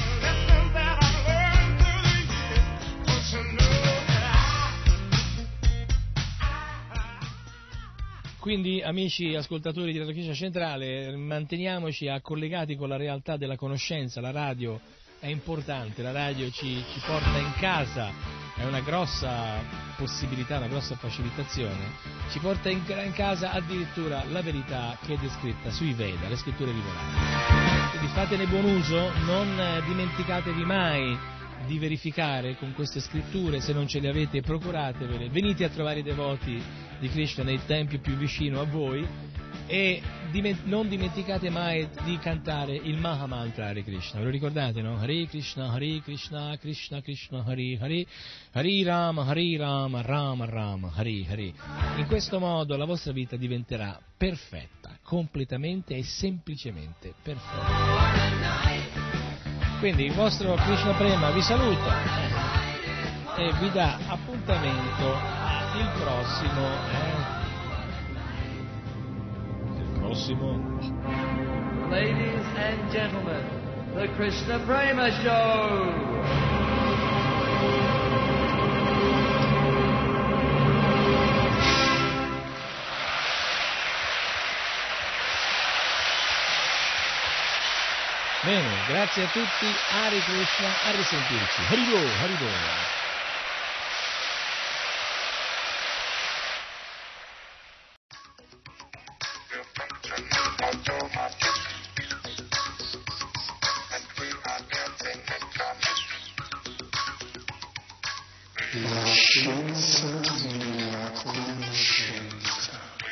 Quindi, amici ascoltatori di Radio Krishna Centrale, manteniamoci collegati con la realtà della conoscenza. La radio è importante, la radio ci porta in casa, è una grossa possibilità, una grossa facilitazione, ci porta in casa addirittura la verità che è descritta sui Veda, le scritture rivelate. Quindi fatene buon uso, non dimenticatevi mai di verificare con queste scritture, se non ce le avete procuratevele, venite a trovare i devoti di Krishna nei templi più vicino a voi, e non dimenticate mai di cantare il Mahamantra Hare Krishna, ve lo ricordate, no? Hare Krishna, Krishna Krishna, Hare Hare, Hare Rama, Rama Rama, Hare Hare. In questo modo la vostra vita diventerà perfetta, completamente e semplicemente perfetta. Quindi il vostro Krishna Prema vi saluta e vi dà appuntamento il prossimo. Ladies and gentlemen, the Krishna Prema Show. Bene, grazie a tutti, Hare Krishna, a risentirci. Haribo, Haribo. La scienza nella conoscenza.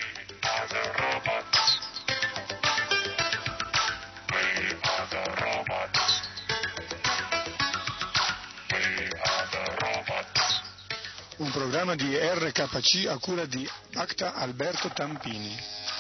Un programma di RKC a cura di Acta Alberto Tampini.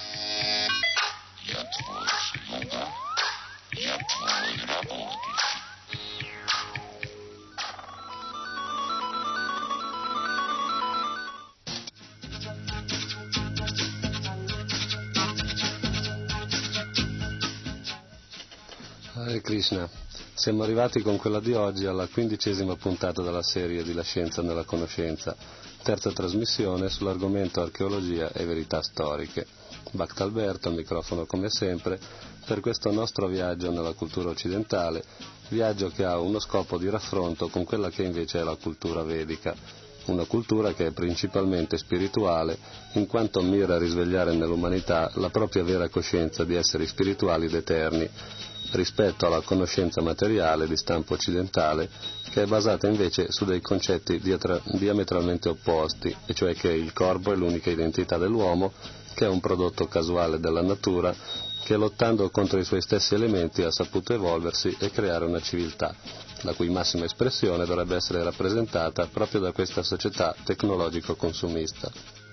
Hare Krishna, siamo arrivati con quella di oggi alla 15ª puntata della serie di La scienza nella conoscenza, terza trasmissione sull'argomento archeologia e verità storiche. Bhakta Alberto al microfono come sempre per questo nostro viaggio nella cultura occidentale, viaggio che ha uno scopo di raffronto con quella che invece è la cultura vedica, una cultura che è principalmente spirituale in quanto mira a risvegliare nell'umanità la propria vera coscienza di esseri spirituali ed eterni, rispetto alla conoscenza materiale di stampo occidentale che è basata invece su dei concetti diametralmente opposti, e cioè che il corpo è l'unica identità dell'uomo, che è un prodotto casuale della natura, che lottando contro i suoi stessi elementi ha saputo evolversi e creare una civiltà, la cui massima espressione dovrebbe essere rappresentata proprio da questa società tecnologico-consumista.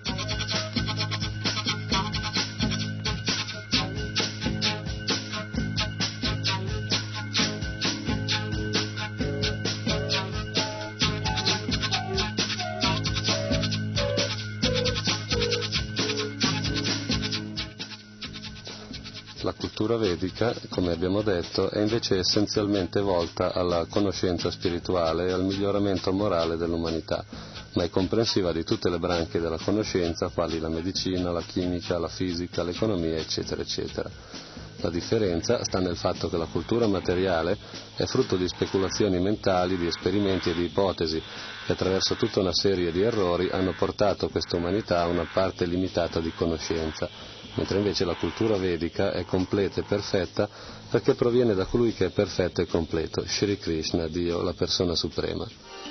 La cultura vedica, come abbiamo detto, è invece essenzialmente volta alla conoscenza spirituale e al miglioramento morale dell'umanità, ma è comprensiva di tutte le branche della conoscenza, quali la medicina, la chimica, la fisica, l'economia, eccetera, eccetera. La differenza sta nel fatto che la cultura materiale è frutto di speculazioni mentali, di esperimenti e di ipotesi, che attraverso tutta una serie di errori hanno portato questa umanità a una parte limitata di conoscenza, mentre invece la cultura vedica è completa e perfetta perché proviene da colui che è perfetto e completo, Shri Krishna, Dio, la persona suprema.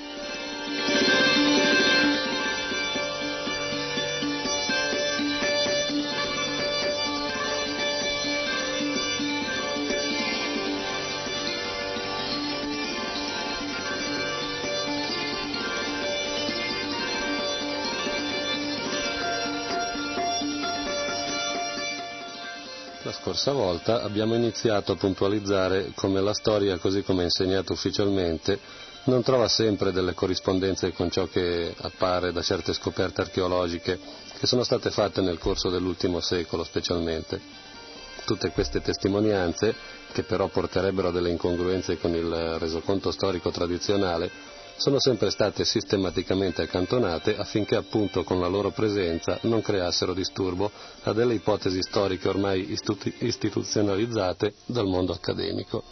La scorsa volta abbiamo iniziato a puntualizzare come la storia, così come è insegnata ufficialmente, non trova sempre delle corrispondenze con ciò che appare da certe scoperte archeologiche che sono state fatte nel corso dell'ultimo secolo specialmente. Tutte queste testimonianze, che però porterebbero a delle incongruenze con il resoconto storico tradizionale, sono sempre state sistematicamente accantonate affinché appunto con la loro presenza non creassero disturbo a delle ipotesi storiche ormai istituzionalizzate dal mondo accademico.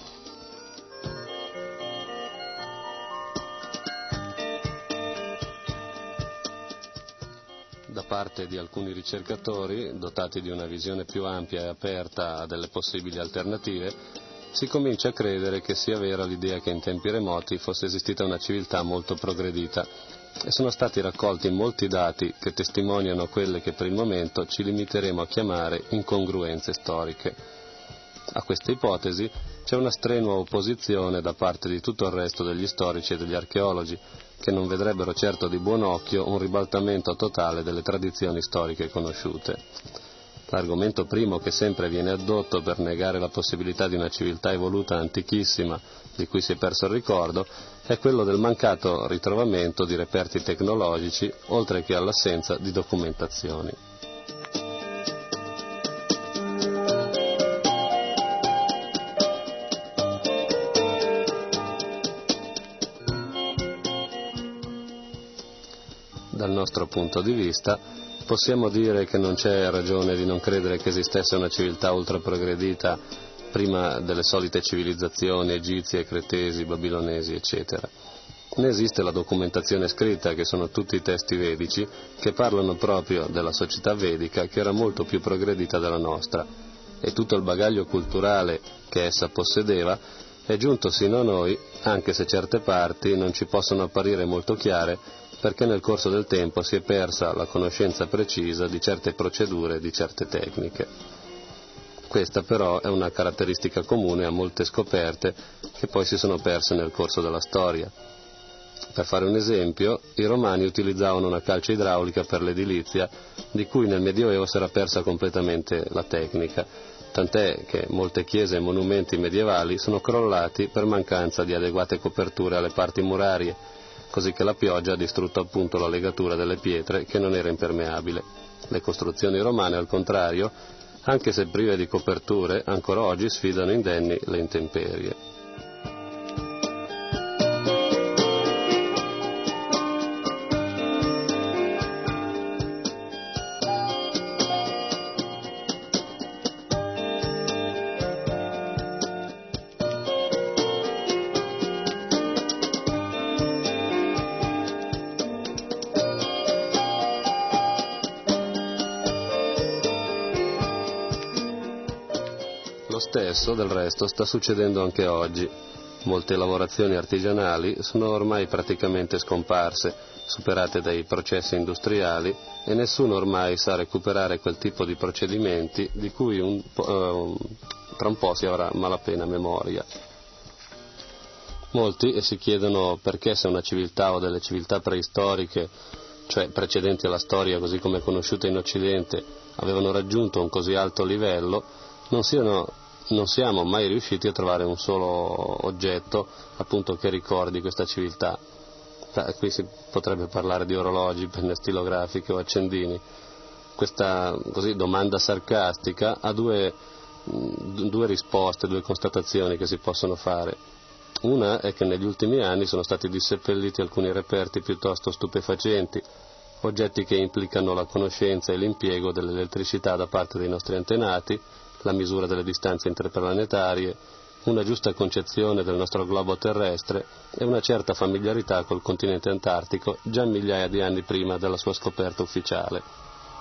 Da parte di alcuni ricercatori, dotati di una visione più ampia e aperta a delle possibili alternative, si comincia a credere che sia vera l'idea che in tempi remoti fosse esistita una civiltà molto progredita, e sono stati raccolti molti dati che testimoniano quelle che per il momento ci limiteremo a chiamare incongruenze storiche. A questa ipotesi c'è una strenua opposizione da parte di tutto il resto degli storici e degli archeologi, che non vedrebbero certo di buon occhio un ribaltamento totale delle tradizioni storiche conosciute. L'argomento primo che sempre viene addotto per negare la possibilità di una civiltà evoluta antichissima, di cui si è perso il ricordo, è quello del mancato ritrovamento di reperti tecnologici, oltre che all'assenza di documentazioni. Dal nostro punto di vista, possiamo dire che non c'è ragione di non credere che esistesse una civiltà ultraprogredita prima delle solite civilizzazioni egizie, cretesi, babilonesi, eccetera. Ne esiste la documentazione scritta, che sono tutti i testi vedici, che parlano proprio della società vedica, che era molto più progredita della nostra, e tutto il bagaglio culturale che essa possedeva è giunto sino a noi, anche se certe parti non ci possono apparire molto chiare, perché nel corso del tempo si è persa la conoscenza precisa di certe procedure e di certe tecniche. Questa però è una caratteristica comune a molte scoperte che poi si sono perse nel corso della storia. Per fare un esempio, i romani utilizzavano una calce idraulica per l'edilizia, di cui nel Medioevo si era persa completamente la tecnica, tant'è che molte chiese e monumenti medievali sono crollati per mancanza di adeguate coperture alle parti murarie, così che la pioggia ha distrutto appunto la legatura delle pietre che non era impermeabile. Le costruzioni romane, al contrario, anche se prive di coperture, ancora oggi sfidano indenni le intemperie. Lo stesso, del resto, sta succedendo anche oggi. Molte lavorazioni artigianali sono ormai praticamente scomparse, superate dai processi industriali, e nessuno ormai sa recuperare quel tipo di procedimenti di cui tra un po' si avrà malapena memoria. Molti si chiedono perché, se una civiltà o delle civiltà preistoriche, cioè precedenti alla storia così come conosciuta in Occidente, avevano raggiunto un così alto livello, non siamo mai riusciti a trovare un solo oggetto appunto che ricordi questa civiltà. Qui si potrebbe parlare di orologi, penne stilografiche o accendini. Questa così domanda sarcastica ha due risposte, due constatazioni che si possono fare. Una è che negli ultimi anni sono stati disseppelliti alcuni reperti piuttosto stupefacenti, oggetti che implicano la conoscenza e l'impiego dell'elettricità da parte dei nostri antenati, la misura delle distanze interplanetarie, una giusta concezione del nostro globo terrestre e una certa familiarità col continente antartico già migliaia di anni prima della sua scoperta ufficiale.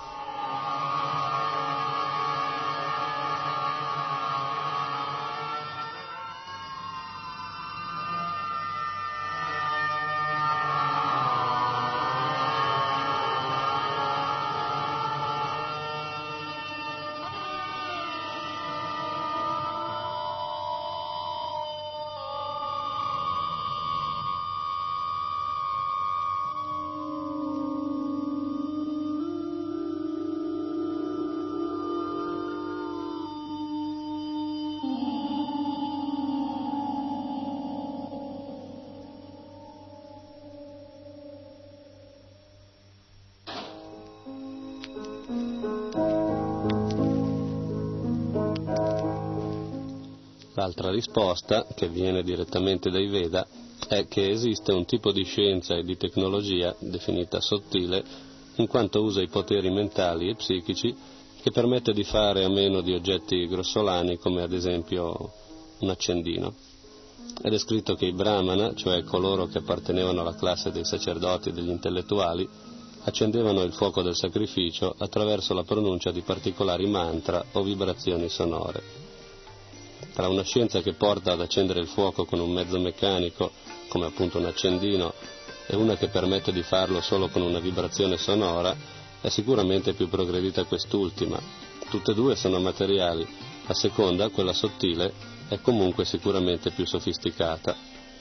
L'altra risposta, che viene direttamente dai Veda, è che esiste un tipo di scienza e di tecnologia, definita sottile, in quanto usa i poteri mentali e psichici, che permette di fare a meno di oggetti grossolani, come ad esempio un accendino. Ed è scritto che i Brahmana, cioè coloro che appartenevano alla classe dei sacerdoti e degli intellettuali, accendevano il fuoco del sacrificio attraverso la pronuncia di particolari mantra o vibrazioni sonore. Tra una scienza che porta ad accendere il fuoco con un mezzo meccanico, come appunto un accendino, e una che permette di farlo solo con una vibrazione sonora, è sicuramente più progredita quest'ultima. Tutte e due sono materiali, la seconda, quella sottile, è comunque sicuramente più sofisticata.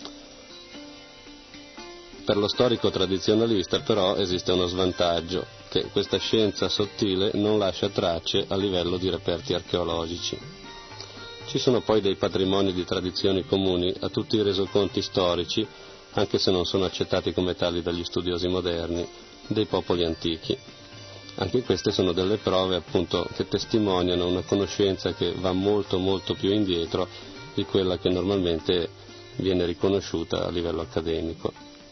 Per lo storico tradizionalista però esiste uno svantaggio, che questa scienza sottile non lascia tracce a livello di reperti archeologici. Ci sono poi dei patrimoni di tradizioni comuni a tutti i resoconti storici, anche se non sono accettati come tali dagli studiosi moderni, dei popoli antichi. Anche queste sono delle prove appunto che testimoniano una conoscenza che va molto molto più indietro di quella che normalmente viene riconosciuta a livello accademico.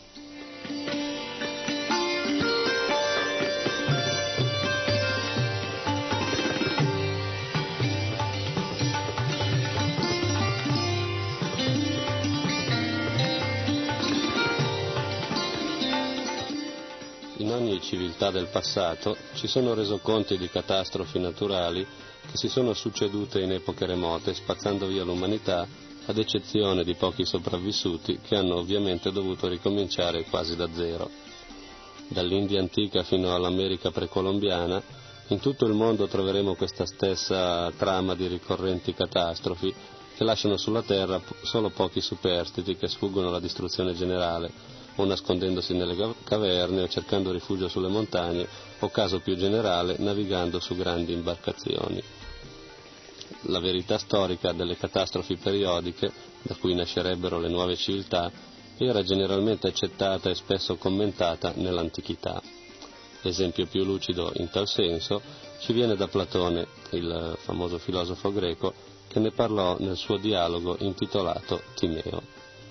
In ogni civiltà del passato ci sono resoconti di catastrofi naturali che si sono succedute in epoche remote, spazzando via l'umanità ad eccezione di pochi sopravvissuti che hanno ovviamente dovuto ricominciare quasi da zero. Dall'India antica fino all'America precolombiana, in tutto il mondo troveremo questa stessa trama di ricorrenti catastrofi che lasciano sulla terra solo pochi superstiti che sfuggono alla distruzione generale, o nascondendosi nelle caverne o cercando rifugio sulle montagne, o caso più generale navigando su grandi imbarcazioni. La verità storica delle catastrofi periodiche, da cui nascerebbero le nuove civiltà, era generalmente accettata e spesso commentata nell'antichità. L'esempio più lucido in tal senso ci viene da Platone, il famoso filosofo greco, che ne parlò nel suo dialogo intitolato Timeo.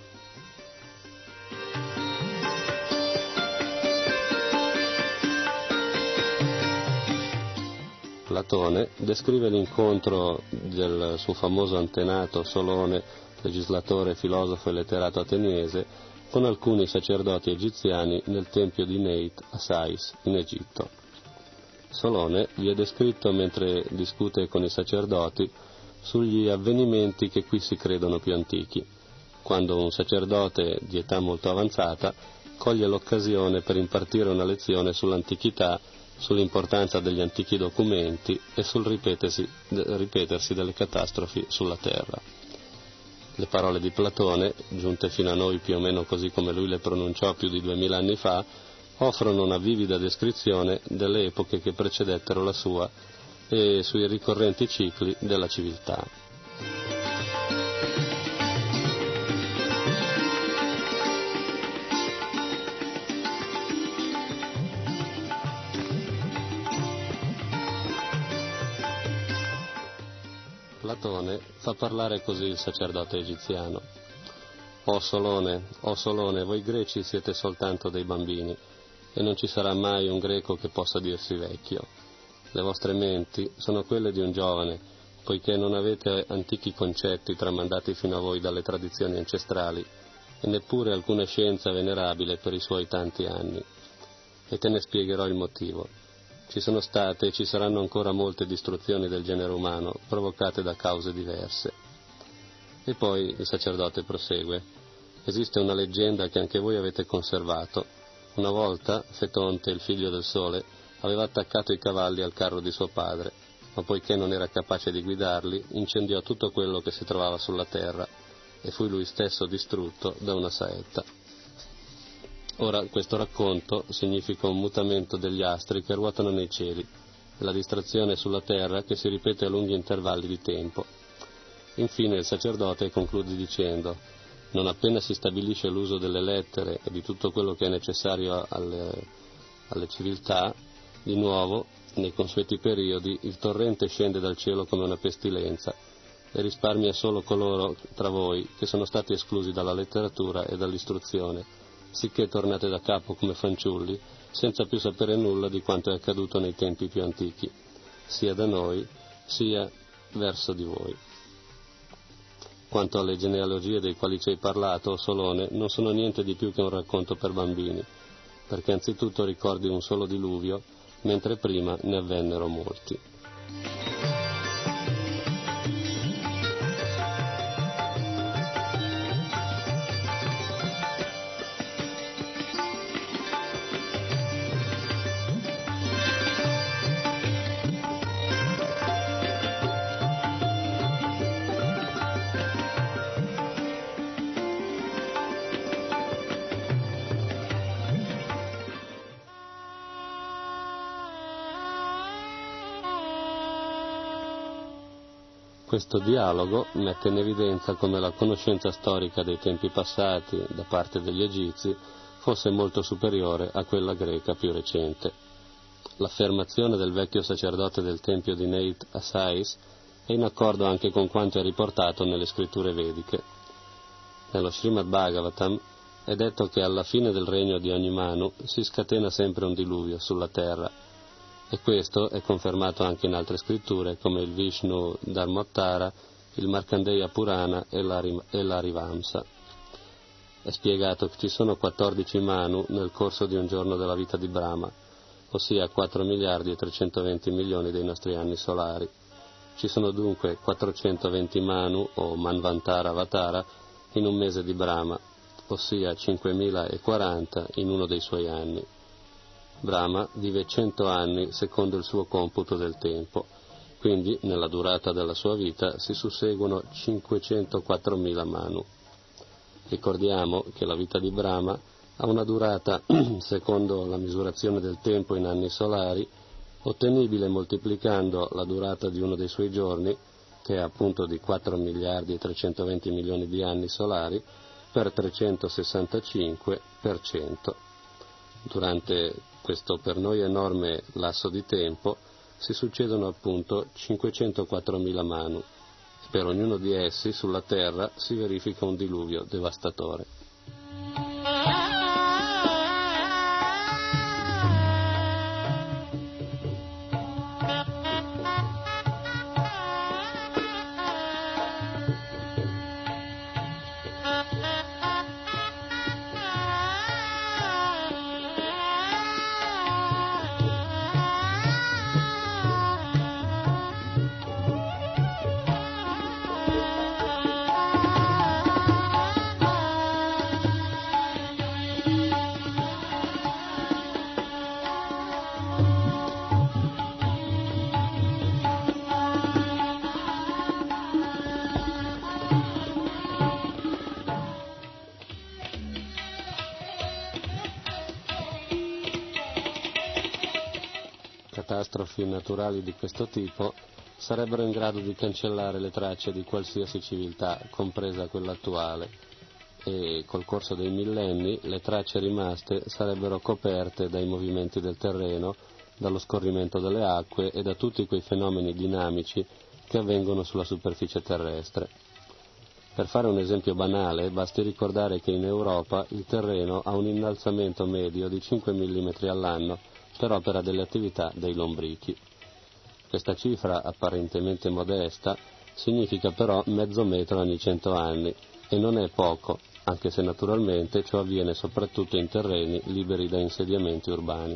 Platone descrive l'incontro del suo famoso antenato Solone, legislatore, filosofo e letterato ateniese, con alcuni sacerdoti egiziani nel tempio di Neit a Sais, in Egitto. Solone vi è descritto mentre discute con i sacerdoti sugli avvenimenti che qui si credono più antichi, quando un sacerdote di età molto avanzata coglie l'occasione per impartire una lezione sull'antichità, sull'importanza degli antichi documenti e sul ripetersi delle catastrofi sulla terra. Le parole di Platone, giunte fino a noi più o meno così come lui le pronunciò più di 2000 anni fa, offrono una vivida descrizione delle epoche che precedettero la sua e sui ricorrenti cicli della civiltà. Platone fa parlare così il sacerdote egiziano. O Solone, voi greci siete soltanto dei bambini, e non ci sarà mai un greco che possa dirsi vecchio. Le vostre menti sono quelle di un giovane, poiché non avete antichi concetti tramandati fino a voi dalle tradizioni ancestrali, e neppure alcuna scienza venerabile per i suoi tanti anni. E te ne spiegherò il motivo. Ci sono state e ci saranno ancora molte distruzioni del genere umano, provocate da cause diverse. E poi il sacerdote prosegue. Esiste una leggenda che anche voi avete conservato. Una volta Fetonte, il figlio del sole, aveva attaccato i cavalli al carro di suo padre, ma poiché non era capace di guidarli, incendiò tutto quello che si trovava sulla terra, e fu lui stesso distrutto da una saetta. Ora, questo racconto significa un mutamento degli astri che ruotano nei cieli, e la distrazione sulla terra che si ripete a lunghi intervalli di tempo. Infine il sacerdote conclude dicendo: non appena si stabilisce l'uso delle lettere e di tutto quello che è necessario alle civiltà, di nuovo, nei consueti periodi, il torrente scende dal cielo come una pestilenza e risparmia solo coloro tra voi che sono stati esclusi dalla letteratura e dall'istruzione, sicché tornate da capo come fanciulli, senza più sapere nulla di quanto è accaduto nei tempi più antichi, sia da noi, sia verso di voi. Quanto alle genealogie dei quali ci hai parlato, Solone, non sono niente di più che un racconto per bambini, perché anzitutto ricordi un solo diluvio, mentre prima ne avvennero molti. Questo dialogo mette in evidenza come la conoscenza storica dei tempi passati da parte degli egizi fosse molto superiore a quella greca più recente. L'affermazione del vecchio sacerdote del tempio di Neit a Sais è in accordo anche con quanto è riportato nelle scritture vediche. Nello Srimad Bhagavatam è detto che alla fine del regno di ogni Manu si scatena sempre un diluvio sulla terra, e questo è confermato anche in altre scritture come il Vishnu Dharmottara, il Markandeya Purana e l'Arivamsa. È spiegato che ci sono 14 Manu nel corso di un giorno della vita di Brahma, ossia 4 miliardi e 320 milioni dei nostri anni solari, Ci sono dunque 420 Manu o Manvantara Avatara in un mese di Brahma, ossia 5040 in uno dei suoi anni. Brahma vive 100 anni secondo il suo computo del tempo, quindi nella durata della sua vita si susseguono 504.000 Manu. Ricordiamo che la vita di Brahma ha una durata, secondo la misurazione del tempo in anni solari, ottenibile moltiplicando la durata di uno dei suoi giorni, che è appunto di 4 miliardi e 320 milioni di anni solari, per 365%. Durante questo per noi enorme lasso di tempo si succedono appunto 504.000 Manu. Per ognuno di essi sulla Terra si verifica un diluvio devastatore. Catastrofi naturali di questo tipo sarebbero in grado di cancellare le tracce di qualsiasi civiltà, compresa quella attuale, e col corso dei millenni le tracce rimaste sarebbero coperte dai movimenti del terreno, dallo scorrimento delle acque e da tutti quei fenomeni dinamici che avvengono sulla superficie terrestre. Per fare un esempio banale, basti ricordare che in Europa il terreno ha un innalzamento medio di 5 mm all'anno per opera delle attività dei lombrichi. Questa cifra apparentemente modesta significa però mezzo metro ogni 100 anni e non è poco, anche se naturalmente ciò avviene soprattutto in terreni liberi da insediamenti urbani.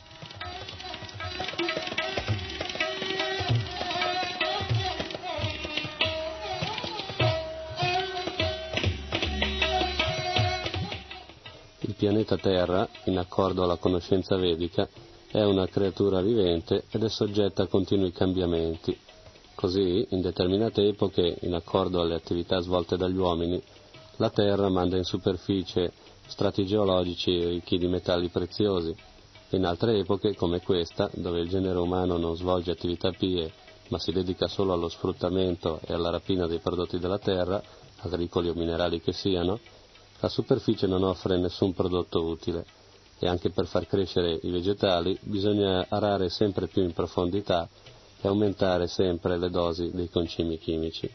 Il pianeta Terra, in accordo alla conoscenza vedica, è una creatura vivente ed è soggetta a continui cambiamenti. Così, in determinate epoche, in accordo alle attività svolte dagli uomini, la Terra manda in superficie strati geologici ricchi di metalli preziosi. In altre epoche, come questa, dove il genere umano non svolge attività pie, ma si dedica solo allo sfruttamento e alla rapina dei prodotti della terra, agricoli o minerali che siano, la superficie non offre nessun prodotto utile. E anche per far crescere i vegetali bisogna arare sempre più in profondità e aumentare sempre le dosi dei concimi chimici.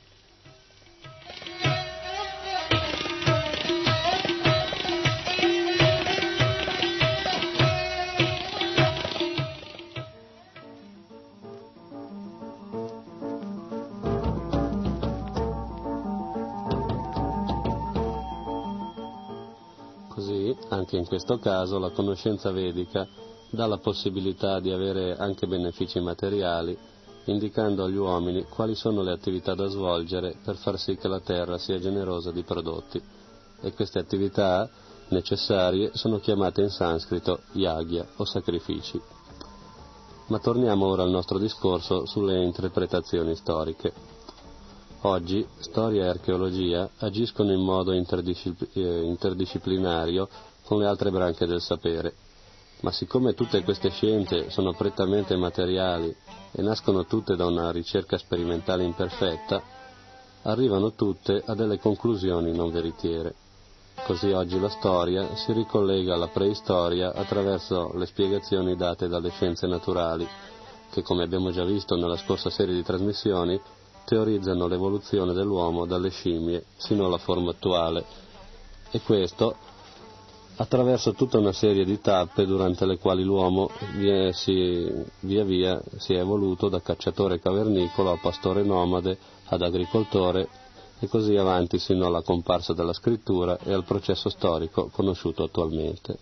Così, anche in questo caso, la conoscenza vedica dà la possibilità di avere anche benefici materiali, indicando agli uomini quali sono le attività da svolgere per far sì che la terra sia generosa di prodotti. E queste attività necessarie sono chiamate in sanscrito yagya o sacrifici. Ma torniamo ora al nostro discorso sulle interpretazioni storiche. Oggi storia e archeologia agiscono in modo interdisciplinario con le altre branche del sapere, ma siccome tutte queste scienze sono prettamente materiali e nascono tutte da una ricerca sperimentale imperfetta, arrivano tutte a delle conclusioni non veritiere. Così oggi la storia si ricollega alla preistoria attraverso le spiegazioni date dalle scienze naturali, che, come abbiamo già visto nella scorsa serie di trasmissioni, teorizzano l'evoluzione dell'uomo dalle scimmie sino alla forma attuale, e questo attraverso tutta una serie di tappe durante le quali l'uomo via via si è evoluto da cacciatore cavernicolo a pastore nomade ad agricoltore e così avanti sino alla comparsa della scrittura e al processo storico conosciuto attualmente.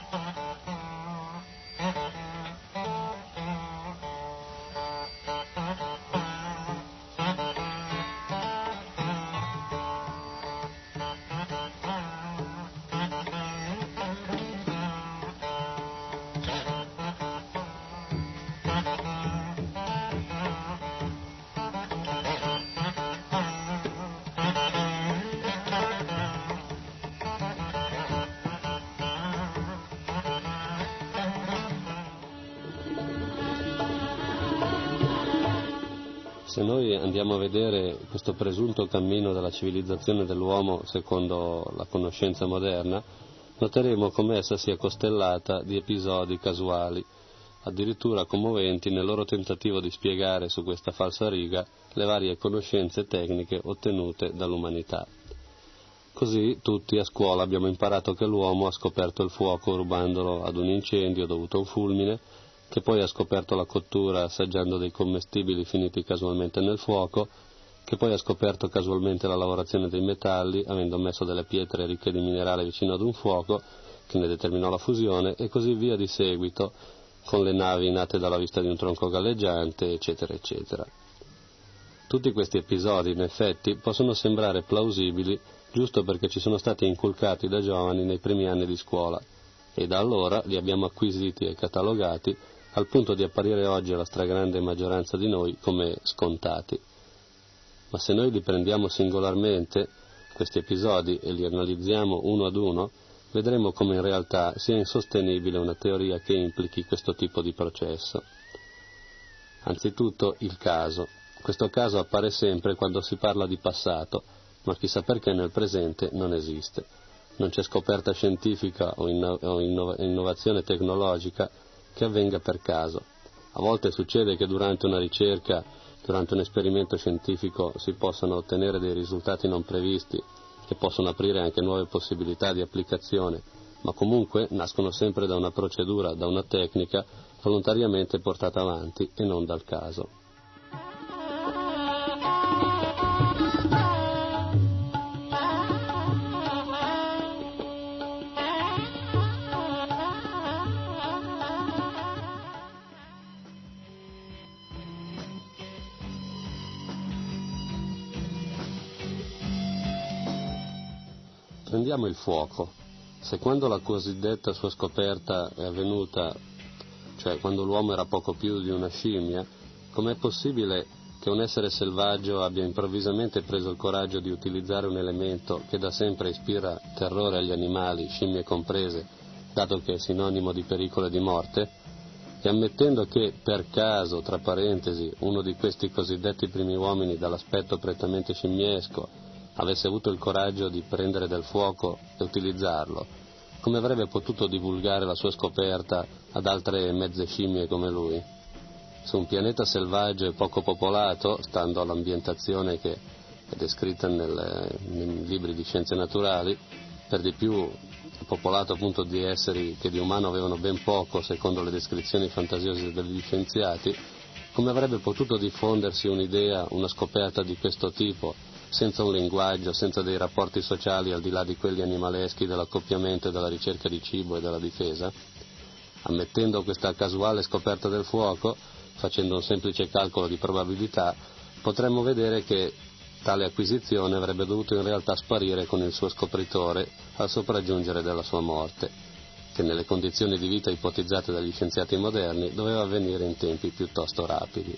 Se noi andiamo a vedere questo presunto cammino della civilizzazione dell'uomo secondo la conoscenza moderna, noteremo come essa sia costellata di episodi casuali, addirittura commoventi nel loro tentativo di spiegare su questa falsariga le varie conoscenze tecniche ottenute dall'umanità. Così tutti a scuola abbiamo imparato che l'uomo ha scoperto il fuoco rubandolo ad un incendio dovuto a un fulmine, che poi ha scoperto la cottura assaggiando dei commestibili finiti casualmente nel fuoco, che poi ha scoperto casualmente la lavorazione dei metalli, avendo messo delle pietre ricche di minerale vicino ad un fuoco, che ne determinò la fusione, e così via di seguito, con le navi nate dalla vista di un tronco galleggiante, eccetera, eccetera. Tutti questi episodi, in effetti, possono sembrare plausibili giusto perché ci sono stati inculcati da giovani nei primi anni di scuola, e da allora li abbiamo acquisiti e catalogati al punto di apparire oggi alla stragrande maggioranza di noi come scontati. Ma se noi li prendiamo singolarmente, questi episodi, e li analizziamo uno ad uno, vedremo come in realtà sia insostenibile una teoria che implichi questo tipo di processo. Anzitutto il caso. Questo caso appare sempre quando si parla di passato, ma chissà perché nel presente non esiste. Non c'è scoperta scientifica o innovazione tecnologica che avvenga per caso. A volte succede che durante una ricerca, durante un esperimento scientifico, si possano ottenere dei risultati non previsti, che possono aprire anche nuove possibilità di applicazione, ma comunque nascono sempre da una procedura, da una tecnica volontariamente portata avanti e non dal caso. Prendiamo il fuoco. Se quando la cosiddetta sua scoperta è avvenuta, cioè quando l'uomo era poco più di una scimmia, com'è possibile che un essere selvaggio abbia improvvisamente preso il coraggio di utilizzare un elemento che da sempre ispira terrore agli animali, scimmie comprese, dato che è sinonimo di pericolo e di morte? E ammettendo che, per caso, tra parentesi, uno di questi cosiddetti primi uomini dall'aspetto prettamente scimmiesco avesse avuto il coraggio di prendere del fuoco e utilizzarlo, come avrebbe potuto divulgare la sua scoperta ad altre mezze scimmie come lui? Su un pianeta selvaggio e poco popolato, stando all'ambientazione che è descritta nei libri di scienze naturali, per di più popolato appunto di esseri che di umano avevano ben poco secondo le descrizioni fantasiose degli scienziati, come avrebbe potuto diffondersi un'idea, una scoperta di questo tipo, senza un linguaggio, senza dei rapporti sociali al di là di quelli animaleschi dell'accoppiamento e della ricerca di cibo e della difesa? Ammettendo questa casuale scoperta del fuoco, facendo un semplice calcolo di probabilità, potremmo vedere che tale acquisizione avrebbe dovuto in realtà sparire con il suo scopritore al sopraggiungere della sua morte, che nelle condizioni di vita ipotizzate dagli scienziati moderni doveva avvenire in tempi piuttosto rapidi.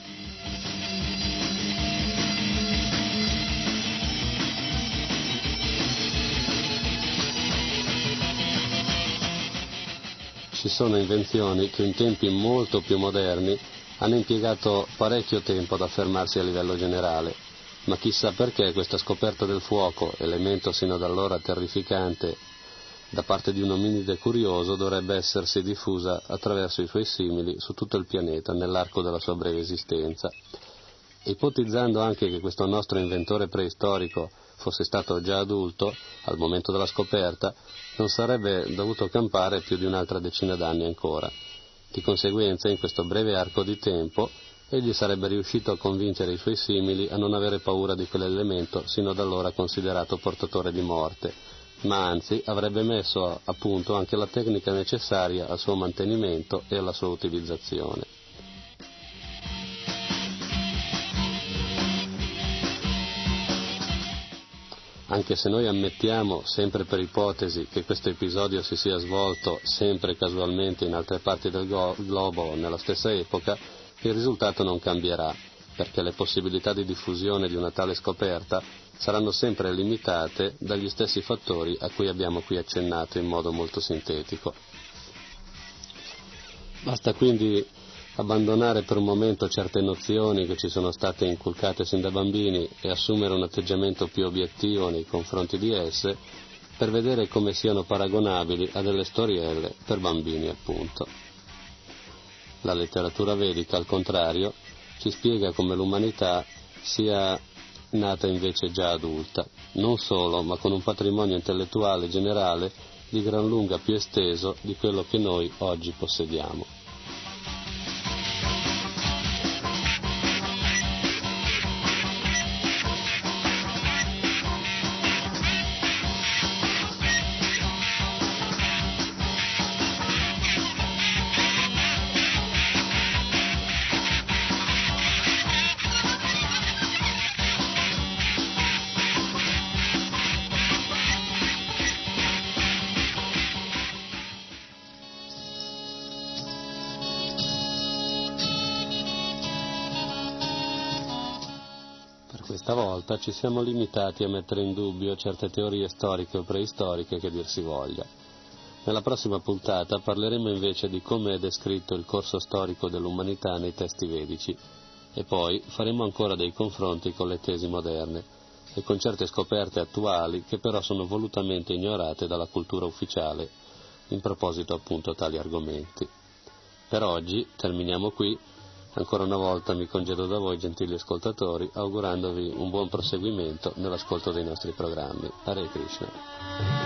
Ci sono invenzioni che in tempi molto più moderni hanno impiegato parecchio tempo ad affermarsi a livello generale, ma chissà perché questa scoperta del fuoco, elemento sino ad allora terrificante da parte di un ominide curioso, dovrebbe essersi diffusa attraverso i suoi simili su tutto il pianeta nell'arco della sua breve esistenza. Ipotizzando anche che questo nostro inventore preistorico fosse stato già adulto al momento della scoperta, non sarebbe dovuto campare più di un'altra decina d'anni ancora. Di conseguenza, in questo breve arco di tempo, egli sarebbe riuscito a convincere i suoi simili a non avere paura di quell'elemento sino ad allora considerato portatore di morte, ma anzi avrebbe messo a punto anche la tecnica necessaria al suo mantenimento e alla sua utilizzazione. Anche se noi ammettiamo, sempre per ipotesi, che questo episodio si sia svolto sempre casualmente in altre parti del globo nella stessa epoca, il risultato non cambierà, perché le possibilità di diffusione di una tale scoperta saranno sempre limitate dagli stessi fattori a cui abbiamo qui accennato in modo molto sintetico. Basta quindi abbandonare per un momento certe nozioni che ci sono state inculcate sin da bambini e assumere un atteggiamento più obiettivo nei confronti di esse per vedere come siano paragonabili a delle storielle per bambini, appunto. La letteratura vedica, al contrario, ci spiega come l'umanità sia nata invece già adulta, non solo, ma con un patrimonio intellettuale generale di gran lunga più esteso di quello che noi oggi possediamo. Questa volta ci siamo limitati a mettere in dubbio certe teorie storiche o preistoriche che dir si voglia. Nella prossima puntata parleremo invece di come è descritto il corso storico dell'umanità nei testi vedici e poi faremo ancora dei confronti con le tesi moderne e con certe scoperte attuali che però sono volutamente ignorate dalla cultura ufficiale in proposito appunto a tali argomenti. Per oggi terminiamo qui. Ancora una volta mi congedo da voi, gentili ascoltatori, augurandovi un buon proseguimento nell'ascolto dei nostri programmi. Hare Krishna.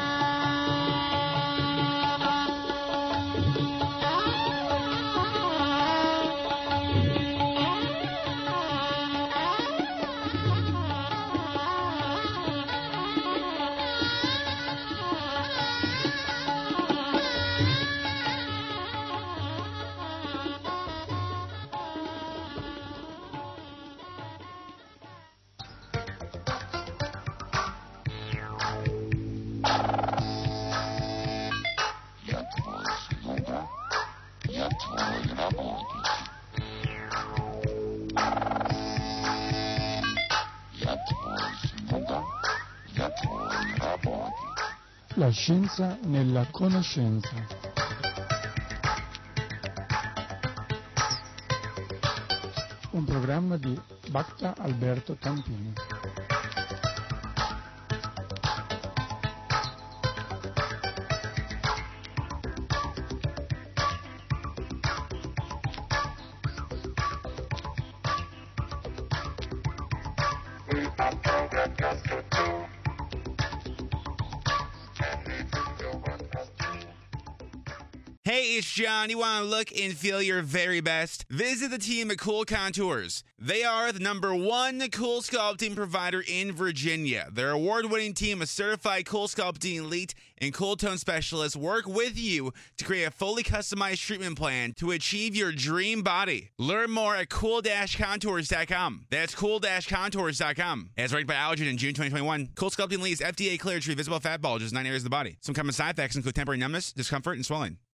La scienza nella conoscenza. Un programma di Bhakta Alberto Tampini. Hey, it's John. You want to look and feel your very best? Visit the team at Cool Contours. They are the #1 cool sculpting provider in Virginia. Their award-winning team of certified cool sculpting elite and cool tone specialists work with you to create a fully customized treatment plan to achieve your dream body. Learn more at cool-contours.com. That's cool-contours.com. As ranked by Allergen in June 2021, Cool Sculpting Elite is FDA cleared to treat visible fat bulges in 9 areas of the body. Some common side effects include temporary numbness, discomfort, and swelling.